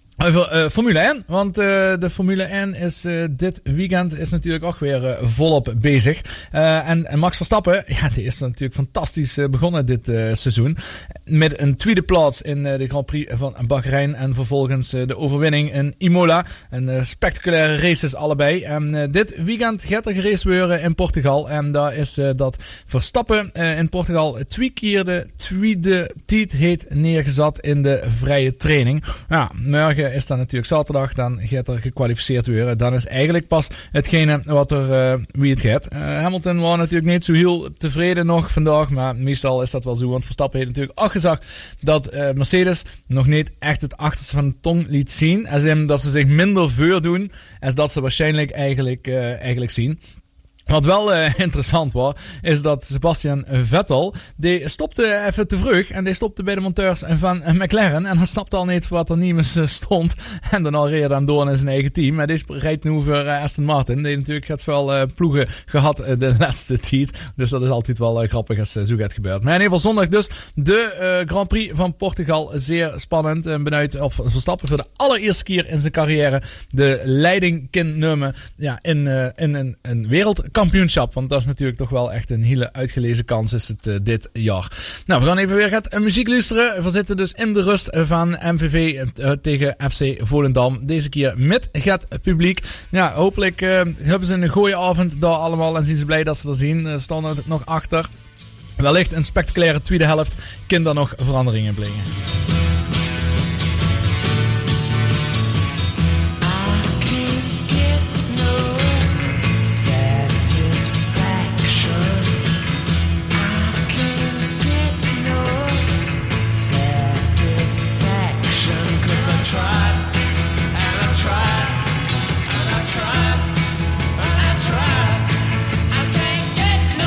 Over Formule 1, want de Formule 1 is dit weekend is natuurlijk ook weer volop bezig. En Max Verstappen, ja, die is natuurlijk fantastisch begonnen dit seizoen. Met een tweede plaats in de Grand Prix van Bahrein en vervolgens de overwinning in Imola. Een spectaculaire races allebei. En dit weekend gaat er geraced worden in Portugal. En daar is dat Verstappen in Portugal 2 keer de tweede tijd heeft neergezet in de vrije training. Ja, morgen is dan natuurlijk zaterdag, dan gaat er gekwalificeerd worden. Dan is eigenlijk pas hetgene wat er wie het gaat. Hamilton was natuurlijk niet zo heel tevreden nog vandaag, maar meestal is dat wel zo, want Verstappen heeft natuurlijk ook gezegd dat Mercedes nog niet echt het achterste van de tong liet zien, als in dat ze zich minder voordoen als dat ze waarschijnlijk eigenlijk zien. Wat wel interessant was, is dat Sebastian Vettel, die stopte even te vroeg en die stopte bij de monteurs van McLaren en hij snapte al niet wat er niet meer stond en dan al reed hij dan door in zijn eigen team. Maar deze rijdt nu voor Aston Martin, die natuurlijk het veel ploegen gehad de laatste tijd, dus dat is altijd wel grappig als zo gaat gebeuren. Maar in ieder geval zondag dus de Grand Prix van Portugal, zeer spannend en benieuwd of Verstappen voor de allereerste keer in zijn carrière de leiding kan nemen in een wereldkampioenschap. Want dat is natuurlijk toch wel echt een hele uitgelezen kans is het dit jaar. Nou, we gaan even weer gaan muziek luisteren. We zitten dus in de rust van MVV tegen FC Volendam. Deze keer met het publiek. Ja, hopelijk hebben ze een goeie avond daar allemaal en zijn ze blij dat ze er zien. Staan er nog achter. Wellicht een spectaculaire tweede helft. Kan daar nog veranderingen brengen.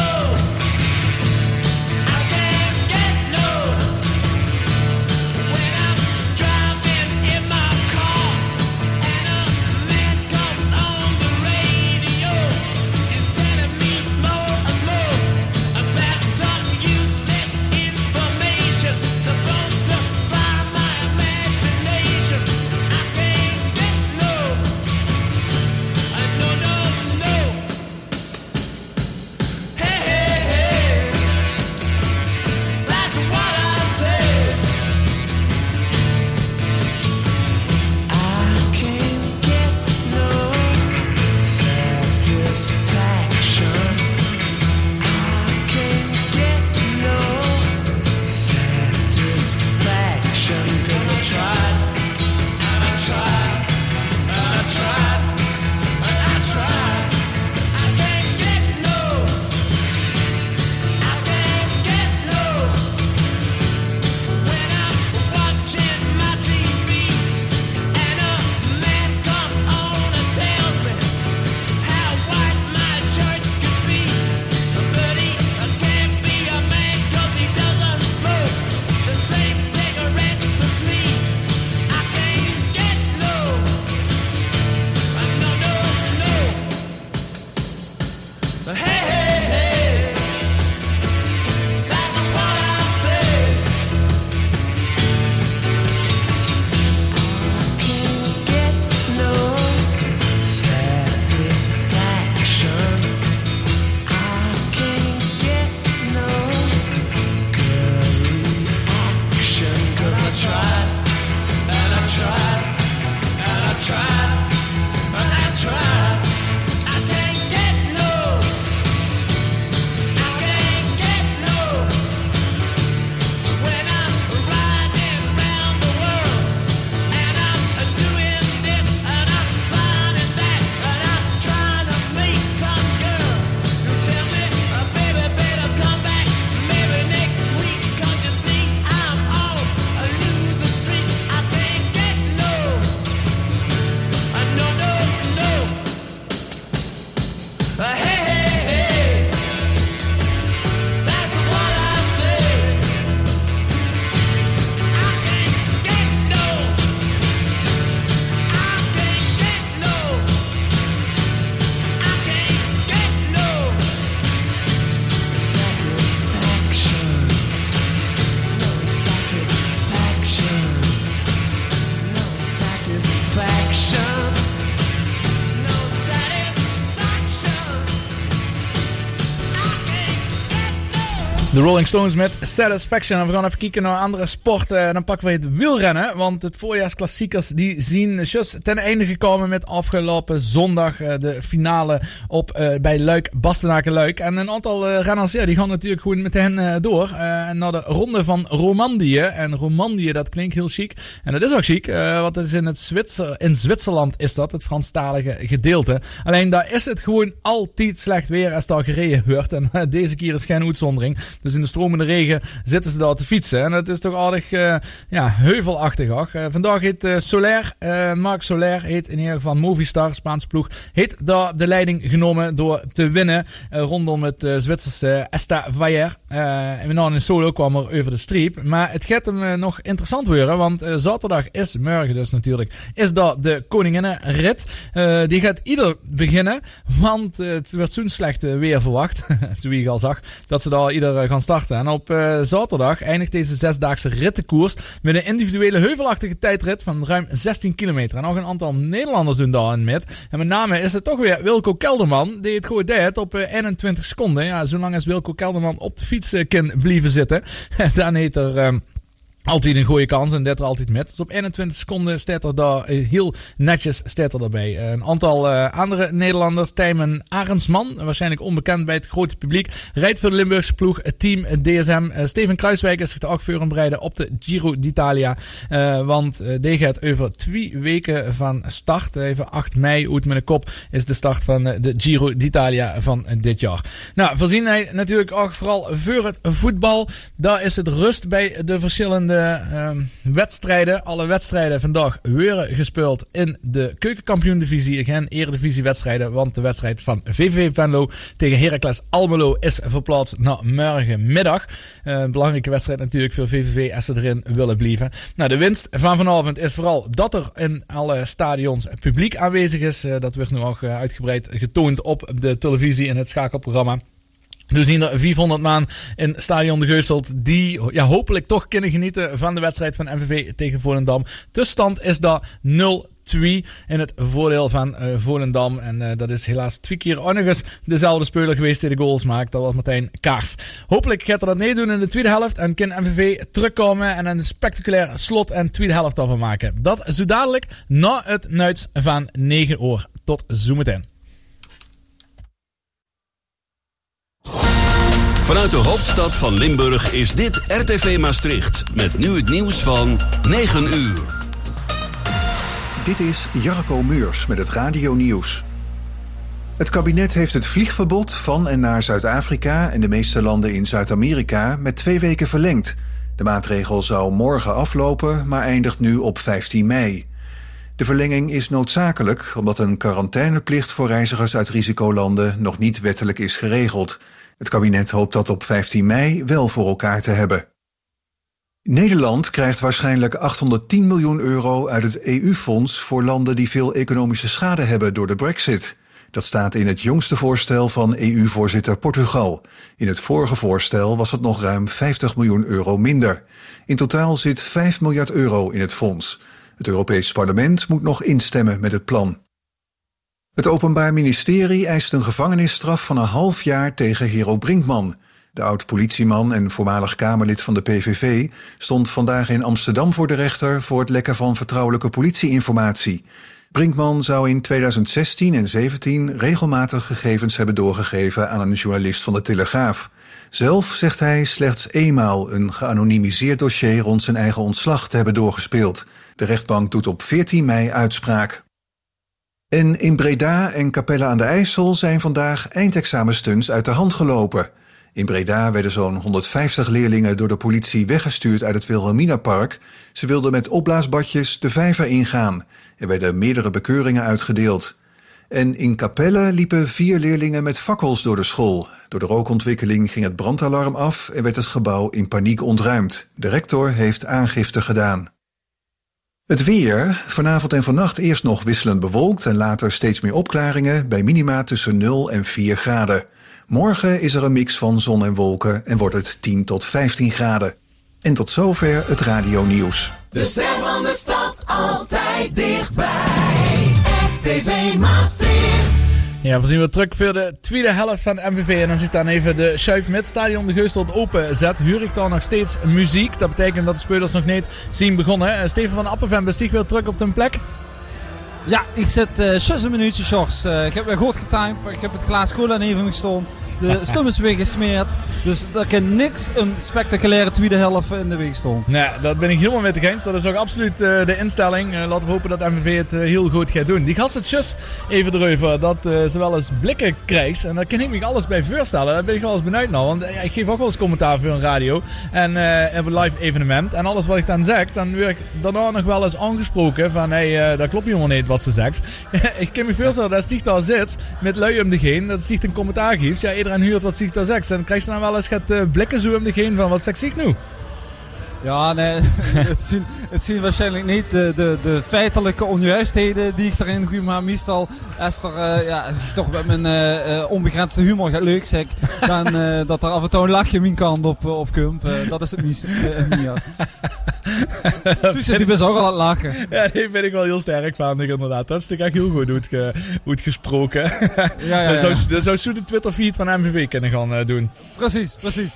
When De Rolling Stones met Satisfaction. En we gaan even kijken naar andere sporten. Dan pakken we het wielrennen. Want het voorjaarsklassiekers die zien just ten einde gekomen met afgelopen zondag de finale op bij Luik, Bastenaken-Luik. En een aantal renners die gaan natuurlijk gewoon meteen door naar de ronde van Romandie. En Romandie, dat klinkt heel chic. En dat is ook chic, want het is in Zwitserland is dat, het Franstalige gedeelte. Alleen daar is het gewoon altijd slecht weer als daar gereden wordt. En deze keer is geen uitzondering. Dus in de stromende regen zitten ze daar te fietsen. En het is toch aardig heuvelachtig ook. Vandaag heet Soler, Marc Soler heet in ieder geval Movistar, Spaanse ploeg, heeft daar de leiding genomen door te winnen rondom het Zwitserse Estavayer. En we nou in solo kwam er over de streep. Maar het gaat hem nog interessant worden, want zaterdag is, morgen dus natuurlijk, is dat de Koninginnenrit. Die gaat ieder beginnen, want het werd zo'n slecht weer verwacht, toen ik al zag, dat ze daar ieder gaan starten. En op zaterdag eindigt deze 6-daagse rittenkoers met een individuele heuvelachtige tijdrit van ruim 16 kilometer. En nog een aantal Nederlanders doen daarin met. En met name is het toch weer Wilco Kelderman, die het goed deed op 21 seconden. Ja, zolang als Wilco Kelderman op de fiets kan blijven zitten, dan heet er altijd een goede kans en dit er altijd met. Dus op 21 seconden staat er daar heel netjes staat er erbij. Een aantal andere Nederlanders, Tijmen Arendsman, waarschijnlijk onbekend bij het grote publiek, rijdt voor de Limburgse ploeg Team DSM. Steven Kruiswijk is zich er ook voor aan bereiden op de Giro d'Italia. Want die gaat over 2 weken van start. Even 8 mei, uit met de kop, is de start van de Giro d'Italia van dit jaar. Nou, voorzien hij natuurlijk ook vooral voor het voetbal. Daar is het rust bij de verschillende wedstrijden. Alle wedstrijden vandaag worden gespeeld in de keukenkampioen-divisie. Geen eredivisiewedstrijden, want de wedstrijd van VVV Venlo tegen Heracles Almelo is verplaatst naar morgenmiddag. Belangrijke wedstrijd natuurlijk voor VVV als ze erin willen blijven. Nou, de winst van vanavond is vooral dat er in alle stadions publiek aanwezig is. Dat wordt nu ook uitgebreid getoond op de televisie in het schakelprogramma. Dus zien er 400 man in Stadion de Geuselt die hopelijk toch kunnen genieten van de wedstrijd van MVV tegen Volendam. Tussenstand is dat 0-2 in het voordeel van Volendam. En dat is helaas 2 keer ook nog eens dezelfde speler geweest die de goals maakt. Dat was Martijn Kaars. Hopelijk gaat er dat meedoen in de tweede helft en kan MVV terugkomen en een spectaculair slot en tweede helft daarvan maken. Dat zo dadelijk na het nieuws van 9 uur. Tot zometeen. Vanuit de hoofdstad van Limburg is dit RTV Maastricht. Met nu het nieuws van 9 uur. Dit is Jarko Meurs met het Radio Nieuws. Het kabinet heeft het vliegverbod van en naar Zuid-Afrika en de meeste landen in Zuid-Amerika met 2 weken verlengd. De maatregel zou morgen aflopen, maar eindigt nu op 15 mei. De verlenging is noodzakelijk omdat een quarantaineplicht voor reizigers uit risicolanden nog niet wettelijk is geregeld. Het kabinet hoopt dat op 15 mei wel voor elkaar te hebben. Nederland krijgt waarschijnlijk 810 miljoen euro uit het EU-fonds voor landen die veel economische schade hebben door de Brexit. Dat staat in het jongste voorstel van EU-voorzitter Portugal. In het vorige voorstel was het nog ruim 50 miljoen euro minder. In totaal zit 5 miljard euro in het fonds. Het Europees Parlement moet nog instemmen met het plan. Het Openbaar Ministerie eist een gevangenisstraf van 1,5 jaar tegen Hero Brinkman. De oud-politieman en voormalig Kamerlid van de PVV stond vandaag in Amsterdam voor de rechter voor het lekken van vertrouwelijke politieinformatie. Brinkman zou in 2016 en 2017 regelmatig gegevens hebben doorgegeven aan een journalist van de Telegraaf. Zelf zegt hij slechts eenmaal een geanonimiseerd dossier rond zijn eigen ontslag te hebben doorgespeeld. De rechtbank doet op 14 mei uitspraak. En in Breda en Capelle aan de IJssel zijn vandaag eindexamenstunts uit de hand gelopen. In Breda werden zo'n 150 leerlingen door de politie weggestuurd uit het Wilhelminapark. Ze wilden met opblaasbadjes de vijver ingaan. Er werden meerdere bekeuringen uitgedeeld. En in Capelle liepen 4 leerlingen met fakkels door de school. Door de rookontwikkeling ging het brandalarm af en werd het gebouw in paniek ontruimd. De rector heeft aangifte gedaan. Het weer. Vanavond en vannacht eerst nog wisselend bewolkt en later steeds meer opklaringen bij minima tussen 0 en 4 graden. Morgen is er een mix van zon en wolken en wordt het 10 tot 15 graden. En tot zover het Radio Nieuws. De ster van de stad altijd dichtbij. RTV Maastricht. Ja, we zien weer terug voor de tweede helft van MVV. En dan zit dan even de schuif met stadion de Geus tot open zet. Huur ik dan nog steeds muziek. Dat betekent dat de spelers nog niet zien begonnen. Steven van Appenven bestieg weer terug op de plek. Ja, ik zit 6 minuutjes, Sjors. Ik heb weer goed getimed. Ik heb het glaas cola even gestoomd. De stom is weer gesmeerd. Dus er kan niks een spectaculaire tweede helft in de weg staan. Nee, dat ben ik helemaal met je eens. Dat is ook absoluut de instelling. Laten we hopen dat MVV het heel goed gaat doen. Die gast het just even erover dat ze wel eens blikken krijgt. En daar kan ik me alles bij voorstellen. Daar ben ik wel eens benieuwd naar. Want ik geef ook wel eens commentaar voor een radio. En heb een live evenement. En alles wat ik dan zeg, dan word ik daarna nog wel eens aangesproken. Van dat klopt helemaal niet wat ze zegt. Ik kan me voorstellen dat Stieg daar zit met lui om degene. Dat Stieg een commentaar geeft. Ja, iedereen huurt wat Stieg daar zegt. En dan krijg je dan wel eens blikken zo om degene van wat zegt Stieg nu. Ja, nee, het zien waarschijnlijk niet de feitelijke onjuistheden die ik erin gooi, maar meestal als ik toch met mijn onbegrensde humor gaat leuk zeg, dan dat er af en toe een lachje mijn kant op komt. Dat is het niet. Dus die best ook al aan het lachen. Ja, die vind ik wel heel sterk van, inderdaad. Dat heb ik echt heel goed gesproken. Ja. Dat zou zo de Twitter-feed van MVV kunnen gaan doen. Precies.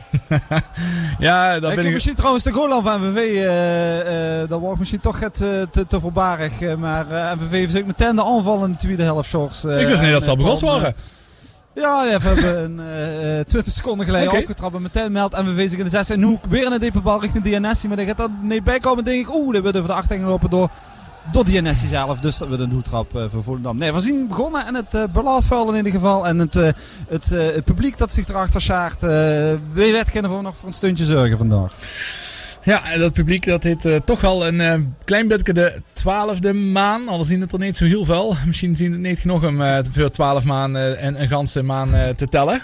Ja, dat ben ik... Misschien trouwens de goal van MVV, dat wordt misschien toch te voorbarig. Maar MVV heeft ook meteen de aanval in de tweede helft, Sjors. Ik wist niet dat ze al begonnen waren. Ja, we hebben 20 seconden geleden opgetrapt en meteen meldt MVV zich in de 6. En nu weer een diepe bal richting DNSC. Maar dan gaat dat niet bij komen, denk ik. Dat wordt over de achterheen gelopen door DNSC zelf. Dus dat wordt een doeltrap voor Volendam. Nee, we zien begonnen en het belaafvuilen in ieder geval. En het publiek dat zich erachter schaart. Wie weet kunnen we nog voor een stuntje zorgen vandaag. Ja, en dat publiek dat heet toch wel een klein beetje de 12e maan. Al zien het er niet zo heel veel. Misschien zien het niet genoeg om voor 12 maanden en een ganse maan te tellen.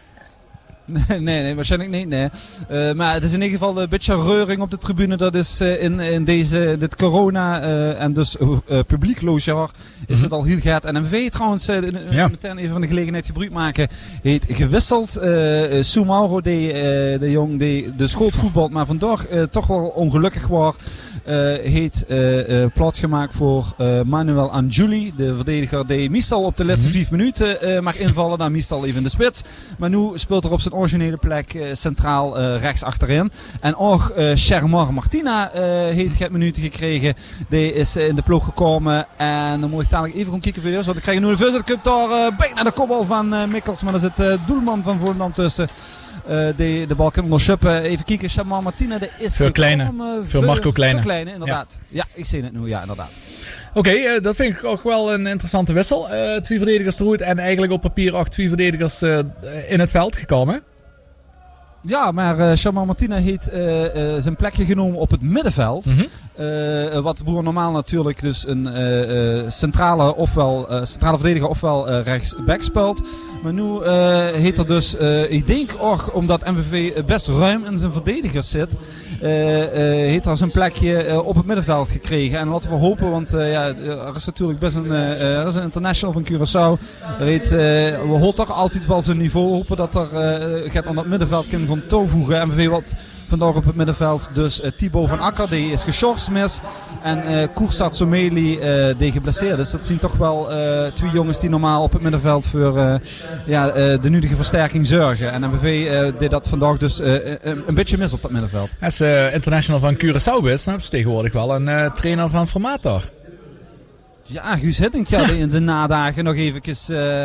Nee, waarschijnlijk niet. Nee. Maar het is in ieder geval een beetje reuring op de tribune. Dat is in dit corona en dus publiekloos jaar is het al heel gaat. En MVV trouwens, meteen even van de gelegenheid gebruik maken, heeft gewisseld. Sue Mauro, de jong die de school voetbalt, maar vandaag toch wel ongelukkig was. Heeft plaatsgemaakt voor Manuel Anjuli, de verdediger die meestal op de laatste 5 minuten mag invallen, dan meestal even in de spits. Maar nu speelt er op zijn originele plek centraal rechts achterin. En ook Shermar Martina heeft minuten gekregen. Die is in de ploeg gekomen. En dan moet ik dadelijk even gaan kijken voor jou. Want ik krijg nu de Vuzet Cup daar bijna de kopbal van Mikkels. Maar er zit doelman van Volendam tussen. De bal kan nog schuppen. Even kijken. Shermar Martina is veel kleiner. Veel Marco Kleine. Veel kleine, inderdaad. Ja, ik zie het nu. Ja, inderdaad. Oké, dat vind ik ook wel een interessante wissel. 2 verdedigers eruit en eigenlijk op papier ook 2 verdedigers in het veld gekomen. Ja, maar Shermar Martina heeft zijn plekje genomen op het middenveld. Wat Boer normaal natuurlijk dus een centrale verdediger ofwel rechtsback speelt. Maar nu heet er dus, ik denk ook omdat MVV best ruim in zijn verdedigers zit, heeft er zijn plekje op het middenveld gekregen. En laten we hopen, want er is natuurlijk best een international van Curaçao. We hoort toch altijd wel zijn niveau. Hopen dat er gaat aan dat middenveld kunnen gaan toevoegen. MVV wat vandaag op het middenveld. Dus Thibaut van Akker, die is geschorst mis. En Koursat Someli, die geblesseerd. Dus dat zien toch wel 2 jongens die normaal op het middenveld voor de nudige versterking zorgen. En MVV deed dat vandaag dus een beetje mis op dat middenveld. Als international van Curaçao is, dan hebben ze tegenwoordig wel een trainer van formator. Ja, Guus Hiddink, die in zijn nadagen nog eventjes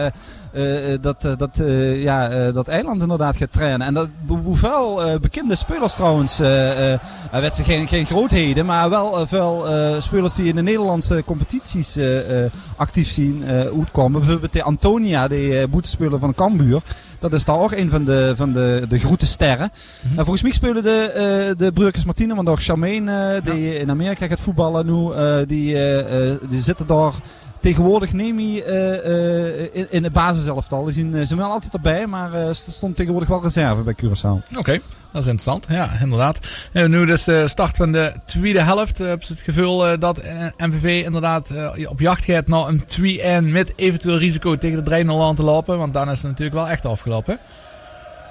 dat eiland inderdaad gaat trainen. En dat hoeveel bekende spelers trouwens, werd ze geen grootheden, maar wel veel spelers die in de Nederlandse competities actief zien uitkomen. Bijvoorbeeld de Antonia, de boetespeler van Cambuur. Dat is daar ook een van de grote sterren. En volgens mij spelen de Breukers Martine, want ook Charmaine, die in Amerika gaat voetballen nu, die zitten daar tegenwoordig in de basiselftal. Die zien ze wel altijd erbij, maar stond tegenwoordig wel reserve bij Curaçao. Oké. Dat is interessant, ja, inderdaad. En nu dus de start van de tweede helft. Heb je het gevoel dat MVV inderdaad op jacht gaat naar een 2-1 met eventueel risico tegen de 3-0 aan te lopen. Want dan is het natuurlijk wel echt afgelopen.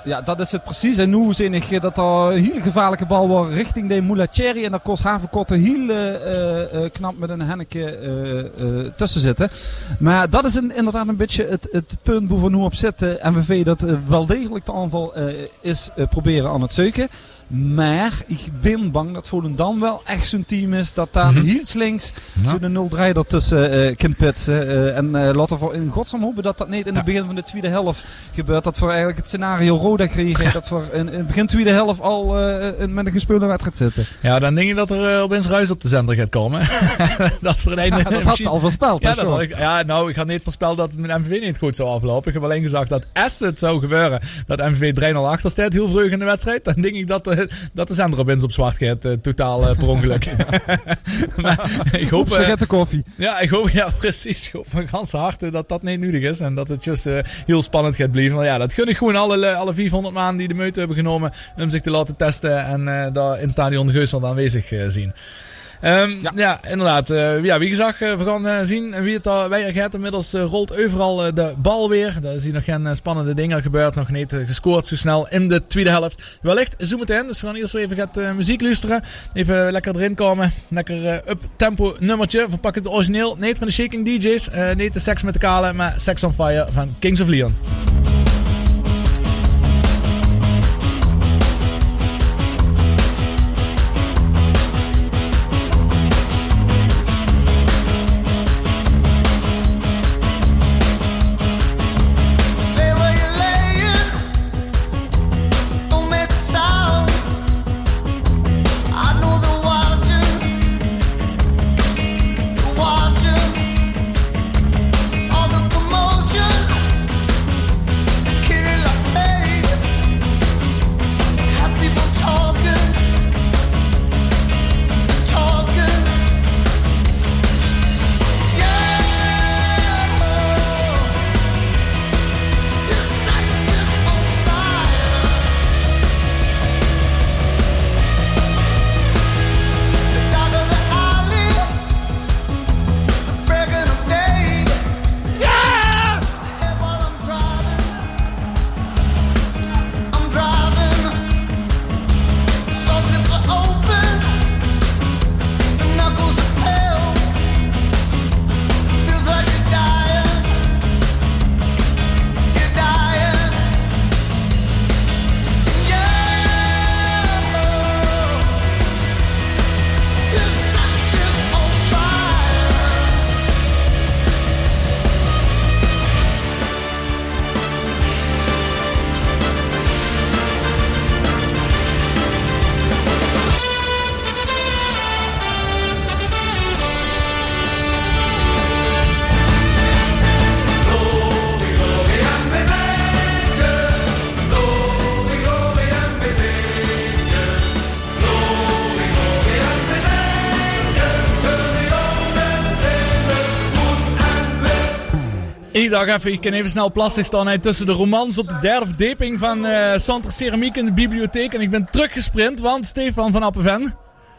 Ja, dat is het precies. En nu zie ik dat er een heel gevaarlijke bal wordt richting de Moulacheri. En daar kost Havenkotten heel knap met een henneke tussen zitten. Maar dat is inderdaad een beetje het punt waar we nu op zitten. MVV dat wel degelijk de aanval is proberen aan het zoeken. Maar ik ben bang dat Volendam wel echt zo'n team is dat daar heel links zo'n 0-3 ertussen kan pitsen. En laten we in godsnaam hopen dat dat niet in het begin van de tweede helft gebeurt. Dat we eigenlijk het scenario Roda kregen. Dat we in het begin tweede helft al met een gespeelde wedstrijd zitten. Ja, dan denk ik dat er opeens ruis op de zender gaat komen. Dat voor een dat had ze al voorspeld. Ja, ik had niet voorspeld dat het met MVV niet goed zou aflopen. Ik heb alleen gezegd dat als het zou gebeuren dat MVV 3-0 achter staat, heel vroeg in de wedstrijd, dan denk ik dat de zender opeens op zwart gaat. Totaal per ongeluk. Maar ik hoop... de koffie. Ja, ik hoop precies. Ik hoop van ganse harte dat dat niet nodig is. En dat het just heel spannend gaat blijven. Maar ja, dat gun ik gewoon alle 400 man die de meute hebben genomen om zich te laten testen. En daar in stadion de Geusel aanwezig zien. Ja, inderdaad. Wie gezegd, we gaan zien wie het daar weer gaat. Inmiddels rolt overal de bal weer. Daar is hier nog geen spannende dingen gebeurd. Nog niet gescoord zo snel in de tweede helft. Wellicht zometeen. Dus we gaan eerst even muziek luisteren. Even lekker erin komen. Lekker up tempo nummertje. We pakken het origineel. Niet van de Shaking DJ's. Niet de Sex met de Kale. Maar Sex on Fire van Kings of Leon. Dag even, ik kan even snel plastic staan tussen de romans op de derde verdieping van Centre Ceramiek in de bibliotheek. En ik ben teruggesprint, want Stefan van Appenven.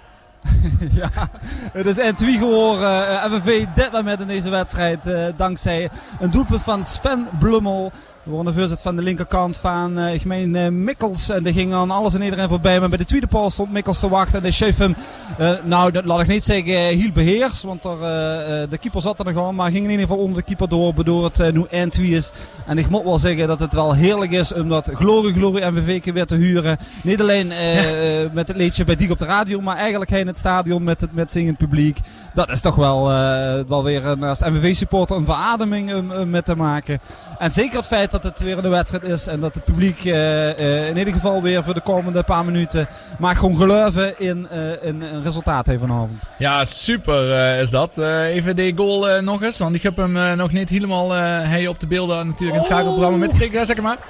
Ja, het is 1-2 geworden. MVV dit met in deze wedstrijd. Dankzij een doelpunt van Sven Blummel. We worden de voorzet van de linkerkant van Mikkels. En die ging aan alles en iedereen voorbij. Maar bij de tweede paal stond Mikkels te wachten. En de chef hem, dat laat ik niet zeggen, heel beheerst. Want de keeper zat er nog aan. Maar ging in ieder geval onder de keeper door. Waardoor het nu 1-2 is. En ik moet wel zeggen dat het wel heerlijk is om dat Glory MVV weer te huren. Niet alleen met het liedje bij Diek op de radio. Maar eigenlijk in het stadion met zingend publiek. Dat is toch wel weer als MVV-supporter een verademing om met te maken. En zeker het feit dat het weer een wedstrijd is. En dat het publiek in ieder geval weer voor de komende paar minuten maar gewoon geloven in een resultaat heeft vanavond. Ja, super is dat. Even de goal nog eens. Want ik heb hem nog niet helemaal op de beelden natuurlijk in het schakelprogramma metgekregen. Zeg maar.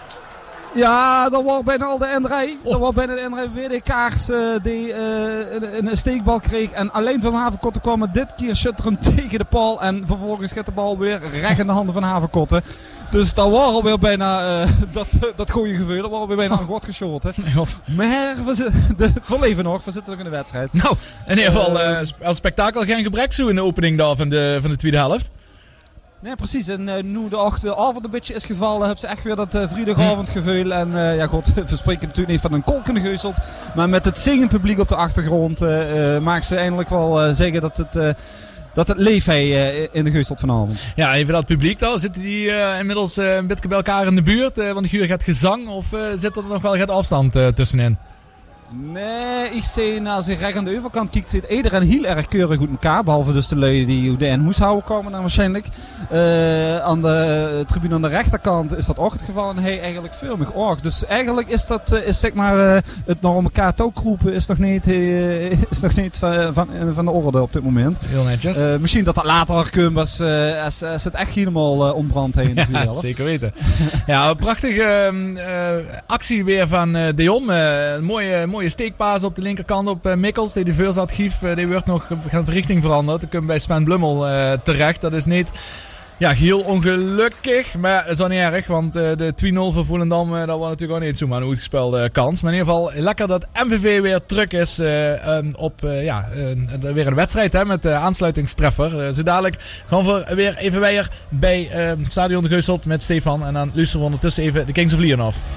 Ja, dat was bijna al de N3. Dat was bijna de N3 WD-kaars die een steekbal kreeg. En alleen van Havenkotten kwam het dit keer schutterend tegen de paal. En vervolgens gaat de bal weer recht in de handen van Havenkotten. Dus dat was alweer bijna dat goede gevoel. Dat was alweer bijna een god geschoten. Maar we leven nog. We zitten nog in de wedstrijd. Nou, in ieder geval als spektakel geen gebrek zo in de opening daar van de tweede helft. Nee, precies. En nu de avond een beetje is gevallen, hebben ze echt weer dat vrijdagavondgeveul. En we spreken natuurlijk niet van een kolkende Geuselt. Maar met het zingend publiek op de achtergrond maakt ze eindelijk wel zeggen dat het leeft in de Geuselt vanavond. Ja, even dat publiek dan. Zitten die inmiddels een beetje bij elkaar in de buurt? Want de Guur gaat gezang of zit er nog wel gaat afstand tussenin? Nee, ik zie als ik recht aan de overkant kijk, zit iedereen heel erg keurig goed elkaar. Behalve dus de lui die de Hoeshouwer komen dan waarschijnlijk. Aan de tribune aan de rechterkant is dat ook het geval en hij eigenlijk filmig ook. Dus eigenlijk is dat, zeg maar, het naar elkaar touwkroepen is nog niet van de orde op dit moment. Heel netjes. Misschien dat dat later komt als het echt helemaal ontbrandt heen. Ja, zeker weten. Ja, een prachtige actie weer van Deon. Een mooie steekpaas op de linkerkant op Mikkels. Die voorzatgief, die wordt nog van richting veranderd. Dan komt bij Sven Blummel terecht. Dat is niet heel ongelukkig, maar dat is ook niet erg. Want de 2-0 voor Volendam, dat was natuurlijk ook niet zomaar een goed gespeelde kans. Maar in ieder geval lekker dat MVV weer terug is op weer een wedstrijd hè, met aansluitingstreffer. Zo dadelijk gaan we weer even weer bij Stadion de Geuselt met Stefan. En dan luisteren we ondertussen even de Kings of Leon af.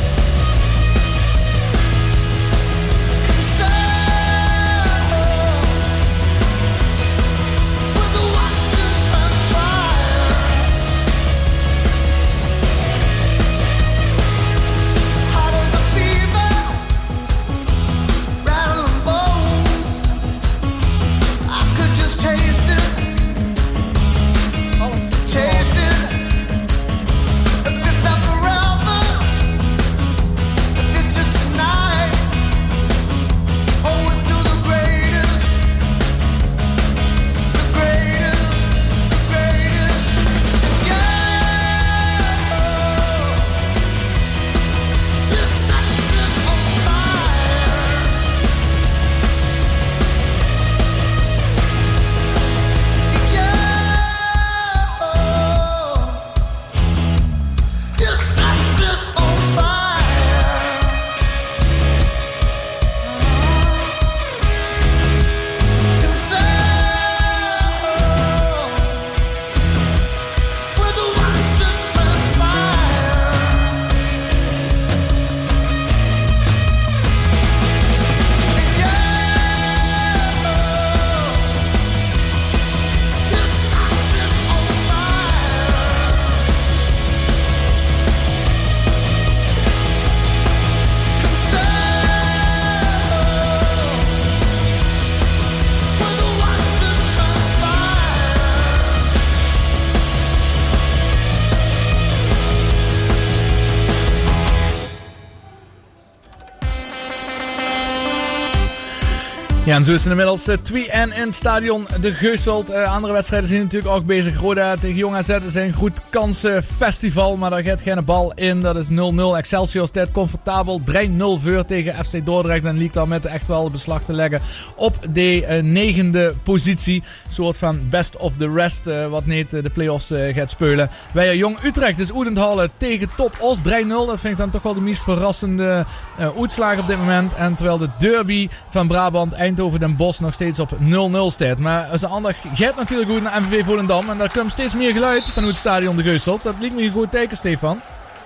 Ja, en zo is het inmiddels 2-1 in het stadion de Geuselt. Andere wedstrijden zijn natuurlijk ook bezig. Roda tegen Jong AZ is een goed kansenfestival, maar daar gaat geen bal in. Dat is 0-0. Excelsior staat comfortabel 3-0 voor tegen FC Dordrecht. En liep dan met echt wel beslag te leggen op de 9e positie. Een soort van best of the rest, wat niet de play-offs gaat spelen. Wij Jong Utrecht is Oedenthalen tegen Top Os 3-0. Dat vind ik dan toch wel de meest verrassende uitslag op dit moment. En terwijl de derby van Brabant Eindhoven Den Bosch nog steeds op 0-0 staat. Maar als een ander gaat natuurlijk goed naar MVV Volendam. En daar komt steeds meer geluid van het stadion de Geuselt. Dat lijkt me een goed teken, Stefan.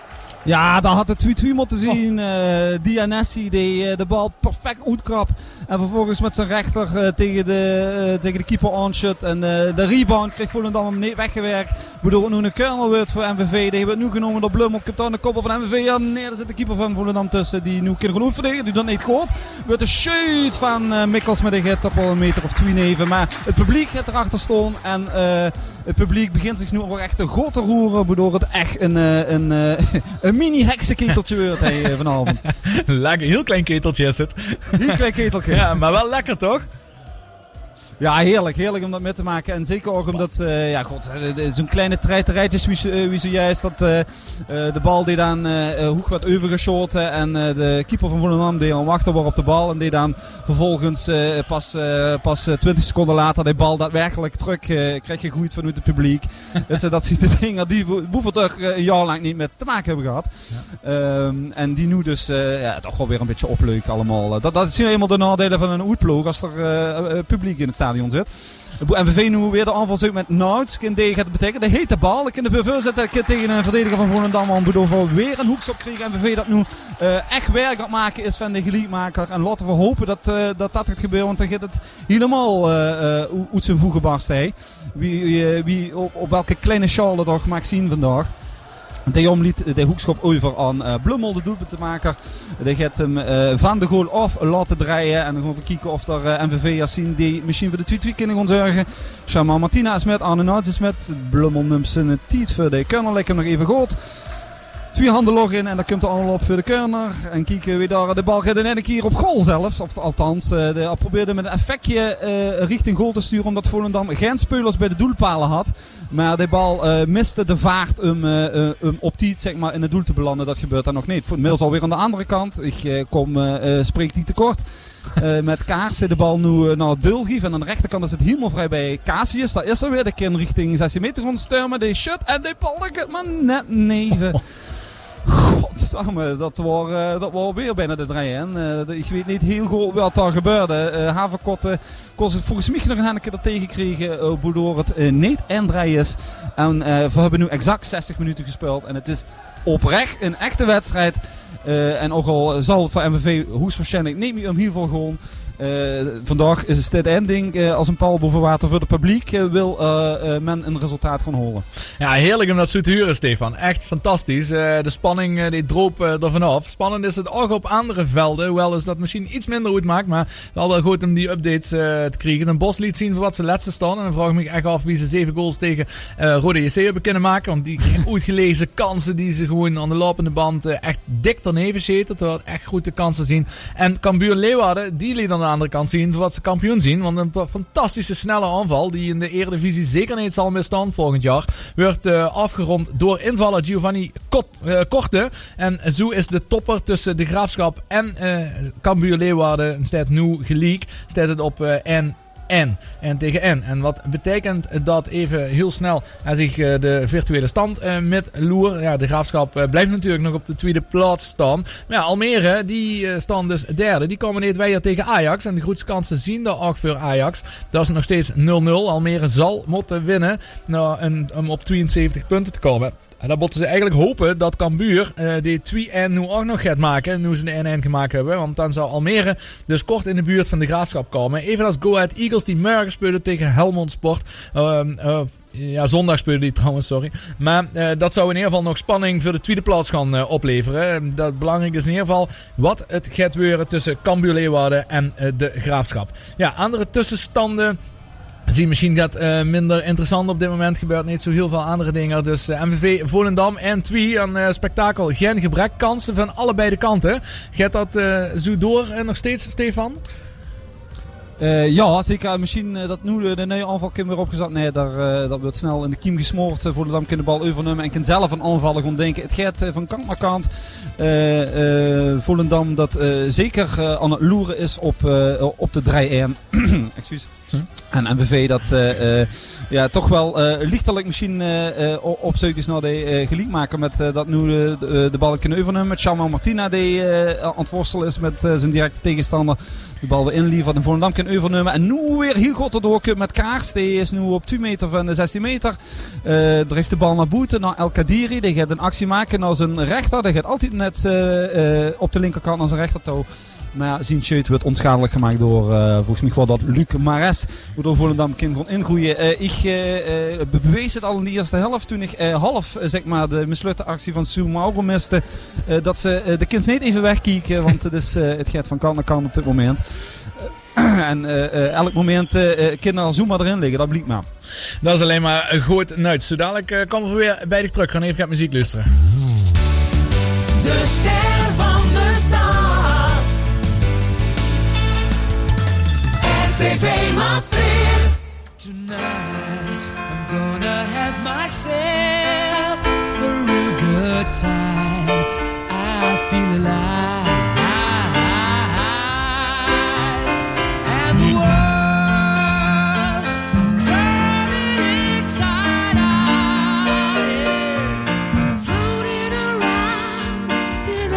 Ja, daar had het 2-2 moeten zien. Dianessi die de bal perfect uitkrap. En vervolgens met zijn rechter tegen de keeper aanschut. En de rebound kreeg Volendam hem niet weggewerkt. Waardoor het nu een kernel wordt voor MVV. Die hebben het nu genomen door Blummel. Komt aan de koppel van MVV. Ja, nee, daar zit de keeper van Volendam tussen. Die nu kan goed verdedigen. Die dat niet goed. Wordt een shoot van Mikkels met een get op al een meter of 2 neven. Maar het publiek gaat erachter staan. En het publiek begint zich nu ook echt te goed te roeren. Waardoor het echt een mini heksenketeltje wordt vanavond. Lekker, heel klein keteltje is het. Heel klein keteltje. Ja, maar wel lekker toch? Ja, heerlijk. Heerlijk om dat mee te maken. En zeker ook omdat, zo'n kleine treiterijtjes wie zojuist dat de bal die dan hoog werd overgeschoten. En de keeper van Volendam die aan wachten was op de bal. En die dan vervolgens pas 20 seconden later de bal daadwerkelijk terug krijg je goed vanuit het publiek. Dat ziet de dingen die boeven toch een jaar lang niet met te maken hebben gehad. Ja. En die nu dus toch wel weer een beetje opleuken allemaal. Dat zijn helemaal de nadelen van een uitploeg als er publiek in het stadion stadion zit. MVV nu weer de aanval zoekt met Nouts. Kind gaat het betekenen. De hete bal. Ik in de beveur zetten tegen een verdediger van Volendam. Want Boudou weer een hoekstop kreeg. MVV dat nu echt werk aan het maken is van de geliedmaker. En laten we hopen dat gaat gebeuren. Want dan gaat het helemaal uit zijn voegen barsten. Wie op welke kleine sjaal dat ook mag zien vandaag. De Jong liet de hoekschop over aan Blummel, de doelpuntenmaker. Die gaat hem van de goal af laten draaien. En dan gaan we kijken of er MVV'ers zien die misschien voor de 2-2 kunnen gaan zorgen. Shamal Martina is met, Arne Nouts is met. Blummel neemt zijn tijd voor de corner. Lekker nog even goed. 2 handen log in en dan komt de allemaal op voor de corner. En kijken wie daar de bal gaat in een keer op goal zelfs. Of althans, de probeerde met een effectje richting goal te sturen. Omdat Volendam geen spelers bij de doelpalen had. Maar de bal miste de vaart om op tijd zeg maar, in het doel te belanden. Dat gebeurt dan nog niet. Inmiddels alweer aan de andere kant. Ik spreek die tekort. Met Kaars de bal nu naar Dulgief. En aan de rechterkant is het helemaal vrij bij Casius. Daar is er weer de kind richting 16 meter gaan sturen. Die shot en die bal gaat maar net neven. Godsamme, dat was weer bijna de 3-1. Ik weet niet heel goed wat daar gebeurde. Haverkotten kon ze volgens mij nog een hanneke er tegen kregen. Waardoor het niet 1-3 is. En we hebben nu exact 60 minuten gespeeld. En het is oprecht een echte wedstrijd. En ook al zal het voor MVV hoogstwaarschijnlijk niet meer om heel veel gewoon. Vandaag is het dit ending als een paal boven water voor het publiek. Wil men een resultaat gaan horen. Ja, heerlijk om dat zo te huren, Stefan. Echt fantastisch. De spanning die droop er vanaf. Spannend is het ook op andere velden. Hoewel is dat misschien iets minder goed maakt. Maar wel goed om die updates te krijgen. Een Bos liet zien voor wat ze laatste staan. En dan vraag ik me echt af wie ze 7 goals tegen Rode JC hebben kunnen maken. Want die uitgelezen kansen die ze gewoon aan de lopende band echt dik daarneven zitten. Terwijl het echt goed de kansen zien. En Cambuur Leeuwarden, die liet aan de andere kant zien voor wat ze kampioen zien. Want een fantastische snelle aanval die in de Eredivisie zeker niet zal misstaan volgend jaar. Wordt afgerond door invaller Giovanni Korte. En zo is de topper tussen de Graafschap en Cambuur Leeuwarden staat nu gelijk. Staat het op N tegen N. En wat betekent dat even heel snel als ik de virtuele stand met loer. Ja, de Graafschap blijft natuurlijk nog op de tweede plaats staan. Maar ja, Almere, die staan dus derde. Die komen niet weer tegen Ajax. En de grootste kansen zien daar ook voor Ajax. Dat is nog steeds 0-0. Almere zal moeten winnen om op 72 punten te komen. En dan moeten ze eigenlijk hopen dat Cambuur die 2-1 nu ook nog gaat maken. Nu ze de 1-1 gemaakt hebben. Want dan zou Almere dus kort in de buurt van de Graafschap komen. Evenals Go Ahead Eagles die morgen spelen tegen Helmond Sport. Ja, zondag spelen die trouwens, sorry. Maar dat zou in ieder geval nog spanning voor de tweede plaats gaan opleveren. Dat belangrijk is in ieder geval wat het gaat gebeuren tussen Cambuur Leeuwarden en de Graafschap. Ja, andere tussenstanden. Zie misschien gaat minder interessant op dit moment. Gebeurt niet zo heel veel andere dingen. Dus MVV Volendam en 2 aan spektakel. Geen gebrek. Kansen van allebei de kanten. Gaat dat zo door nog steeds, Stefan? Ja, zeker. Misschien dat nu de nieuwe aanval kan weer opgezet. Nee, dat wordt snel in de kiem gesmoord. Volendam kan de bal overnemen en kan zelf een aanvallen gaan denken. Het gaat van kant naar kant. Volendam dat zeker aan het loeren is op de 3-1. Excuus. En MVV dat ja, toch wel lichtelijk misschien op zoek is naar de gelijkmaker met dat nu de bal kunnen overnemen. Met Shamal Martina die aan het worstelen is met zijn directe tegenstander. De bal weer inlevert en Volendam kan overnemen. En nu weer heel goed erdoor met Kaars. Die is nu op 2 meter van de 16 meter. Drijft de bal naar Boete, naar El Kadiri. Die gaat een actie maken naar zijn rechter. Die gaat altijd net op de linkerkant naar zijn rechtertouw. Maar ja, zijn shoot wordt onschadelijk gemaakt door, volgens mij was dat Luc Mares. Waardoor Volendam kan gewoon ingroeien. Ik bewees het al in de eerste helft. Toen ik half zeg maar, de mislutte actie van Sue Mauro miste. Dat ze de kind niet even wegkijken. Want het gaat van kant naar kant op dit moment. En elk moment kinderen Zuma erin liggen. Dat blijkt maar. Dat is alleen maar goed nuit. Zo dadelijk komen we weer bij de terug. Gaan even muziek luisteren. De ster van de stad. RTV Maastricht. Tonight I'm gonna have myself a real good time. I feel alive. And the world I'm turning inside out. Yeah. I'm floating around in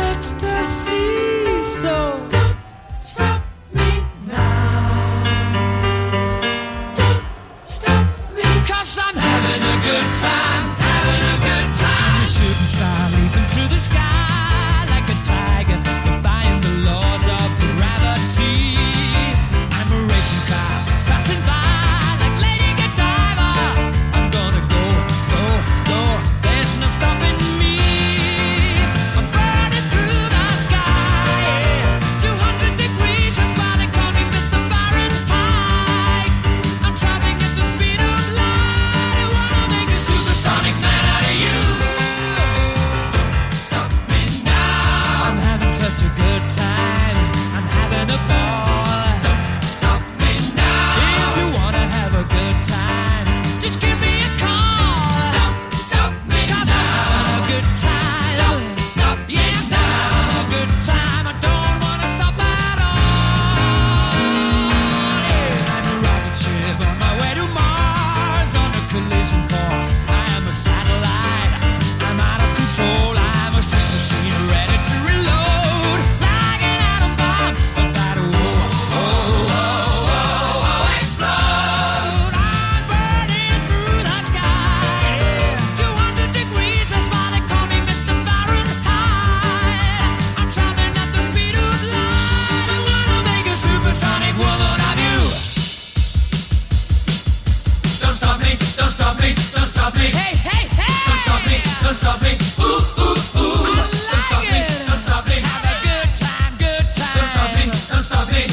ecstasy. So don't stop me now. 'cause I'm having a good time, having a good time. A shooting star leaping through the sky like a tiger, defying the laws of gravity. I'm a racing car passing by like Lady Godiva. I'm gonna go, go, go. There's no stopping me. I'm burning through the sky, yeah. 200 degrees, that's why they call me Mr. Fahrenheit. I'm traveling at the speed of light. I wanna make a supersonic man out of you. Don't stop me now. I'm having such a good time. I'm having a ball. Don't stop me now. If you wanna have a good time, just give me a call. Don't stop me now. 'Cause I'm having a good time. Don't stop me now. Yes, I'm having a good time. I don't wanna stop at all. Yeah. I'm a rocket ship on my way to Mars on a collision course. I am a satellite. I'm out of control. I'm a sex machine ready to reload. Like an atom bomb about to explode. I'm burning through the sky. 200 degrees, that's why they call me Mr. Fahrenheit. I'm traveling at the speed of light. I wanna make a supersonic woman of you. Don't stop me, don't stop me, don't stop me. Hey, hey, hey! Don't stop me, don't stop me. Ooh, ooh, ooh. Don't stop me, don't stop me. Have a good time, good time. Don't stop me, don't stop me.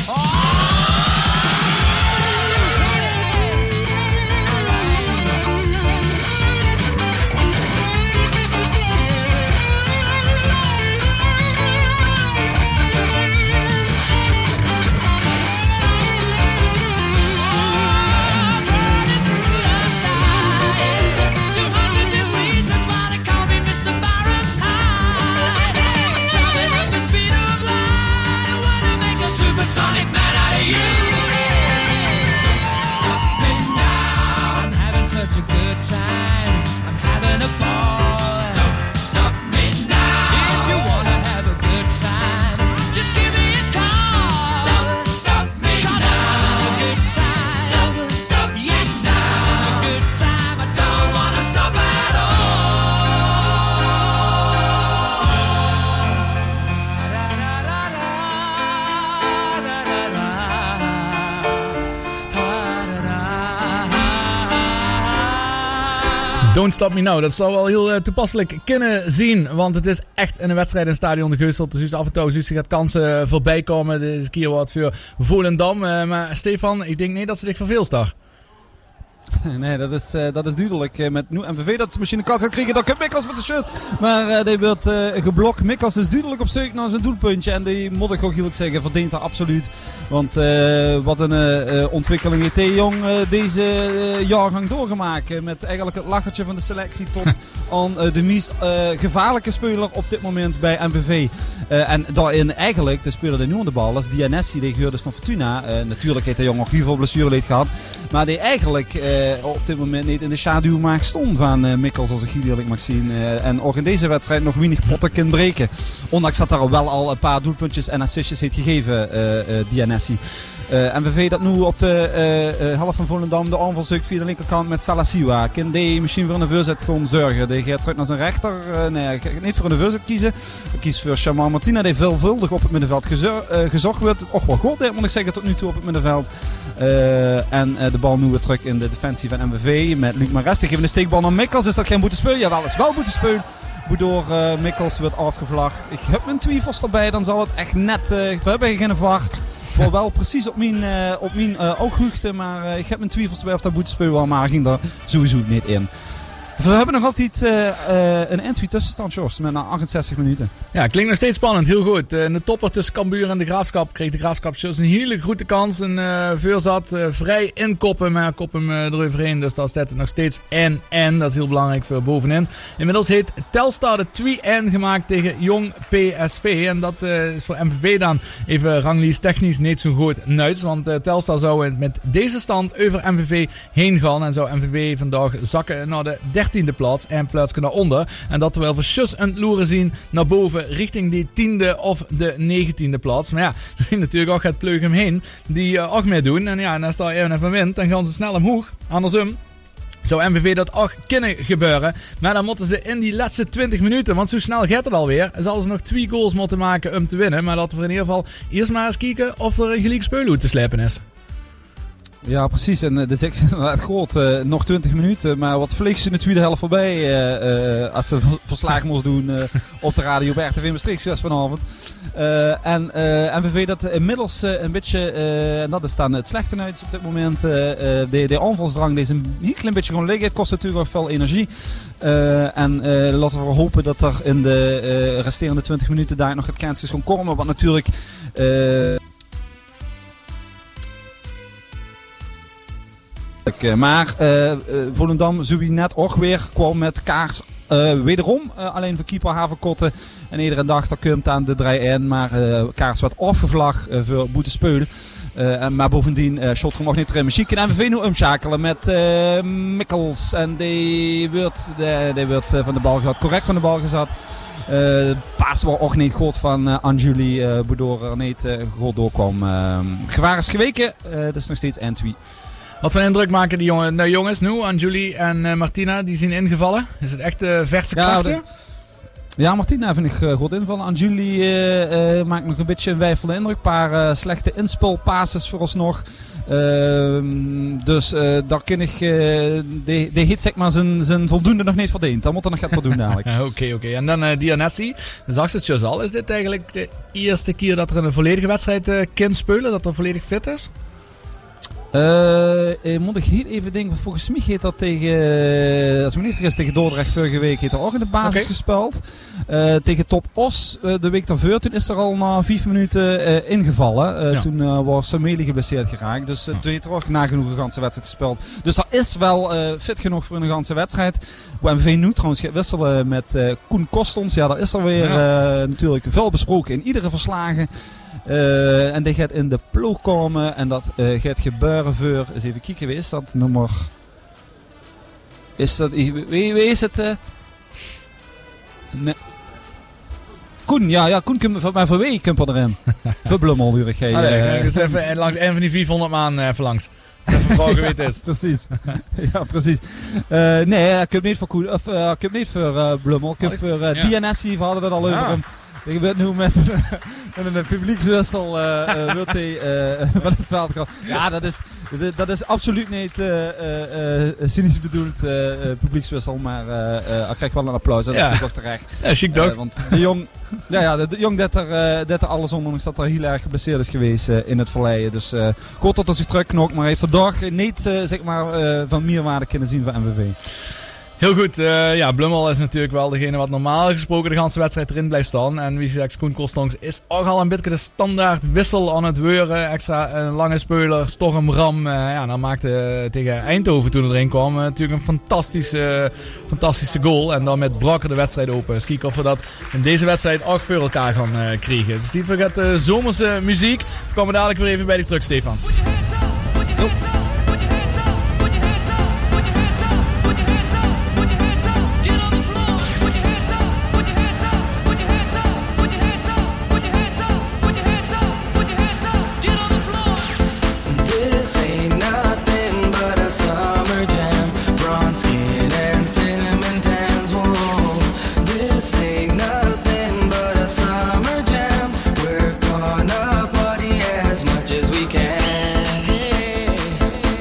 Sonic man out of you. Stop me now. I'm having such a good time. I'm having a ball. Don't stop me now. If you wanna have a good time, just give me a call. Don't stop me now. I'm having a good time. Don't stop me now. Yes, I'm having a good time. I don't wanna stop at all. Don't Stop Me Now. Dat zou wel heel toepasselijk kunnen zien. Want het is echt een wedstrijd in het stadion de Geusel. Dus af en toe gaat kansen voorbij komen. Dit is een keer wat voor Volendam. Maar Stefan, ik denk niet dat ze zich verveelt daar. Nee, dat is duidelijk. Met nu MVV dat misschien een kans gaat krijgen. Dan komt Mikkels met de shirt. Maar die wordt geblokt. Mikkels is duidelijk op zoek naar zijn doelpuntje. En die moet ik ook eerlijk zeggen, verdient er absoluut. Want wat een ontwikkeling heeft Theo Jong deze jaargang doorgemaakt. Met eigenlijk het lachertje van de selectie tot aan de meest gevaarlijke speler op dit moment bij MVV. En daarin eigenlijk de speler die nu aan de bal is, Dianessi, die gehoord is van Fortuna. Natuurlijk heeft Theo Jong nog heel veel blessureleed gehad. Maar die eigenlijk op dit moment niet in de schaduw mag stond van Mikkels, als ik heel eerlijk mag zien. En ook in deze wedstrijd nog weinig potten kan breken. Ondanks dat er wel al een paar doelpuntjes en assistjes heeft gegeven, Dianessi. MVV dat nu op de helft van Volendam de aanval zoekt via de linkerkant met Salasiwa. Kan die misschien voor een voorzet gewoon zorgen? Die gaat terug naar zijn rechter. Nee, niet voor een voorzet kiezen. Hij kiest voor Shaman Martina, die veelvuldig op het middenveld gezocht wordt. Och wel goed, moet ik zeggen, tot nu toe op het middenveld. En de bal nu weer terug in de defensie van MVV met Luc Mares. Die geven de steekbal naar Mikkels. Is dat geen boetespeel? Jawel, is wel boetespeel. Waardoor Mikkels wordt afgevlagd. Ik heb mijn twijfels erbij, dan zal het echt net... we hebben geen VAR. Voor wel precies op mijn ooghoogte, maar ik heb mijn twijfels bij of dat boetespeel was, maar ging er sowieso niet in. We hebben nog altijd een entry tussenstand, Sjors, met 68 minuten. Ja, klinkt nog steeds spannend. Heel goed. In de topper tussen Cambuur en de Graafschap kreeg de Graafschap Sjors een hele goede kans. En Veurzat vrij inkoppen, maar kop hem eroverheen. Dus daar staat het nog steeds en. Dat is heel belangrijk voor bovenin. Inmiddels heeft Telstar de 2-1 gemaakt tegen Jong PSV. En dat is voor MVV dan even rangliest technisch niet zo goed nuits. Want Telstar zou met deze stand over MVV heen gaan. En zou MVV vandaag zakken naar de 13e plaats en plaatsje naar onder. En dat terwijl we Sjors en het loeren zien naar boven richting die 10e of de 19e plaats. Maar ja, er zijn natuurlijk ook het Pleugem heen die ook mee doen. En ja, en als daar even van wint, dan gaan ze snel omhoog. Andersom, zou MVV dat ook kunnen gebeuren. Maar dan moeten ze in die laatste 20 minuten, want zo snel gaat het alweer, zal ze nog 2 goals moeten maken om te winnen. Maar laten we in ieder geval eerst maar eens kijken of er een gelijk speel te slepen is. Ja, precies. En de sectie is inderdaad groot. Nog 20 minuten. Maar wat vliegt ze in de tweede helft voorbij. Als ze verslag moest doen op de radio bij RTV Maastricht zoals vanavond. En MVV dat inmiddels een beetje, en dat is dan het slechte uit op dit moment. De aanvalsdrang deze een heel klein beetje gewoon liggen. Het kost natuurlijk ook veel energie. En laten we hopen dat er in de resterende 20 minuten daar nog het kansjes gaan komen. Want natuurlijk... Maar Volendam, zo wie net ook weer, kwam met Kaars wederom. Alleen voor keeper Haverkotten. En iedere dag dat komt aan de 3-1. Maar Kaars werd afgevlag voor boetespeel. Maar bovendien shot er nog niet erin. Muziek en MVV nu omschakelen met Mikkels. En die wordt van de bal gehad. Correct van de bal gezet. Paas was ook niet goed van Anjuli. Waardoor er niet goed doorkwam. Het gevaar is geweken. Het is nog steeds 1-2. Wat voor indruk maken die jongens nu, Anjuli en Martina, die zijn ingevallen? Is het echt verse krachten? Ja, Martina vind ik goed invallen. Anjuli maakt nog een beetje een wijfelende indruk. Een paar slechte inspelpasses vooralsnog. Dus daar kan ik de hit zeg maar zijn voldoende nog niet verdiend. Dat moet er nog gaat voldoen dadelijk. Oké. En dan Dionesi. Dan zag ze het juist al. Is dit eigenlijk de eerste keer dat er een volledige wedstrijd kan spelen? Dat er volledig fit is? Moet ik hier even denken, volgens mij heet dat tegen, als ik me niet vergis, tegen Dordrecht vorige week heeft er ook in de basis gespeeld. Tegen Top Os de week daarvoor, toen is er al na 5 minuten ingevallen. Toen was Sameli geblesseerd geraakt, dus toen heeft er ook nagenoeg een ganse wedstrijd gespeeld. Dus dat is wel fit genoeg voor een ganse wedstrijd. Hoe MV nu trouwens gaat wisselen met Koen Kostons, ja, dat is er weer natuurlijk veel besproken in iedere verslagen. En die gaat in de ploeg komen en dat gaat gebeuren voor, eens even kijken, wie is dat nummer? Is dat, wie is het? Nee. Koen, ja, Koen komt, maar voor wie komt er erin? Voor Blummel, duur ik. Dus even langs een van die 400 maan even langs. Even vragen wie het is. Precies. Ja, precies. Nee, ik heb niet voor Koen, of ik heb niet voor Blummel, ik heb voor DNSI, we hadden dat al over hem. Ik ben nu met een publiekswissel wilt hij van het veld gaan. Ja, dat is absoluut niet cynisch bedoeld publiekswissel, maar hij krijgt wel een applaus. Dat is natuurlijk ook terecht. Ja, chic toch? Want de jong dat er alles ondanks dat er heel erg geblesseerd is geweest in het verleden. Dus goed dat hij zich terugknokt, maar hij heeft vandaag niet zeg maar, van meerwaarde kunnen zien van MVV. Heel goed, Blummel is natuurlijk wel degene wat normaal gesproken de hele wedstrijd erin blijft staan. En wie zegt, Koen Kostons is ook al een beetje de standaard wissel aan het weuren. Extra een lange speler, Storm Ram. Dan maakte tegen Eindhoven toen erin kwam natuurlijk een fantastische goal. En dan met Brakker de wedstrijd open. Dus kijken of we dat in deze wedstrijd ook voor elkaar gaan krijgen. Dus die vergeet de zomerse muziek. We komen dadelijk weer even bij die terug, Stefan. As much as we can.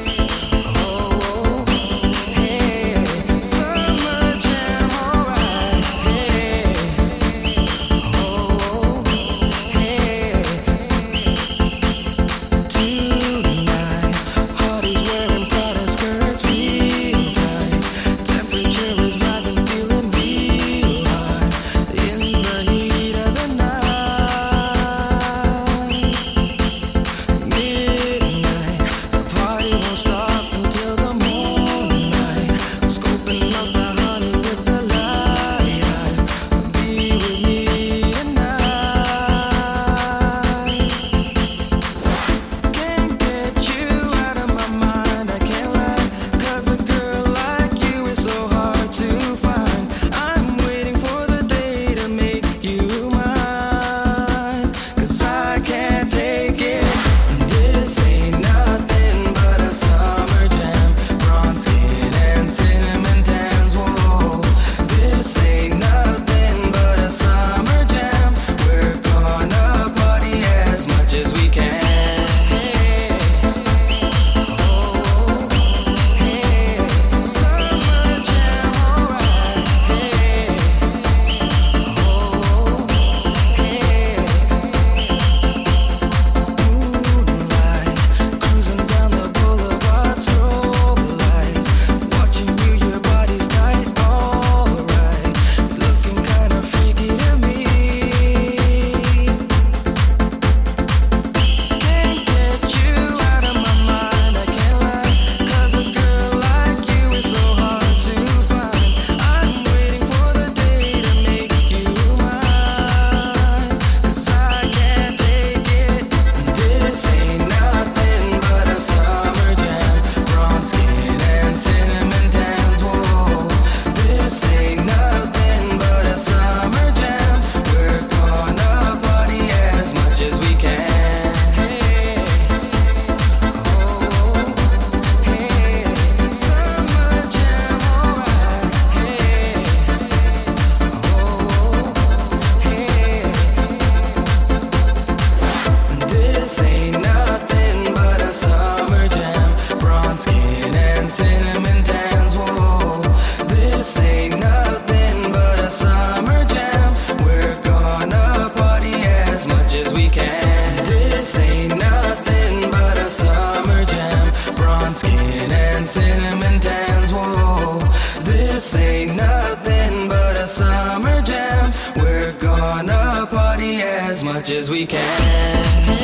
cinnamon tans. Whoa, this ain't nothing but a summer jam. We're gonna party as much as we can.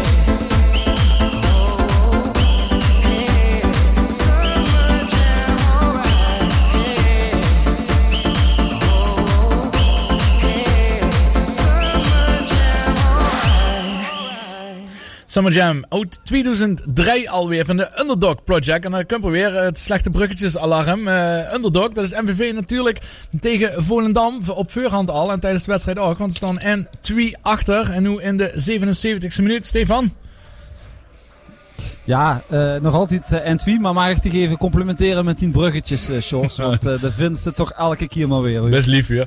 Summer Jam uit 2003 alweer van de Underdog Project. En dan komt er weer het slechte bruggetjesalarm. Underdog, dat is MVV natuurlijk tegen Volendam op voorhand al. En tijdens de wedstrijd ook, want ze staan N2 achter. En nu in de 77e minuut. Stefan? Ja, nog altijd N2, maar mag ik te geven complimenteren met 10 bruggetjes, Sjors. Want de vindt ze toch elke keer maar weer. Best lief, ja.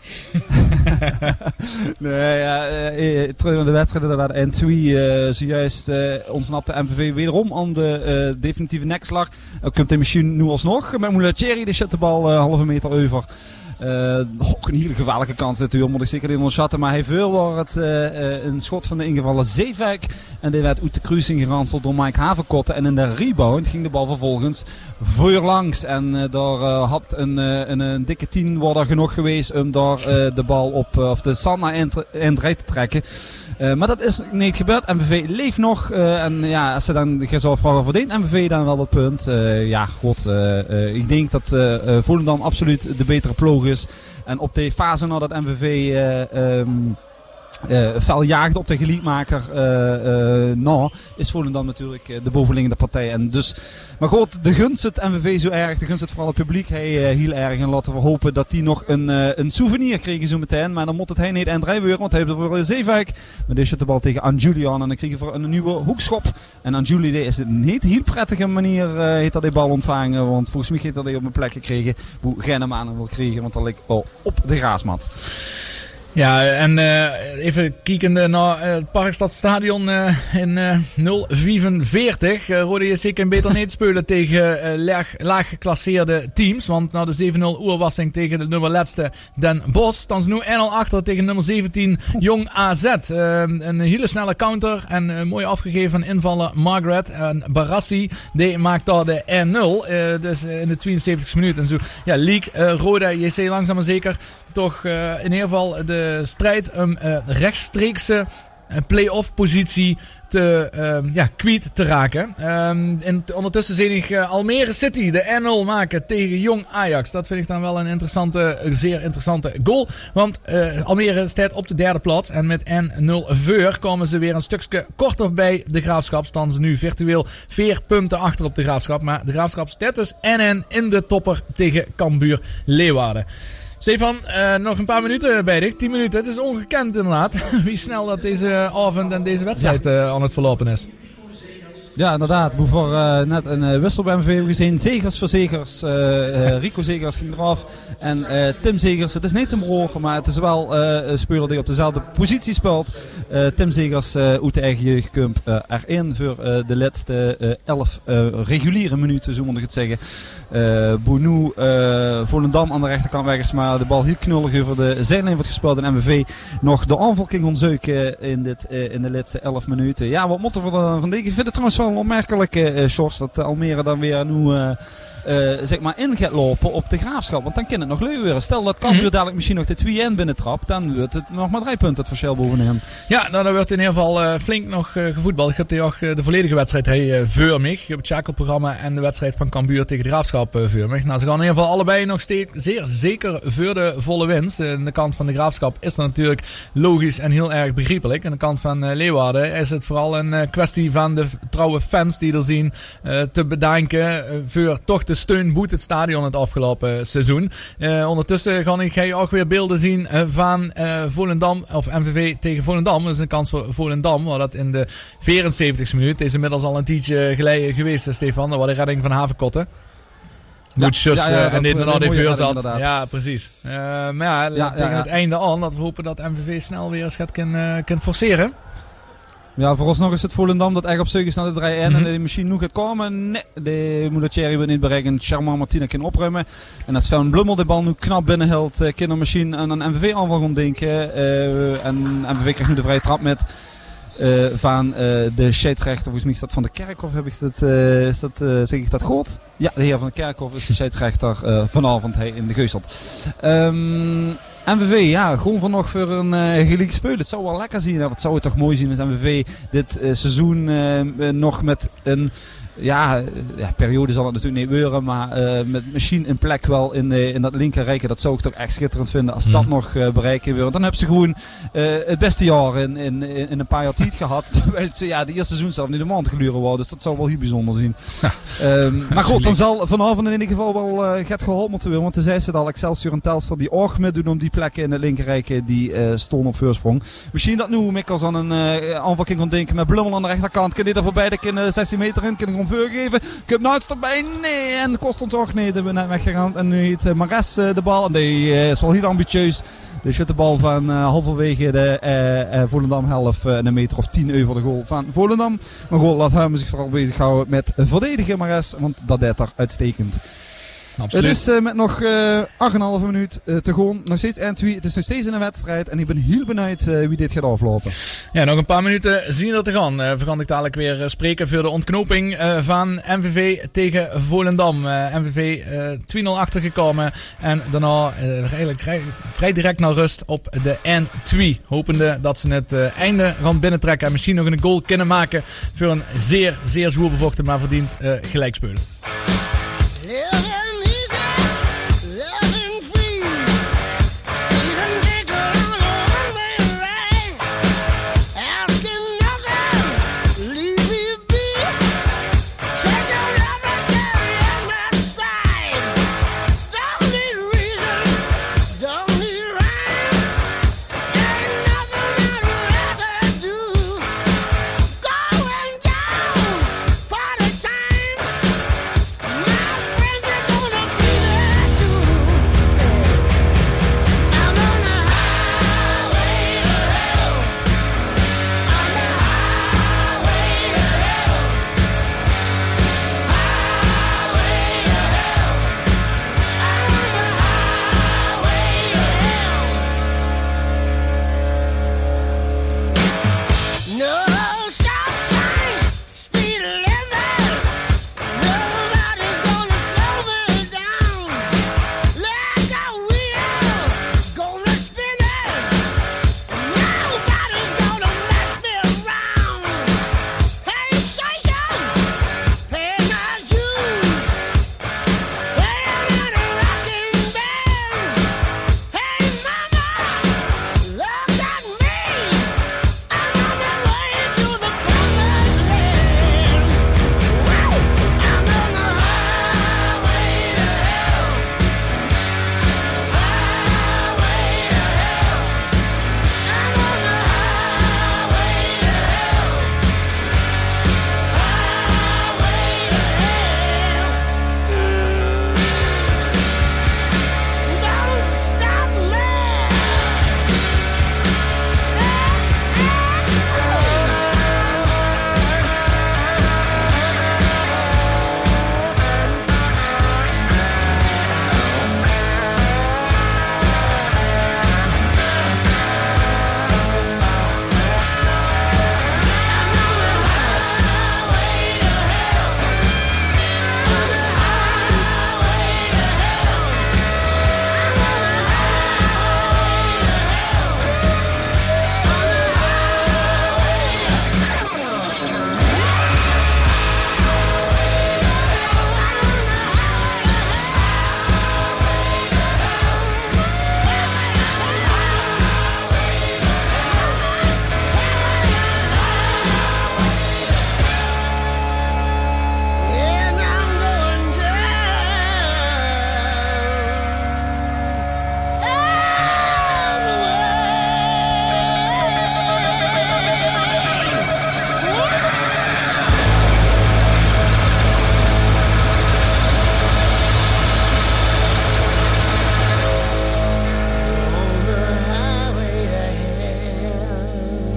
Nee, terug naar de wedstrijd inderdaad. N2 zojuist ontsnapte MVV wederom aan de definitieve nekslag. Komt de machine nu alsnog met Moulacheri, die zet de bal halve meter over. Een hele gevaarlijke kans natuurlijk, moet ik zeker niet onderschatten. Maar hij wordt een schot van de ingevallen Zeefuik. En die werd uit de kruising geranseld door Mike Haverkotten. En in de rebound ging de bal vervolgens voorlangs. En daar had een dikke 10 worden genoeg geweest om daar de bal op of de Sanna eind te trekken. Maar dat is niet gebeurd. MVV leeft nog. En ja, als ze dan zou vragen, verdient MVV dan wel dat punt? Ik denk dat Volendam absoluut de betere ploeg is. En op de fase nadat MVV fel jaagt op de geliedmaker, is Volendam natuurlijk de bovenliggende partij. En dus, maar goed, de gunst het MVV zo erg, de gunst het vooral het publiek heel erg. En laten we hopen dat die nog een souvenir kregen zo meteen. Maar dan moet het hij niet en rijbeuren, want hij heeft er voor Zeefuik. Maar deze zit de bal tegen Anjulian en dan kregen we een nieuwe hoekschop. En Anjuli is het niet heel prettige manier heeft dat die bal ontvangen, want volgens mij heeft dat hij op een plek gekregen hoe geen hem aan wil krijgen, want dat ligt al op de graasmat. Ja, en even kijken naar het Parkstadstadion in 045. Rode JC kan beter niet spelen tegen laag geclasseerde teams. Want na de 7-0 oerwassing tegen de nummer laatste Den Bosch staan ze nu 1-0 achter tegen nummer 17 Jong AZ. Een hele snelle counter en mooi afgegeven van invaller Margaret. En Barassi die maakt daar de 1-0. Dus in de 72e minuut en zo. Ja, League, Rode JC langzaam maar zeker toch in ieder geval de strijd om rechtstreekse play-off positie kwijt te raken. Ondertussen zie ik Almere City de 1-0 maken tegen Jong Ajax. Dat vind ik dan wel een zeer interessante goal. Want Almere staat op de derde plaats. En met 1-0 voor komen ze weer een stukje korter bij de Graafschap. Staan ze nu virtueel 4 punten achter op de Graafschap. Maar de Graafschap staat dus 1-1 in de topper tegen Cambuur Leeuwarden. Stefan, nog een paar minuten bij dich. 10 minuten. Het is ongekend inderdaad. Wie snel dat deze avond en deze wedstrijd aan het verlopen is. Ja, inderdaad. We hebben net een wissel bij MVV gezien. Zegers voor Zegers. Rico Zegers ging eraf. En Tim Zegers. Het is niet zijn broer, maar het is wel een speler die op dezelfde positie speelt. Tim Zegers uit de eigen jeugdclub erin voor de laatste 11 reguliere minuten, zo moet ik het zeggen. Bounou, Volendam aan de rechterkant weg is, maar de bal heel knullig over de zijlijn wordt gespeeld. En MVV nog de aanval ging ontzuiken in de laatste 11 minuten. Ja, wat moeten we van denken? Ik vind het trouwens wel een opmerkelijke Sjors dat Almere dan weer nu zeg maar in gaat lopen op de Graafschap. Want dan kan het nog leuk worden. Stel dat Cambuur dadelijk misschien nog de 2-1 binnentrapt, dan wordt het nog maar 3 punten het verschil bovenin. Ja, nou, dan wordt in ieder geval flink nog gevoetbald. Ik heb ook de volledige wedstrijd voor mij. Ik heb het Schakelprogramma en de wedstrijd van Cambuur tegen de Graafschap voor mij. Nou, ze gaan in ieder geval allebei nog steeds zeer zeker voor de volle winst. Aan de kant van de Graafschap is dat natuurlijk logisch en heel erg begrijpelijk. Aan de kant van Leeuwarden is het vooral een kwestie van de trouwe fans die er zien te bedanken voor toch de steun boet het stadion het afgelopen seizoen. Ondertussen ga ik ook weer beelden zien van Volendam of MVV tegen Volendam. Dat is een kans voor Volendam, waar dat in de 74e minuut is inmiddels al een tijdje geleden geweest, Stefan. Dat was de redding van Haverkotten. Moetjes en dit en al die vuur zat. Ja, precies. Maar ja, tegen het einde aan, dat we hopen dat MVV snel weer eens gaat kan forceren. Ja, vooralsnog is het Volendam dat echt op zoek is naar de 3-1 en de machine nu gaat komen. Nee, de Moulacheri wil niet bereiken. Charmant Martina kan opruimen. En als Sven Blummel de bal nu knap binnenhield, kan de machine aan een MVV aanval gaan denken. En MVV krijgt nu de vrije trap met van de scheidsrechter, volgens mij is dat van de Kerkhof, heb ik dat, zeg ik dat goed? Ja, de heer van de Kerkhof is de scheidsrechter vanavond in de Geuselt. MVV, ja, gewoon voor nog voor een gelijk speel. Het zou wel lekker zien. Wat zou het toch mooi zien als MVV dit seizoen nog met een... Ja, periode zal het natuurlijk niet gebeuren, maar met misschien een plek wel in dat linkerrijke, dat zou ik toch echt schitterend vinden als dat nog bereiken wil. Dan hebben ze gewoon het beste jaar in een paar jaar tijd gehad, terwijl ze de eerste seizoen zelf niet de maand geluren waren, dus dat zou wel heel bijzonder zien. Maar goed, dan zal vanavond in ieder geval wel get geholpen moeten worden, want toen zei ze dat Excelsior en Telstar die ook met doen om die plekken in het linkerrijke die stonden op voorsprong. Misschien dat nu Mikkels aan een aanval kan denken met Blummel aan de rechterkant, kan die er voorbij de 16 meter in, kan ik voorgeven. Cup Nuits erbij. Nee. En kost ons ook niet. We zijn net weggegaan. En nu heeft Mares de bal. En die is wel heel ambitieus. Dus je de bal van halverwege de Volendam helft. Een meter of 10 over de goal van Volendam. Maar goed, laat hem zich vooral bezighouden met verdedigen Mares. Want dat deed er uitstekend. Absoluut. Het is met nog 8,5 minuut te gaan. Nog steeds 1-2. Het is nog steeds een wedstrijd. En ik ben heel benieuwd wie dit gaat aflopen. Ja, nog een paar minuten zien er te gaan. Kan ik dadelijk weer spreken voor de ontknoping van MVV tegen Volendam. MVV 2-0 achtergekomen. En daarna eigenlijk vrij direct naar rust op de N2. Hopende dat ze het einde gaan binnentrekken. En misschien nog een goal kunnen maken voor een zeer, zeer zwoer bevochten, maar verdiend gelijkspel.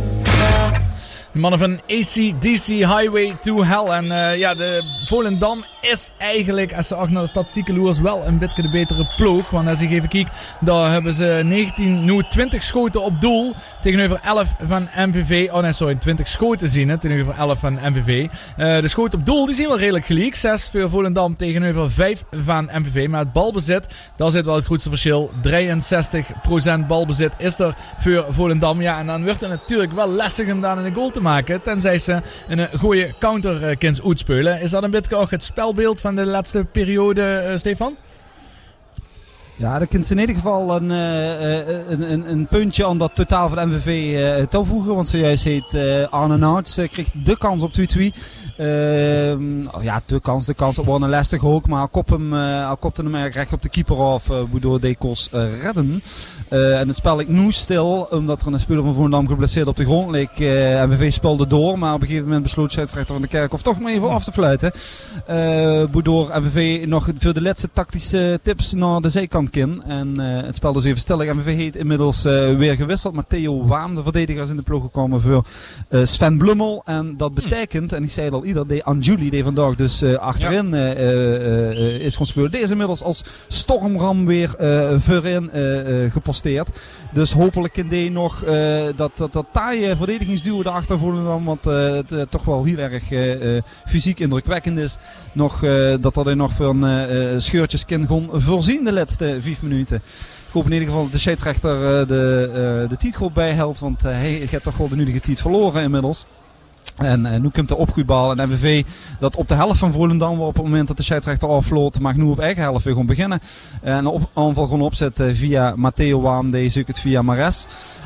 De mannen van AC/DC Highway to Hell. En de Volendam is eigenlijk, als ze ook naar de statistieken loers, wel een beetje de betere ploeg. Want als ik even kijk, daar hebben ze 20 schoten op doel tegenover 11 van MVV. 20 schoten zien tegenover 11 van MVV. De schoten op doel die zien wel redelijk gelijk. 6 voor Volendam tegenover 5 van MVV. Maar het balbezit, daar zit wel het grootste verschil. 63% balbezit is er voor Volendam. Ja, en dan wordt het natuurlijk wel lastig om daar een goal te maken. Tenzij ze een goede counter kunnen uitspelen. Is dat een beetje ook het spelbeeld van de laatste periode, Stefan? Ja, dat kunt ze in ieder geval een puntje aan dat totaal van de MVV toevoegen. Want zojuist heet Arne Nauts kreeg de kans op 2-2. De kans op een lastig ook, maar hij kopte hem eigenlijk recht op de keeper af, waardoor Dekos redden. En het spel ik nu stil, omdat er een speler van Volendam geblesseerd op de grond leek. MVV speelde door, maar op een gegeven moment besloot scheidsrechter van de Kerkhof toch maar even af te fluiten. Waardoor MVV nog voor de laatste tactische tips naar de zijkant kan. En het spel dus even stil. MVV heeft inmiddels weer gewisseld, maar Theo Waan, de verdediger, is in de ploeg gekomen voor Sven Blummel. En dat betekent, en ik zei het al eerder, de Anjuli die vandaag dus achterin is gaan spelen. Die is inmiddels als stormram weer voorin geposteerd. Dus hopelijk kan die nog dat taaie verdedigingsduo daarachter Volendam, wat toch wel heel erg fysiek indrukwekkend is, nog dat hij nog van scheurtjes kan gaan voorzien de laatste 5 minuten. Ik hoop in ieder geval dat de scheidsrechter de titel bijhoudt, want hij heeft toch wel de nudige titel verloren inmiddels. En nu komt de opgoedbal en MVV dat op de helft van Volendam, op het moment dat de scheidsrechter afvloot, mag nu op eigen helft weer gaan beginnen. En de aanval gaan opzetten via Matteo Waan, die zoekt het via Mares.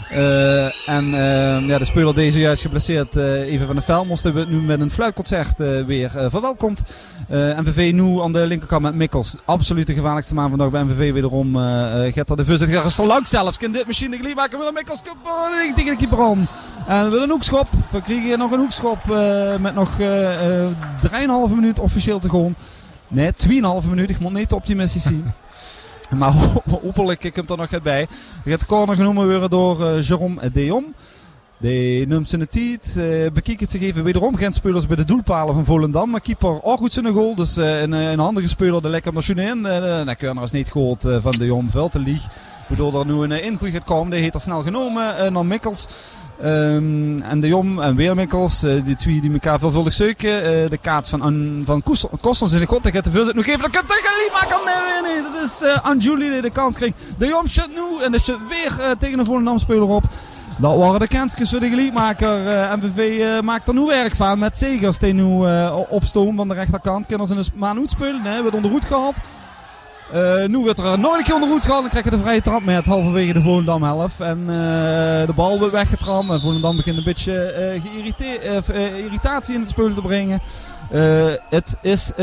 De speler die zojuist geblesseerd even van de veld moest, hebben we nu met een fluitconcert weer verwelkomd. MVV nu aan de linkerkant met Mikkels. Absoluut de gevaarlijkste man vandaag bij MVV wederom. Gaat er de voorzet. Gaat er lang zelfs. Kan dit machine de gelijk maken. Wil Mikkels tegen de keeper aan. En we willen een hoekschop. We krijgen nog een hoekschop met nog 3,5 minuut officieel te gaan. Nee, 2,5 minuut. Ik moet niet optimistisch zien. Maar hopelijk komt er nog het bij. Er gaat de corner genomen worden door Jérôme Deom. Die neemt zijn tijd, bekijkt het zich even wederom. Geen spelers bij de doelpalen van Volendam. Maar keeper ook goed zijn goal. Dus een handige speler de lekker naar in. De corner is niet goed van de Jong veel te lieg. Waardoor er nu een ingooi gaat komen. Die heeft er snel genomen naar Mikkels. En de Jong en weer Mikkels. Die twee die elkaar veelvuldig zoeken. De kaats van Kostels in de god. Dat gaat de voorzet nog even. Dat komt tegen Liemaker. Nee. Dat is Anjuli die de kans kreeg. De Jong shot nu. En de shot weer tegen een Volendam speler op. Dat waren de kansjes voor de gelijkmaker. MVV maakt er nu werk van met Segers die nu opstoom van de rechterkant. Kunnen ze een maan uitspelen. Nee, wordt onderhoed gehaald. Nu wordt er nog een keer onderhoed gehaald. Dan krijg je de vrije trap met halverwege de Volendam helft. En de bal wordt weggetramd. En Volendam begint een beetje irritatie in het spelen te brengen. Het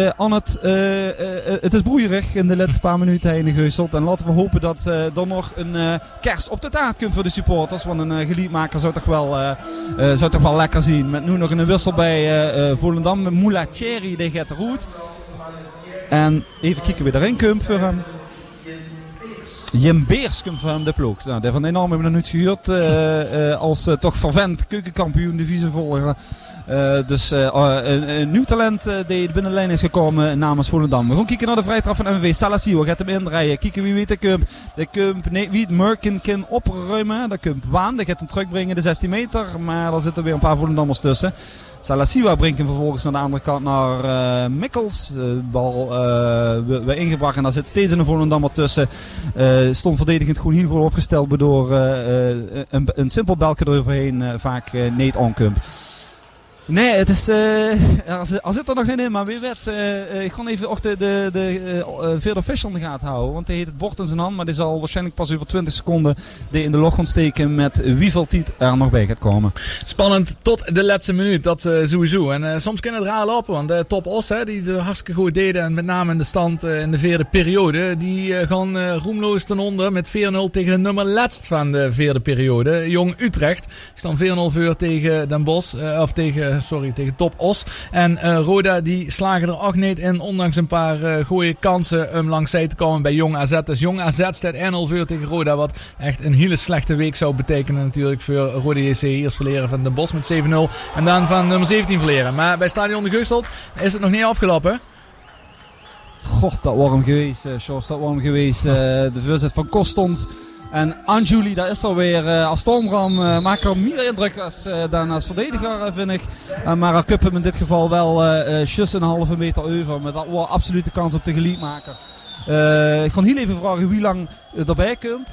is broeierig in de laatste paar minuten heen geusteld. En laten we hopen dat er nog een kers op de taart komt voor de supporters. Want een geliedmaker zou toch wel lekker zien. Met nu nog een wissel bij Volendam. Moula Thierry, die gaat eruit. En even kijken wie erin komt voor hem. Jim Beers komt van de ploeg. Nou, die van enorm hebben we nog niet gehuurd. Als toch vervent keukenkampioen divisievolger. Dus een nieuw talent die de binnenlijn is gekomen namens Volendam. We gaan kijken naar de vrije trap van MVV. Salasio gaat hem indraaien. Kijken wie weet de Kump. De Kump, nee, wie het Merkin kan opruimen. De Kump Waan, die gaat hem terugbrengen de 16 meter. Maar daar zitten weer een paar Volendammers tussen. Salasiwa brengt hem vervolgens naar de andere kant naar Mikkels. De bal weer ingebracht en daar zit steeds een Volendammer tussen. Stond verdedigend gewoon heel goed opgesteld, waardoor een simpel belke eroverheen vaak niet aankomt. Nee, het is, er zit er nog geen in, maar wie weet. Ik ga even ook de Veer Official in de gaten houden. Want hij heeft het bord in zijn hand, maar die zal waarschijnlijk pas over 20 seconden in de log gaan steken met wieveel tijd er nog bij gaat komen. Spannend tot de laatste minuut, dat sowieso. En soms kan het raar lopen, want Top Os, die de hartstikke goed deden, en met name in de stand in de vierde periode, die gaan roemloos ten onder met 4-0 tegen de nummer laatst van de vierde periode. Jong Utrecht staan 4-0 voor tegen Den Bosch, tegen Top Os. En Roda die slagen er ook niet in, ondanks een paar goede kansen om langs zij te komen bij Jong AZ. Dus Jong AZ staat 1-0 voor tegen Roda, wat echt een hele slechte week zou betekenen natuurlijk voor Roda JC. Eerst verleren van Den Bosch met 7-0 en dan van nummer 17 verleren. Maar bij Stadion de Geusteld is het nog niet afgelopen. God, dat warm geweest, Sjors, dat warm geweest. De voorzet van Kostons en Anjuli, dat is alweer als stormram. Maakt er meer indruk dan als verdediger, vind ik. Maar hij kupt hem in dit geval wel just een halve meter over. Met dat was absoluut de kans op de gelijk maken. Ik ga heel even vragen wie lang erbij komt.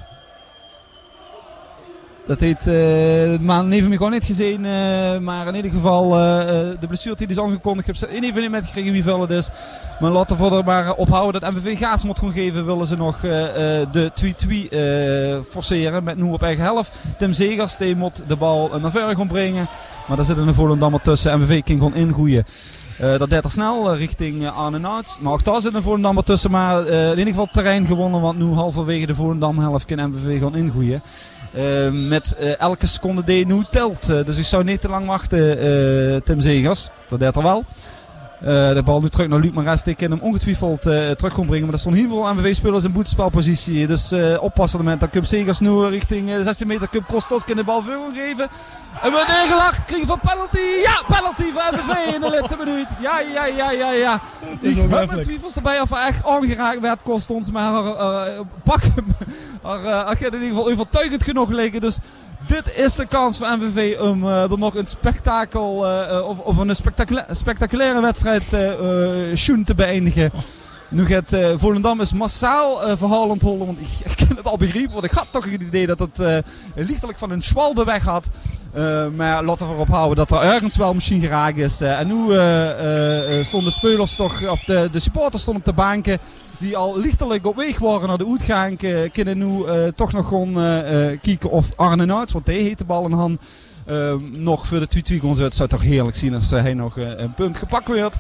Dat heeft maar even gewoon niet gezien. Maar in ieder geval de blessure die is aangekondigd. Ik heb even niet metgekregen wie veel het is. Maar laten we er maar ophouden dat MVV gas moet gaan geven. Willen ze nog de 2-2 forceren. Met nu op eigen helft. Tim Zegers die moet de bal naar voren gaan brengen. Maar daar zit een Volendammer tussen. MVV kan gewoon ingooien. Dat deed er snel richting Arnhem-Ouds. Maar ook daar zit een Volendammer tussen. Maar in ieder geval terrein gewonnen. Want nu halverwege de Volendam helft kan MVV gaan ingooien. Met elke seconde die nu telt. Dus ik zou niet te lang wachten, Tim Zegers. Dat deed er wel. De bal nu terug naar Luc Mares. Die kan hem ongetwijfeld terug gaan brengen. Maar er stonden heel veel MVV-spelers in boetespelpositie. Dus oppassen op het moment dat Cup Zegers nu richting 16 meter Cup Kostos kan de bal voor gaan geven. En wordt ingelacht. Krijgen van penalty. Ja, penalty voor MVV in de laatste minuut. Ja. Ik heb mijn twijfels erbij of hij echt aangeraakt werd. Kost ons. Maar pak hem. Hij gaat in ieder geval overtuigend genoeg liggen. Dus dit is de kans voor MVV om er nog een spektakel of een spectaculaire wedstrijd schoen te beëindigen. Nu gaat Volendam is massaal verhalend hollen, want ik kan het al begrijpen, want ik had toch het idee dat het lichtelijk van een Schwalbe weg had. Maar laten we erop houden dat er ergens wel misschien geraakt is. En nu stonden de spelers toch, of de supporters stonden op de banken die al lichtelijk op weg waren naar de uitgang. Kunnen nu toch nog gewoon kijken of Arnhem-Ouds, want hij heeft de bal in hand, nog voor de 2-2 kon zetten. Het zou toch heerlijk zien als hij nog een punt gepakt werd.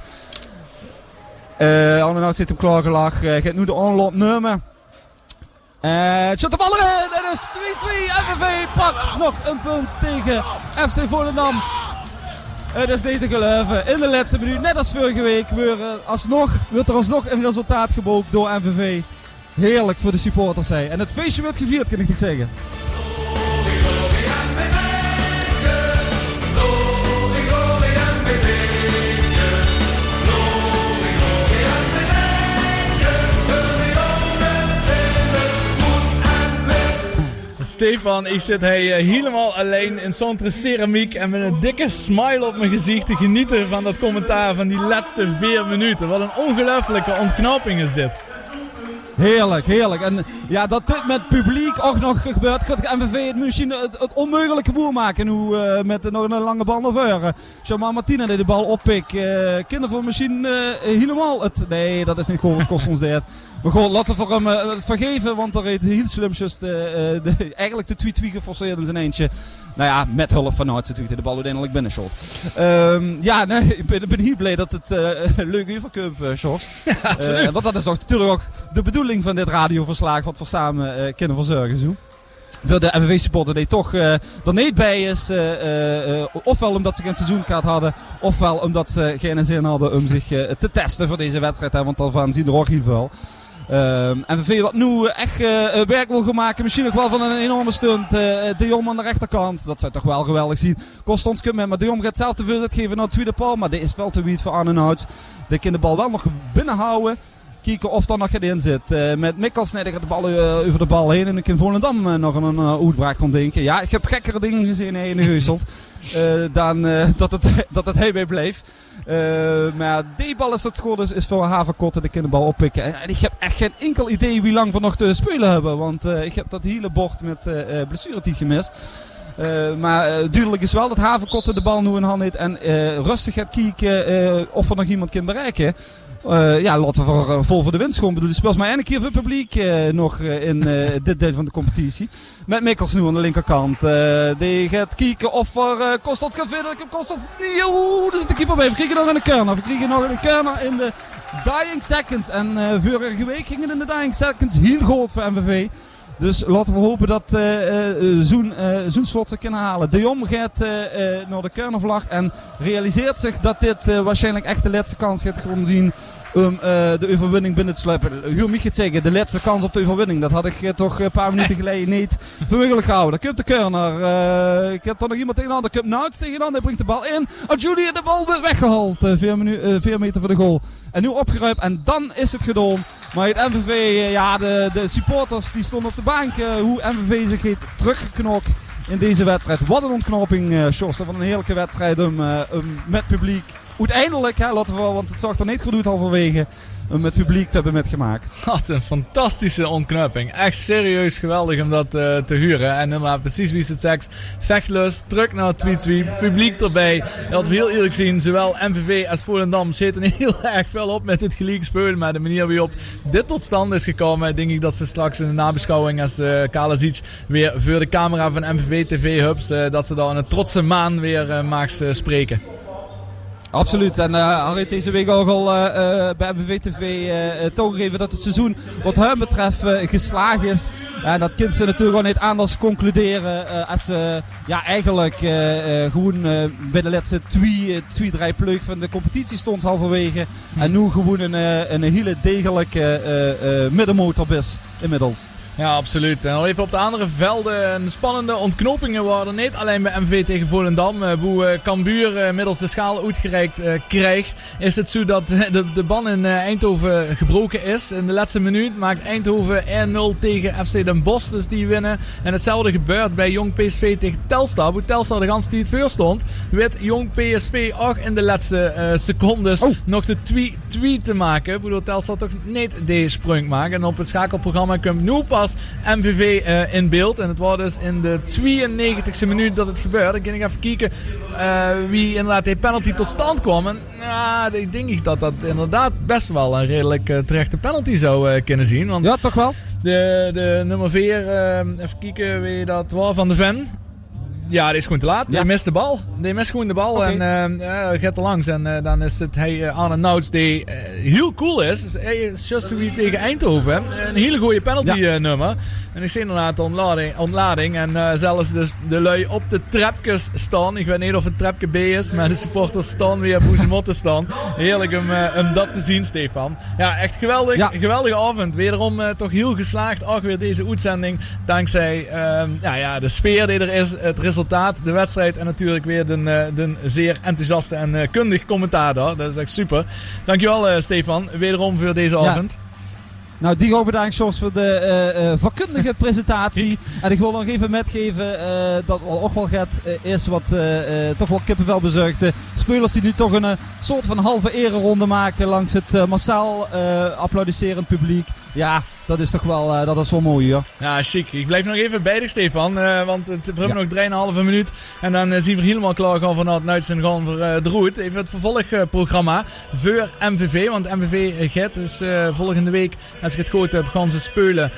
Arnhem-Ouds zit hem klaargelag. Gaat nu de aanloop nemen. Shot de bal erin. En is 2-2. MVV pakt nog een punt tegen FC Volendam. Het is niet te geloven. In de laatste minuut, net als vorige week, wordt er alsnog een resultaat geboekt door MVV. Heerlijk voor de supporters. En het feestje wordt gevierd, kan ik niet zeggen. Stefan, ik zit helemaal alleen in Centre Ceramiek en met een dikke smile op mijn gezicht te genieten van dat commentaar van die laatste 4 minuten. Wat een ongelooflijke ontknoping is dit. Heerlijk. En ja, dat dit met publiek ook nog gebeurt, gaat MVV het misschien het onmogelijke boer maken. Nu met nog een lange bal naar voren. Jamal Martina die de bal oppikt. Kinderen voor misschien helemaal het... Nee, dat is niet goed, het kost ons dit. Maar gewoon, laten we hem het vergeven, want er heeft heel slimjes eigenlijk de 2-2 geforceerd in zijn eentje. Nou ja, met hulp van Ouds natuurlijk, de bal uiteindelijk binnenshot. Ik ben heel blij dat het een leuke overkomt, Sjors. Ja, want dat is natuurlijk ook de bedoeling van dit radioverslag, wat we samen kunnen verzorgen. Zo. Voor de MVV-supporter die toch er niet bij is, ofwel omdat ze geen seizoenkaart hadden, ofwel omdat ze geen zin hadden om zich te testen voor deze wedstrijd, want daarvan zien er ook heel veel. MVV wat nu echt werk wil gaan maken, misschien nog wel van een enorme stunt. De Jong aan de rechterkant, dat zou toch wel geweldig zien. Kost ons kunnen, maar de Jong gaat zelf de voorzet geven naar het tweede paal, maar dit is wel te wiet voor Arnhem-Ouds. Die kan de bal wel nog binnenhouden. Kijken of er nog geen in zit. Met Mikkels, nee, die gaat de bal over de bal heen. En ik kan Volendam nog een uitbraak kon denken. Ja, ik heb gekkere dingen gezien in de Geusselt. Dan dat het hierbij bleef. Maar die bal is het goed is voor Haverkotten. Die kan de bal oppikken. En ik heb echt geen enkel idee wie lang we nog te spelen hebben. Want ik heb dat hele bord met blessuretijd gemist. Maar duidelijk is wel dat Haverkotten de bal nu in hand heeft. En rustig gaat kijken of er nog iemand kan bereiken. Laten we vol voor de winst gewoon bedoelen. Speelt maar één keer voor het publiek nog in dit deel van de competitie. Met Mikkels nu aan de linkerkant. Die gaat kijken of er Kostot gaat vinden. Kostot niet. Oeh, daar zit de keeper bij. We krijgen nog een corner. We krijgen nog een corner in de dying seconds. En vorige week gingen in de dying seconds heel goed voor MVV. Dus laten we hopen dat zo'n slot ze kunnen halen. De Jong gaat naar de cornervlag en realiseert zich dat dit waarschijnlijk echt de laatste kans gaat gewoon zien om de overwinning binnen te sluipen. Huur mij het zeggen, de laatste kans op de overwinning. Dat had ik toch een paar minuten geleden niet voor mogelijk gehouden. Dan komt de Kerner. Ik heb toch nog iemand tegenaan. Dan komt Nouts tegenaan. Hij brengt de bal in. En Julian de bal werd weggehaald. 4 meter voor de goal. En nu opgeruimd. En dan is het gedaan. Maar het MVV, de supporters die stonden op de bank. Hoe MVV zich heeft teruggeknokt in deze wedstrijd. Wat een ontknoping, Sjors. Wat een heerlijke wedstrijd met publiek. Uiteindelijk, want het zag er niet goed uit halverwege, met publiek te hebben metgemaakt. Wat een fantastische ontknoping. Echt serieus geweldig om dat te huren. En inderdaad, precies wie het zegt. Vechtlust, terug naar 2-2, publiek erbij. Dat we heel eerlijk zien, zowel MVV als Volendam zitten heel erg veel op met het gelijk spelen. Maar de manier waarop dit tot stand is gekomen, denk ik dat ze straks in de nabeschouwing als Kalasic weer voor de camera van MVV TV Hubs, dat ze daar een trotse maan weer mag spreken. Absoluut. En Harry heeft deze week ook al bij MVV TV toegegeven dat het seizoen wat hem betreft geslagen is. En dat kunnen ze natuurlijk ook niet anders concluderen als ze eigenlijk gewoon bij de laatste 2-3 pleuk van de competitie stond halverwege. En nu gewoon een hele degelijke middenmotor is inmiddels. Ja, absoluut. En al even op de andere velden. Spannende ontknopingen worden niet alleen bij MV tegen Volendam. Hoe Cambuur middels de schaal uitgereikt krijgt. Is het zo dat de ban in Eindhoven gebroken is. In de laatste minuut maakt Eindhoven 1-0 tegen FC Den Bosch. Dus die winnen. En hetzelfde gebeurt bij Jong PSV tegen Telstar. Hoe Telstar de ganse tijd voor stond. Weet Jong PSV ook in de laatste secondes nog de 2 te maken. Waardoor Telstar toch niet deze sprong maakt. En op het schakelprogramma komt nu pas MVV in beeld. En het was dus in de 92e minuut dat het gebeurde. Ik ga even kijken wie inderdaad die penalty tot stand kwam. En ik denk dat dat inderdaad best wel een redelijk terechte penalty zou kunnen zien. Want ja, toch wel. De nummer 4, even kijken wie dat was, Van de Ven. Ja, die is gewoon te laat. Ja. Die mist de bal. Die mist gewoon de bal. Okay. En gaat er langs. En dan is het Arne Nouts die heel cool is. Dus hij is just wie tegen Eindhoven. Een hele goede penalty nummer. En ik zie inderdaad ontlading. En zelfs dus de lui op de trapjes staan. Ik weet niet of het trapje B is. Maar de supporters staan weer op hoe ze moeten staan. Heerlijk om dat te zien, Stefan. Ja, echt geweldig. Ja. Geweldige avond. Wederom toch heel geslaagd. Ook weer deze uitzending. Dankzij de sfeer die er is. Het resultaat, de wedstrijd en natuurlijk weer de zeer enthousiaste en kundig commentator. Dat is echt super. Dankjewel Stefan, wederom voor deze avond. Nou, die ook bedankt Sjors voor de vakkundige presentatie. En ik wil nog even metgeven dat ook wel gaat is wat toch wel kippenvel bezuigde spelers die nu toch een soort van halve ereronde maken langs het massaal applaudisserend publiek. Ja, dat is toch wel, dat is wel mooi hoor. Ja, chic. Ik blijf nog even bij de Stefan, want we hebben nog 3,5 minuut. En dan zien we helemaal klaar gaan vanuit Nuits en gaan voor de route. Even het vervolgprogramma voor MVV. Want MVV gaat dus volgende week, als ik het goed heb, gaan ze spelen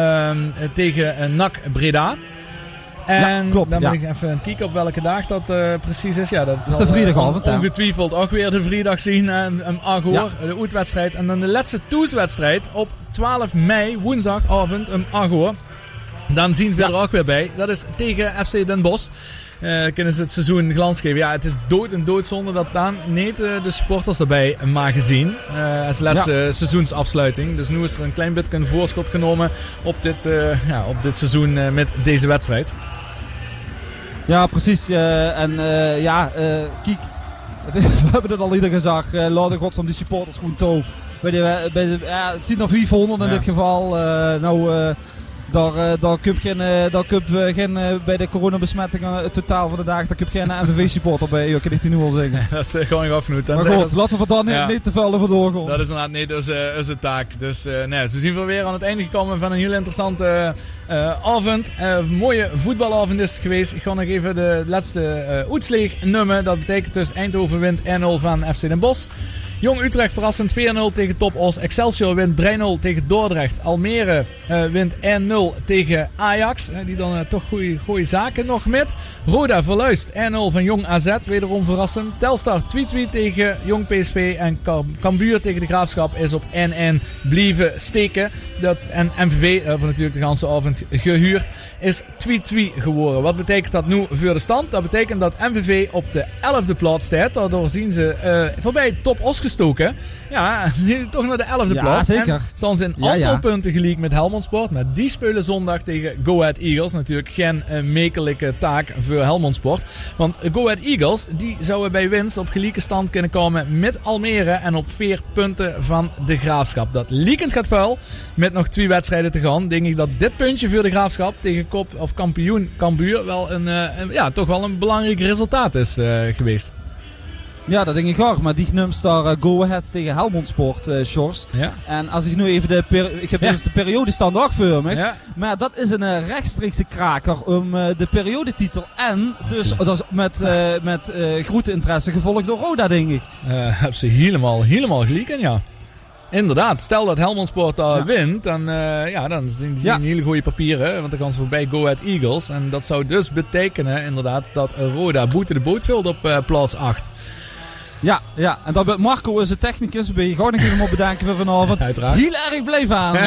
tegen NAC Breda. En klopt, dan moet ik even aan het kijken op welke dag dat precies is. Ja, dat is de vrijdagavond. Ongetwijfeld ook weer de vrijdag zien. Een Agoor, de uitwedstrijd. En dan de laatste toeswedstrijd op 12 mei, woensdagavond, een Agoor. Dan zien we er ook weer bij. Dat is tegen FC Den Bosch. Kunnen ze het seizoen glans geven. Ja, het is doodzonde dat dan niet de supporters erbij mogen zien. Als laatste seizoensafsluiting. Dus nu is er een klein beetje een voorschot genomen op dit seizoen met deze wedstrijd. Ja, precies. Kijk, we hebben het al eerder gezegd. Laat de godsnaam die supporters gewoon toe. Het ziet naar 500 in dit geval. Daar kun je bij de coronabesmettingen het totaal van de dag, daar kun je geen MVV-supporter bij. Je kan dit nu al zeggen. Dat ga ik afnoemen. Maar goed, laten we daar niet te veel over doorgaan. Dat is inderdaad niet onze taak. Dus zo zien we weer aan het einde gekomen van een heel interessante avond. Mooie voetbalavond is het geweest. Ik ga nog even de laatste uitslag noemen. Dat betekent dus Eindhoven wint 1-0 van FC Den Bosch. Jong Utrecht verrassend 4-0 tegen Top Os. Excelsior wint 3-0 tegen Dordrecht. Almere wint 1-0 tegen Ajax. Die dan toch goede zaken nog met. Roda verluist 1-0 van Jong AZ. Wederom verrassend. Telstar 2-2 tegen Jong PSV. En Cambuur tegen de Graafschap is op 1-1 blijven steken. En MVV, voor natuurlijk de ganse avond gehuurd, is 2-2 geworden. Wat betekent dat nu voor de stand? Dat betekent dat MVV op de 11e plaats staat. Daardoor zien ze voorbij Top Os afgestoken. Ja, toch naar de 11e Ja, plaats. zeker. En staan ze in aantal punten gelijk met Helmond Sport. Maar die spelen zondag tegen Go Ahead Eagles. Natuurlijk geen mekelijke taak voor Helmond Sport. Want Go Ahead Eagles die zouden bij winst op gelijke stand kunnen komen met Almere. En op 4 punten van de Graafschap. Dat liekend gaat vuil. Met nog 2 wedstrijden te gaan. Denk ik dat dit puntje voor de Graafschap tegen kop of kampioen Cambuur wel toch wel een belangrijk resultaat is geweest. Ja, dat denk ik ook. Maar die noemt daar Go Ahead tegen Helmond Sport, Sjors. Ja. En als ik nu even ik heb dus de periodestand ook voor me. Ja. Maar dat is een rechtstreekse kraker om de periodetitel. En dus dat is met grote interesse gevolgd door Roda, denk ik. Heb ze helemaal gelijk in, ja. Inderdaad, stel dat Helmond Sport wint, dan zijn die hele goede papieren. Want dan gaan ze voorbij Go Ahead Eagles. En dat zou dus betekenen inderdaad dat Roda boete de boot vult op plaats 8. Ja, en dat Marco is de technicus. Ben je gewoon nog even op bedanken voor vanavond. Uiteraard. Heel erg bleef aan.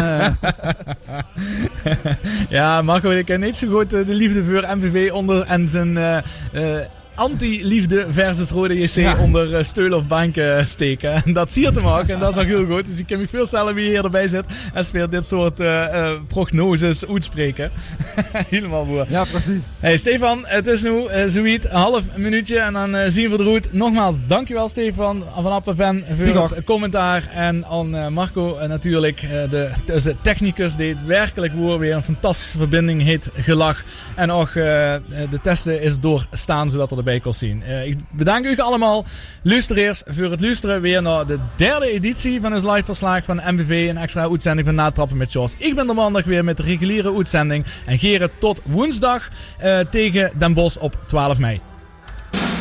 Ja, Marco, ik ken niet zo goed de liefde voor MVV onder en zijn anti-liefde versus Rode JC onder stoel of banken steken. En dat zie je te maken en dat is wel heel goed. Dus ik kan me veel stellen wie hier erbij zit en weer dit soort prognoses uitspreken. Helemaal boer. Ja, precies. Hey Stefan, het is nu zoiets, een half minuutje en dan zien we de route. Nogmaals, dankjewel Stefan van Appenven voor het commentaar. En aan Marco natuurlijk, de technicus die het werkelijk weer een fantastische verbinding heeft gelach. En ook de testen is doorstaan zodat er erbij kon zien. Ik bedank u allemaal, luisteraars, voor het luisteren weer naar de 3e editie van ons live verslag van MVV. Een extra uitzending van Natrappen met Sjors. Ik ben er maandag weer met de reguliere uitzending. En Gerrit tot woensdag tegen Den Bosch op 12 mei.